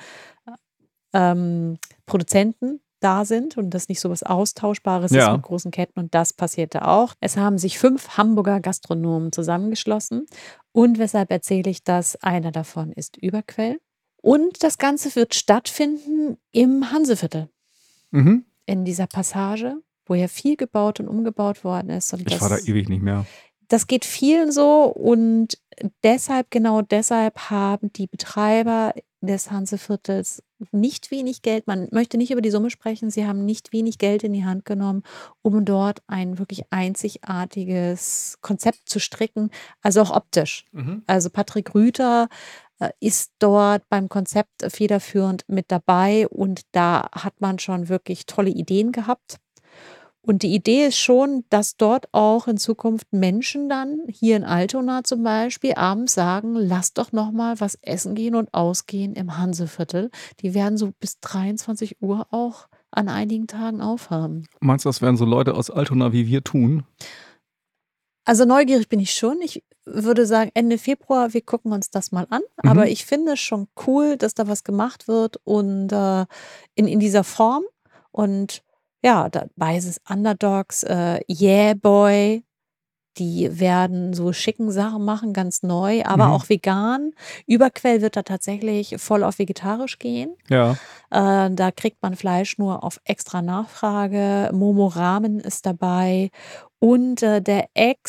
ähm, Produzenten da sind und das nicht so was Austauschbares Ja. ist mit großen Ketten und das passierte auch. Es haben sich fünf Hamburger Gastronomen zusammengeschlossen und weshalb erzähle ich das? Einer davon ist Überquell und das Ganze wird stattfinden im Hanseviertel, Mhm. in dieser Passage, wo ja viel gebaut und umgebaut worden ist. Und Ich das, war da ewig nicht mehr. das geht vielen so und deshalb, genau deshalb haben die Betreiber des Hanseviertels nicht wenig Geld, man möchte nicht über die Summe sprechen, sie haben nicht wenig Geld in die Hand genommen, um dort ein wirklich einzigartiges Konzept zu stricken, also auch optisch. Mhm. Also Patrick Rüther äh, ist dort beim Konzept federführend mit dabei und da hat man schon wirklich tolle Ideen gehabt. Und die Idee ist schon, dass dort auch in Zukunft Menschen dann, hier in Altona zum Beispiel, abends sagen, lass doch noch mal was essen gehen und ausgehen im Hanseviertel. Die werden so bis dreiundzwanzig Uhr auch an einigen Tagen aufhaben. Meinst du, das werden so Leute aus Altona wie wir tun? Also neugierig bin ich schon. Ich würde sagen, Ende Februar, wir gucken uns das mal an. Mhm. Aber ich finde es schon cool, dass da was gemacht wird und äh, in, in dieser Form. Und ja, dabei ist es Underdogs, äh, Yeah Boy, die werden so schicken Sachen machen, ganz neu, aber Mhm. auch vegan. Überquell wird da tatsächlich voll auf vegetarisch gehen. Ja. Äh, da kriegt man Fleisch nur auf extra Nachfrage. Momo Ramen ist dabei. Und äh, der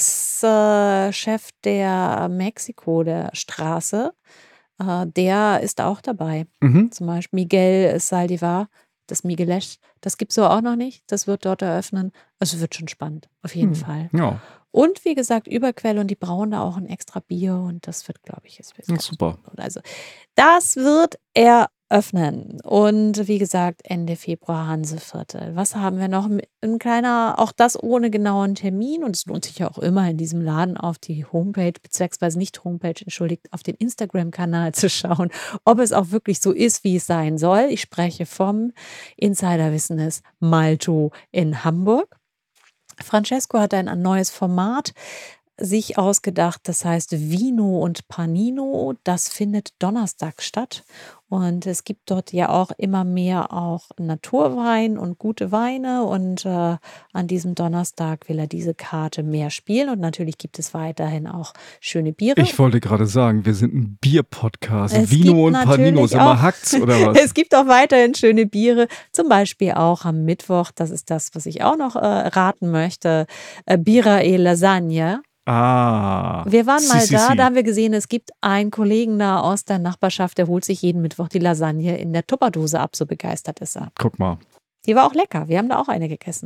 Ex-Chef der Mexiko, der Straße, äh, der ist auch dabei. Mhm. Zum Beispiel Miguel Saldivar, das Miguelesch, das gibt es so auch noch nicht. Das wird dort eröffnen. Also wird schon spannend, auf jeden Hm. Fall. Ja, Und wie gesagt, Überquell und die brauen da auch ein extra Bier und das wird, glaube ich, es wird Ja, ganz super. gut. Also das wird eröffnen. Und wie gesagt, Ende Februar Hanseviertel. Was haben wir noch? Ein kleiner, auch das ohne genauen Termin. Und es lohnt sich ja auch immer in diesem Laden auf die Homepage, beziehungsweise nicht Homepage, entschuldigt, auf den Instagram-Kanal zu schauen, ob es auch wirklich so ist, wie es sein soll. Ich spreche vom Insiderwissen des Malto in Hamburg. Francesco hat ein, ein neues Format sich ausgedacht, das heißt Vino und Panino. Das findet Donnerstag statt und es gibt dort ja auch immer mehr auch Naturwein und gute Weine und äh, an diesem Donnerstag will er diese Karte mehr spielen und natürlich gibt es weiterhin auch schöne Biere. Ich wollte gerade sagen, wir sind ein Bier-Podcast. Es Vino gibt und Panino, natürlich sind wir auch- hackt's oder was? Es gibt auch weiterhin schöne Biere, zum Beispiel auch am Mittwoch, das ist das, was ich auch noch äh, raten möchte, äh, Bira e Lasagne. Ah. Wir waren mal Si, si, da, si. da haben wir gesehen, es gibt einen Kollegen da aus der Nachbarschaft, der holt sich jeden Mittwoch die Lasagne in der Tupperdose ab, so begeistert ist er. Guck mal. Die war auch lecker, wir haben da auch eine gegessen.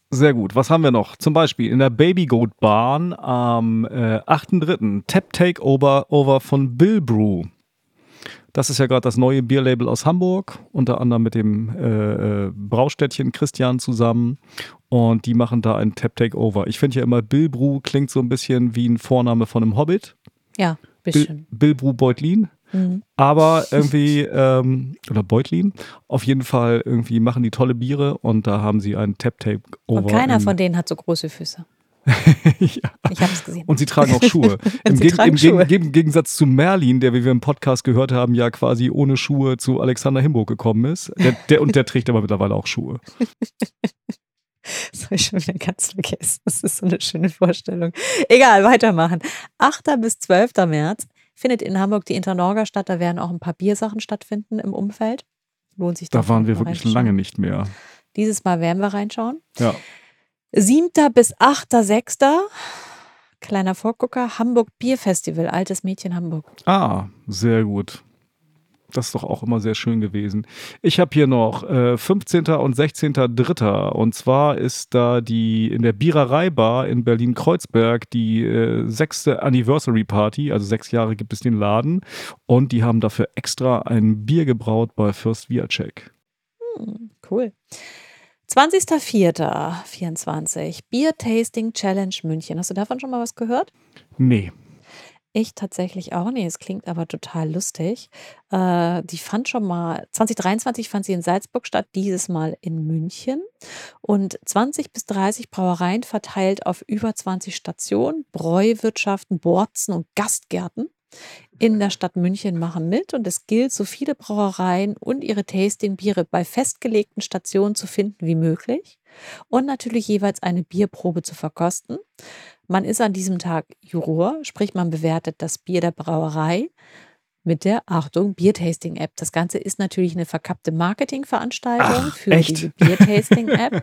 Sehr gut. Was haben wir noch? Zum Beispiel in der Baby Goat Barn am äh, achten dritten Tap Takeover Over von Bill Brew. Das ist ja gerade das neue Bierlabel aus Hamburg, unter anderem mit dem äh, äh, Braustädtchen Christian zusammen. Und die machen da ein Tap Takeover. Ich finde ja immer, Bill Brew klingt so ein bisschen wie ein Vorname von einem Hobbit. Ja, bisschen. Bill, Bill Brew Beutlin. Mhm. Aber irgendwie, ähm, oder Beutlin, auf jeden Fall irgendwie machen die tolle Biere und da haben sie einen Tap Takeover. Und keiner im- von denen hat so große Füße. ja. Ich habe es gesehen. Und sie tragen auch Schuhe. Im, Sie Geg tragen im Schuhe. Geg Geg Gegensatz zu Merlin, der, wie wir im Podcast gehört haben, ja quasi ohne Schuhe zu Alexander Himburg gekommen ist. Der, der, und der trägt aber mittlerweile auch Schuhe. Das habe ich schon wieder ganz vergessen. Das ist so eine schöne Vorstellung. Egal, weitermachen. achter bis zwölfter März findet in Hamburg die Internorga statt. Da werden auch ein paar Biersachen stattfinden im Umfeld. Lohnt sich Da waren wir mal wirklich reinzuschauen. lange nicht mehr. Dieses Mal werden wir reinschauen. Ja. siebter bis achter sechster Kleiner Vorgucker, Hamburg Bierfestival, Altes Mädchen Hamburg. Ah, sehr gut. Das ist doch auch immer sehr schön gewesen. Ich habe hier noch äh, fünfzehnten und sechzehnten dritter Und zwar ist da die in der Biererei-Bar in Berlin-Kreuzberg die äh, sechste Anniversary Party. Also sechs Jahre gibt es den Laden. Und die haben dafür extra ein Bier gebraut bei Fürst Wiacek. Hm, cool. zwanzigster vierter vierundzwanzig Bier Tasting Challenge München. Hast du davon schon mal was gehört? Nee. Ich tatsächlich auch nicht. Es klingt aber total lustig. Äh, die fand schon mal, zwanzig dreiundzwanzig fand sie in Salzburg statt, dieses Mal in München. Und zwanzig bis dreißig Brauereien verteilt auf über zwanzig Stationen, Bräuwirtschaften, Borzen und Gastgärten in der Stadt München machen mit. Und es gilt, so viele Brauereien und ihre Tastingbiere bei festgelegten Stationen zu finden wie möglich. Und natürlich jeweils eine Bierprobe zu verkosten. Man ist an diesem Tag Juror, sprich man bewertet das Bier der Brauerei mit der, Achtung, Biertasting-App. Das Ganze ist natürlich eine verkappte Marketingveranstaltung Ach, für echt? diese Biertasting-App.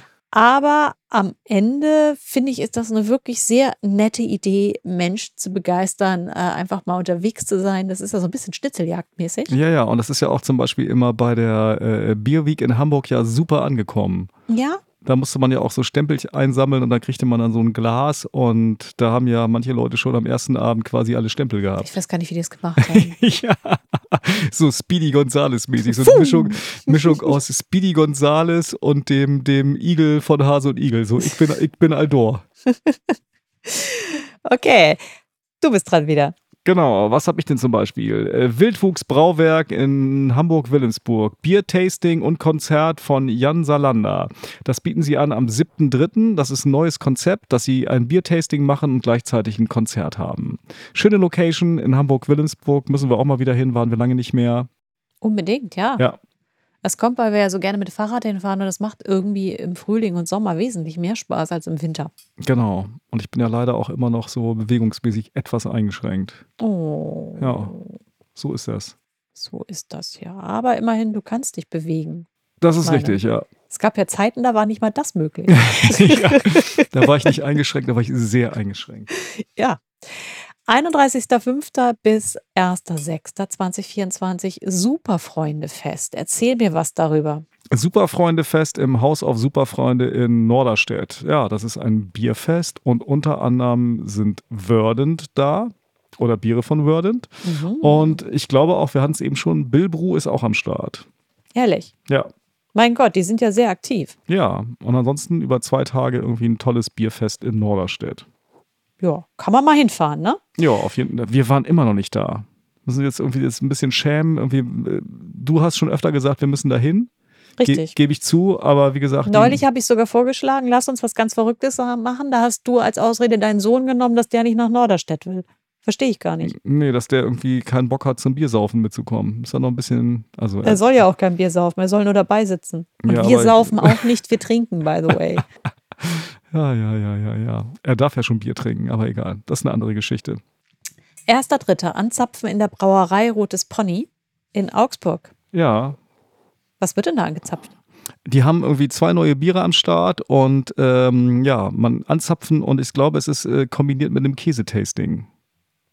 Aber am Ende, finde ich, ist das eine wirklich sehr nette Idee, Menschen zu begeistern, äh, einfach mal unterwegs zu sein. Das ist ja so ein bisschen Schnitzeljagdmäßig. Ja, ja, und das ist ja auch zum Beispiel immer bei der äh, Bierweek in Hamburg ja super angekommen. Ja, Da musste man ja auch so Stempel einsammeln und da kriegte man dann so ein Glas und da haben ja manche Leute schon am ersten Abend quasi alle Stempel gehabt. ich weiß gar nicht, wie die das gemacht haben. Ja, so Speedy Gonzales-mäßig. So eine Mischung, Mischung aus Speedy Gonzales und dem, dem Igel von Hase und Igel. So, ich bin, ich bin Aldor. Okay, du bist dran wieder. Genau, was habe ich denn zum Beispiel? Äh, Wildwuchs Brauwerk in Hamburg-Wilhelmsburg. Biertasting und Konzert von Jan Salander. Das bieten sie an am siebten dritten Das ist ein neues Konzept, dass sie ein Biertasting machen und gleichzeitig ein Konzert haben. Schöne Location in Hamburg-Wilhelmsburg. Müssen wir auch mal wieder hin, waren wir lange nicht mehr. Unbedingt, ja. Ja. Das kommt, weil wir ja so gerne mit Fahrrad hinfahren und das macht irgendwie im Frühling und Sommer wesentlich mehr Spaß als im Winter. Genau. Und ich bin ja leider auch immer noch so bewegungsmäßig etwas eingeschränkt. Oh. Ja, so ist das. So ist das ja. Aber immerhin, du kannst dich bewegen. Das ist Meine. richtig, ja. Es gab ja Zeiten, da war nicht mal das möglich. Ja. Da war ich nicht eingeschränkt, da war ich sehr eingeschränkt. Ja. einunddreißigster fünfter bis erster sechster zweitausendvierundzwanzig Superfreundefest. Erzähl mir was darüber. Superfreundefest im Haus auf Superfreunde in Norderstedt. Ja, das ist ein Bierfest und unter anderem sind Wördend da oder Biere von Wördend. Mhm. Und ich glaube auch, wir hatten es eben schon, Bill Brew ist auch am Start. Ehrlich. Ja, Mein Gott, die sind ja sehr aktiv. ja. Und ansonsten über zwei Tage irgendwie ein tolles Bierfest in Norderstedt. Ja, kann man mal hinfahren, ne? Ja, auf jeden Fall. Wir waren immer noch nicht da. Müssen jetzt irgendwie jetzt ein bisschen schämen. Irgendwie, äh, du hast schon öfter gesagt, wir müssen da hin. Richtig. Ge- Gebe ich zu, aber wie gesagt. die- Neulich habe ich sogar vorgeschlagen, lass uns was ganz Verrücktes machen. Da hast du als Ausrede deinen Sohn genommen, dass der nicht nach Norderstedt will. Verstehe ich gar nicht. Nee, dass der irgendwie keinen Bock hat, zum Biersaufen mitzukommen. Ist ja noch ein bisschen. Also, Er soll ja auch kein Bier saufen, er soll nur dabei sitzen. Und Ja, wir aber- saufen auch nicht, wir trinken, by the way. ja, ja, ja, ja, ja. Er darf ja schon Bier trinken, aber egal. Das ist eine andere Geschichte. Erster Dritter Anzapfen in der Brauerei Rotes Pony in Augsburg. Ja. Was wird denn da angezapft? Die haben irgendwie zwei neue Biere am Start und ähm, ja, man anzapfen und ich glaube, es ist äh, kombiniert mit einem Käsetasting.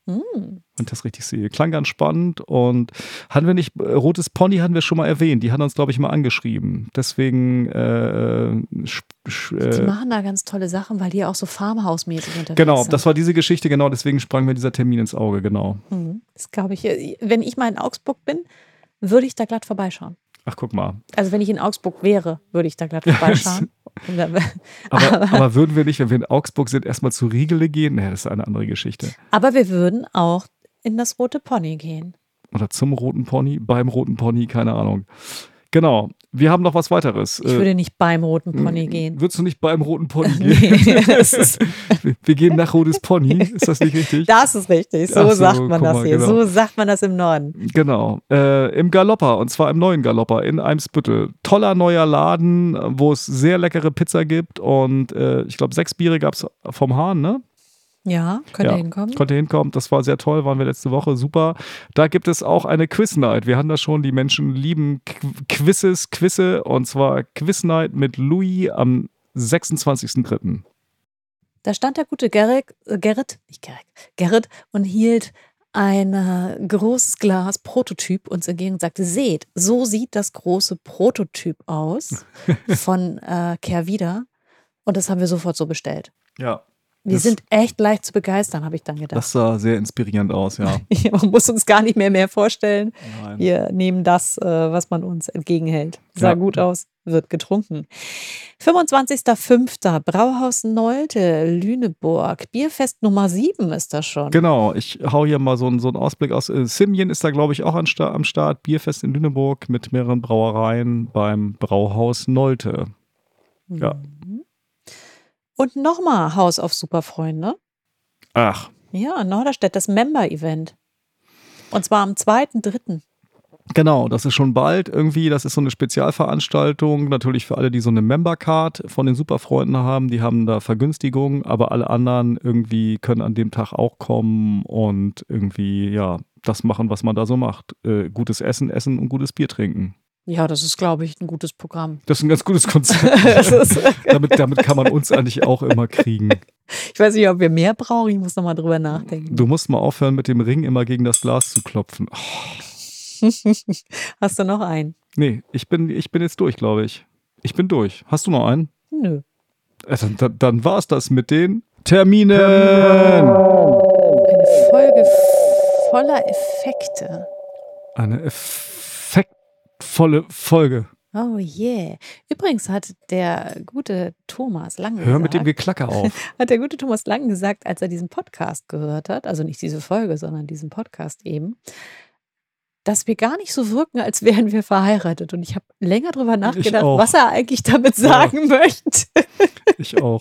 Hm. Und das richtig sehe. Klang ganz spannend und hatten wir nicht, äh, Rotes Pony hatten wir schon mal erwähnt, die haben uns, glaube ich, mal angeschrieben. Deswegen äh, sch, sch, äh, Die machen da ganz tolle Sachen, weil die auch so Farmhaus-mäßig unterwegs genau, sind. das war diese Geschichte, genau, deswegen sprang mir dieser Termin ins Auge, genau. Mhm. Das glaube ich, äh, wenn ich mal in Augsburg bin, würde ich da glatt vorbeischauen. Ach, guck mal. Also wenn ich in Augsburg wäre, würde ich da glatt vorbeischauen. aber, aber würden wir nicht, wenn wir in Augsburg sind, erstmal zu Riegele gehen? Nee, das ist eine andere Geschichte. Aber wir würden auch in das Rote Pony gehen. Oder zum Roten Pony, beim Roten Pony, keine Ahnung. Genau, wir haben noch was weiteres. Ich würde nicht beim Roten Pony gehen. Würdest du nicht beim Roten Pony gehen? Nee, das ist Wir gehen nach Rotes Pony, ist das nicht richtig? Das ist richtig, so, Ach so, sagt man guck das mal, hier, genau. so sagt man das im Norden. Genau, äh, im Galopper, und zwar im neuen Galopper in Eimsbüttel. Toller neuer Laden, wo es sehr leckere Pizza gibt und äh, ich glaube sechs Biere gab es vom Hahn, ne? Ja, könnt ihr Ja, hinkommen. Konnte hinkommen, das war sehr toll, waren wir letzte Woche, super. Da gibt es auch eine Quiz-Night. Wir haben das schon, die Menschen lieben Qu- Quizzes, Quizze, und zwar Quiz-Night mit Louis am sechsundzwanzigsten dritten Da stand der gute Gerrit, äh, Gerrit, nicht Gerrit, Gerrit und hielt ein äh, großes Glas Prototyp uns entgegen und sagte, seht, so sieht das große Prototyp aus von äh, Kehrwieder. Und das haben wir sofort so bestellt. Ja. Wir Das- sind echt leicht zu begeistern, habe ich dann gedacht. Das sah sehr inspirierend aus, ja. Man muss uns gar nicht mehr mehr vorstellen. Nein. Wir nehmen das, äh, was man uns entgegenhält. Sah Ja. gut aus, wird getrunken. fünfundzwanzigster fünfter Brauhaus Nolte, Lüneburg. Bierfest Nummer sieben ist das schon. Genau, ich hau hier mal so einen, so einen Ausblick aus. Äh, Simien ist da, glaube ich, auch an Sta- am Start. Bierfest in Lüneburg mit mehreren Brauereien beim Brauhaus Nolte. Ja. Und nochmal Haus auf Superfreunde. Ach, Ja, in Norderstedt, das Member-Event. Und zwar am zweiten dritten genau, das ist schon bald irgendwie. Das ist so eine Spezialveranstaltung. Natürlich für alle, die so eine Member-Card von den Superfreunden haben. Die haben da Vergünstigungen, aber alle anderen irgendwie können an dem Tag auch kommen und irgendwie, ja, das machen, was man da so macht. Äh, gutes Essen, essen und gutes Bier trinken. Ja, das ist, glaube ich, ein gutes Programm. Das ist ein ganz gutes Konzept. Das ist, damit, damit kann man uns eigentlich auch immer kriegen. ich weiß nicht, ob wir mehr brauchen. Ich muss nochmal drüber nachdenken. Du musst mal aufhören, mit dem Ring immer gegen das Glas zu klopfen. Oh, Hast du noch einen? nee, ich bin, ich bin jetzt durch, glaube ich. Ich bin durch. Hast du noch einen? Nö. Äh, Dann, dann, dann war es das mit den Terminen. Eine Folge voller Effekte. Eine effektvolle Folge. Oh yeah. Übrigens hat der gute Thomas Lang Hör mit dem gesagt, Geklacker auf. hat der gute Thomas Lang gesagt, als er diesen Podcast gehört hat, also nicht diese Folge, sondern diesen Podcast eben, dass wir gar nicht so wirken, als wären wir verheiratet. Und ich habe länger drüber nachgedacht, auch. was er eigentlich damit sagen möchte. Ich auch.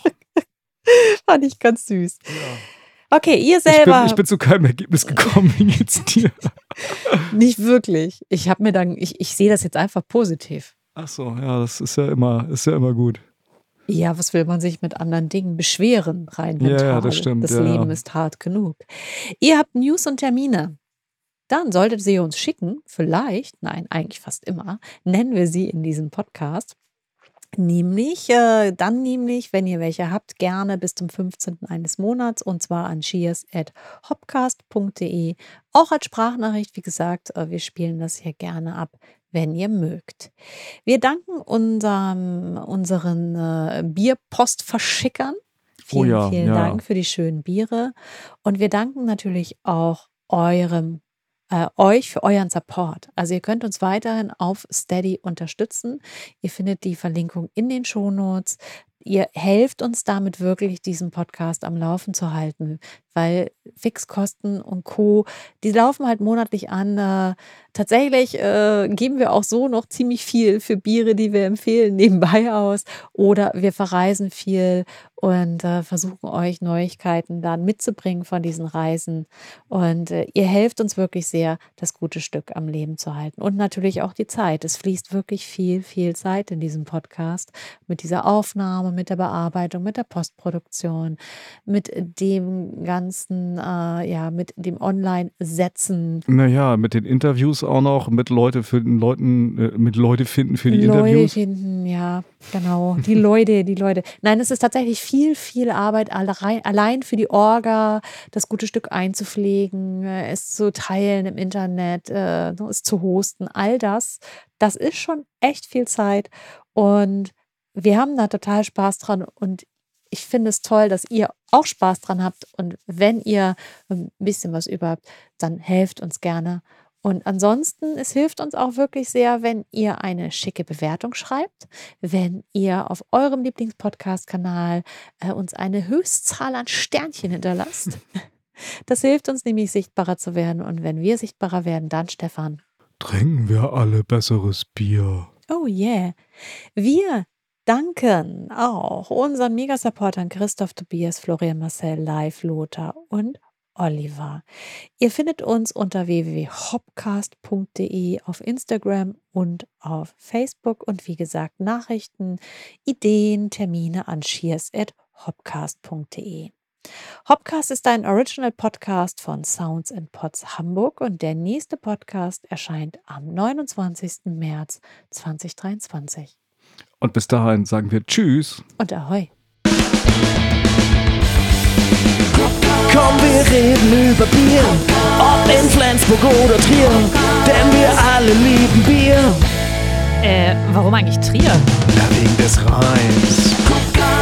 Fand ich ganz süß. Okay, ihr Ich bin, selber ich bin zu keinem Ergebnis gekommen. Wie geht's dir? nicht wirklich. Ich habe mir dann, ich, ich sehe das jetzt einfach positiv. Ach so, ja, das ist ja immer, ist ja immer gut. Ja, was will man sich mit anderen Dingen beschweren, rein Ja, mental? ja, das stimmt, Das ja, Leben ja. ist hart genug. Ihr habt News und Termine. Dann solltet ihr uns schicken, vielleicht, nein, eigentlich fast immer, nennen wir sie in diesem Podcast. Nämlich, äh, dann nämlich, wenn ihr welche habt, gerne bis zum fünfzehnten eines Monats und zwar an cheers at hopcast punkt de. Auch als Sprachnachricht, wie gesagt, äh, wir spielen das hier gerne ab, wenn ihr mögt. Wir danken unserem, unseren äh, Bierpostverschickern. Oh Vielen, ja, vielen ja. Dank für die schönen Biere. Und wir danken natürlich auch eurem äh, euch für euren Support. Also ihr könnt uns weiterhin auf Steady unterstützen. Ihr findet die Verlinkung in den Shownotes. Ihr helft uns damit wirklich, diesen Podcast am Laufen zu halten, weil Fixkosten und Co., die laufen halt monatlich an. Äh, tatsächlich äh, geben wir auch so noch ziemlich viel für Biere, die wir empfehlen, nebenbei aus. Oder wir verreisen viel und äh, versuchen euch Neuigkeiten dann mitzubringen von diesen Reisen. Und äh, ihr helft uns wirklich sehr, das gute Stück am Leben zu halten. Und natürlich auch die Zeit. Es fließt wirklich viel, viel Zeit in diesem Podcast mit dieser Aufnahme, mit der Bearbeitung, mit der Postproduktion, mit dem ganzen ganzen, äh, ja, mit dem Online-Setzen. Naja, mit den Interviews auch noch, mit Leute finden, Leuten, äh, mit Leute finden für die Leute Interviews. finden, ja, genau. Die Leute, die Leute. Nein, es ist tatsächlich viel, viel Arbeit allein, allein für die Orga, das gute Stück einzupflegen, äh, es zu teilen im Internet, äh, es zu hosten, all das. Das ist schon echt viel Zeit und wir haben da total Spaß dran und ich finde es toll, dass ihr auch Spaß dran habt und wenn ihr ein bisschen was über habt, dann helft uns gerne. Und ansonsten, es hilft uns auch wirklich sehr, wenn ihr eine schicke Bewertung schreibt, wenn ihr auf eurem Lieblingspodcast-Kanal äh, uns eine Höchstzahl an Sternchen hinterlasst. Das hilft uns nämlich, sichtbarer zu werden und wenn wir sichtbarer werden, dann, Stefan. Trinken wir alle besseres Bier. Oh yeah. Wir danken auch unseren Megasupportern Christoph, Tobias, Florian, Marcel, Live, Lothar und Oliver. Ihr findet uns unter w w w punkt hopcast punkt d e auf Instagram und auf Facebook und wie gesagt Nachrichten, Ideen, Termine an cheers at hopcast punkt d e. Hopcast ist ein Original-Podcast von Sounds and Pods Hamburg und der nächste Podcast erscheint am neunundzwanzigsten März zweitausenddreiundzwanzig. Und bis dahin sagen wir Tschüss. Und Ahoi. Komm, wir reden über Bier, ob in Flensburg oder Trier, denn wir alle lieben Bier. Äh, warum eigentlich Trier? Na, wegen des Reims.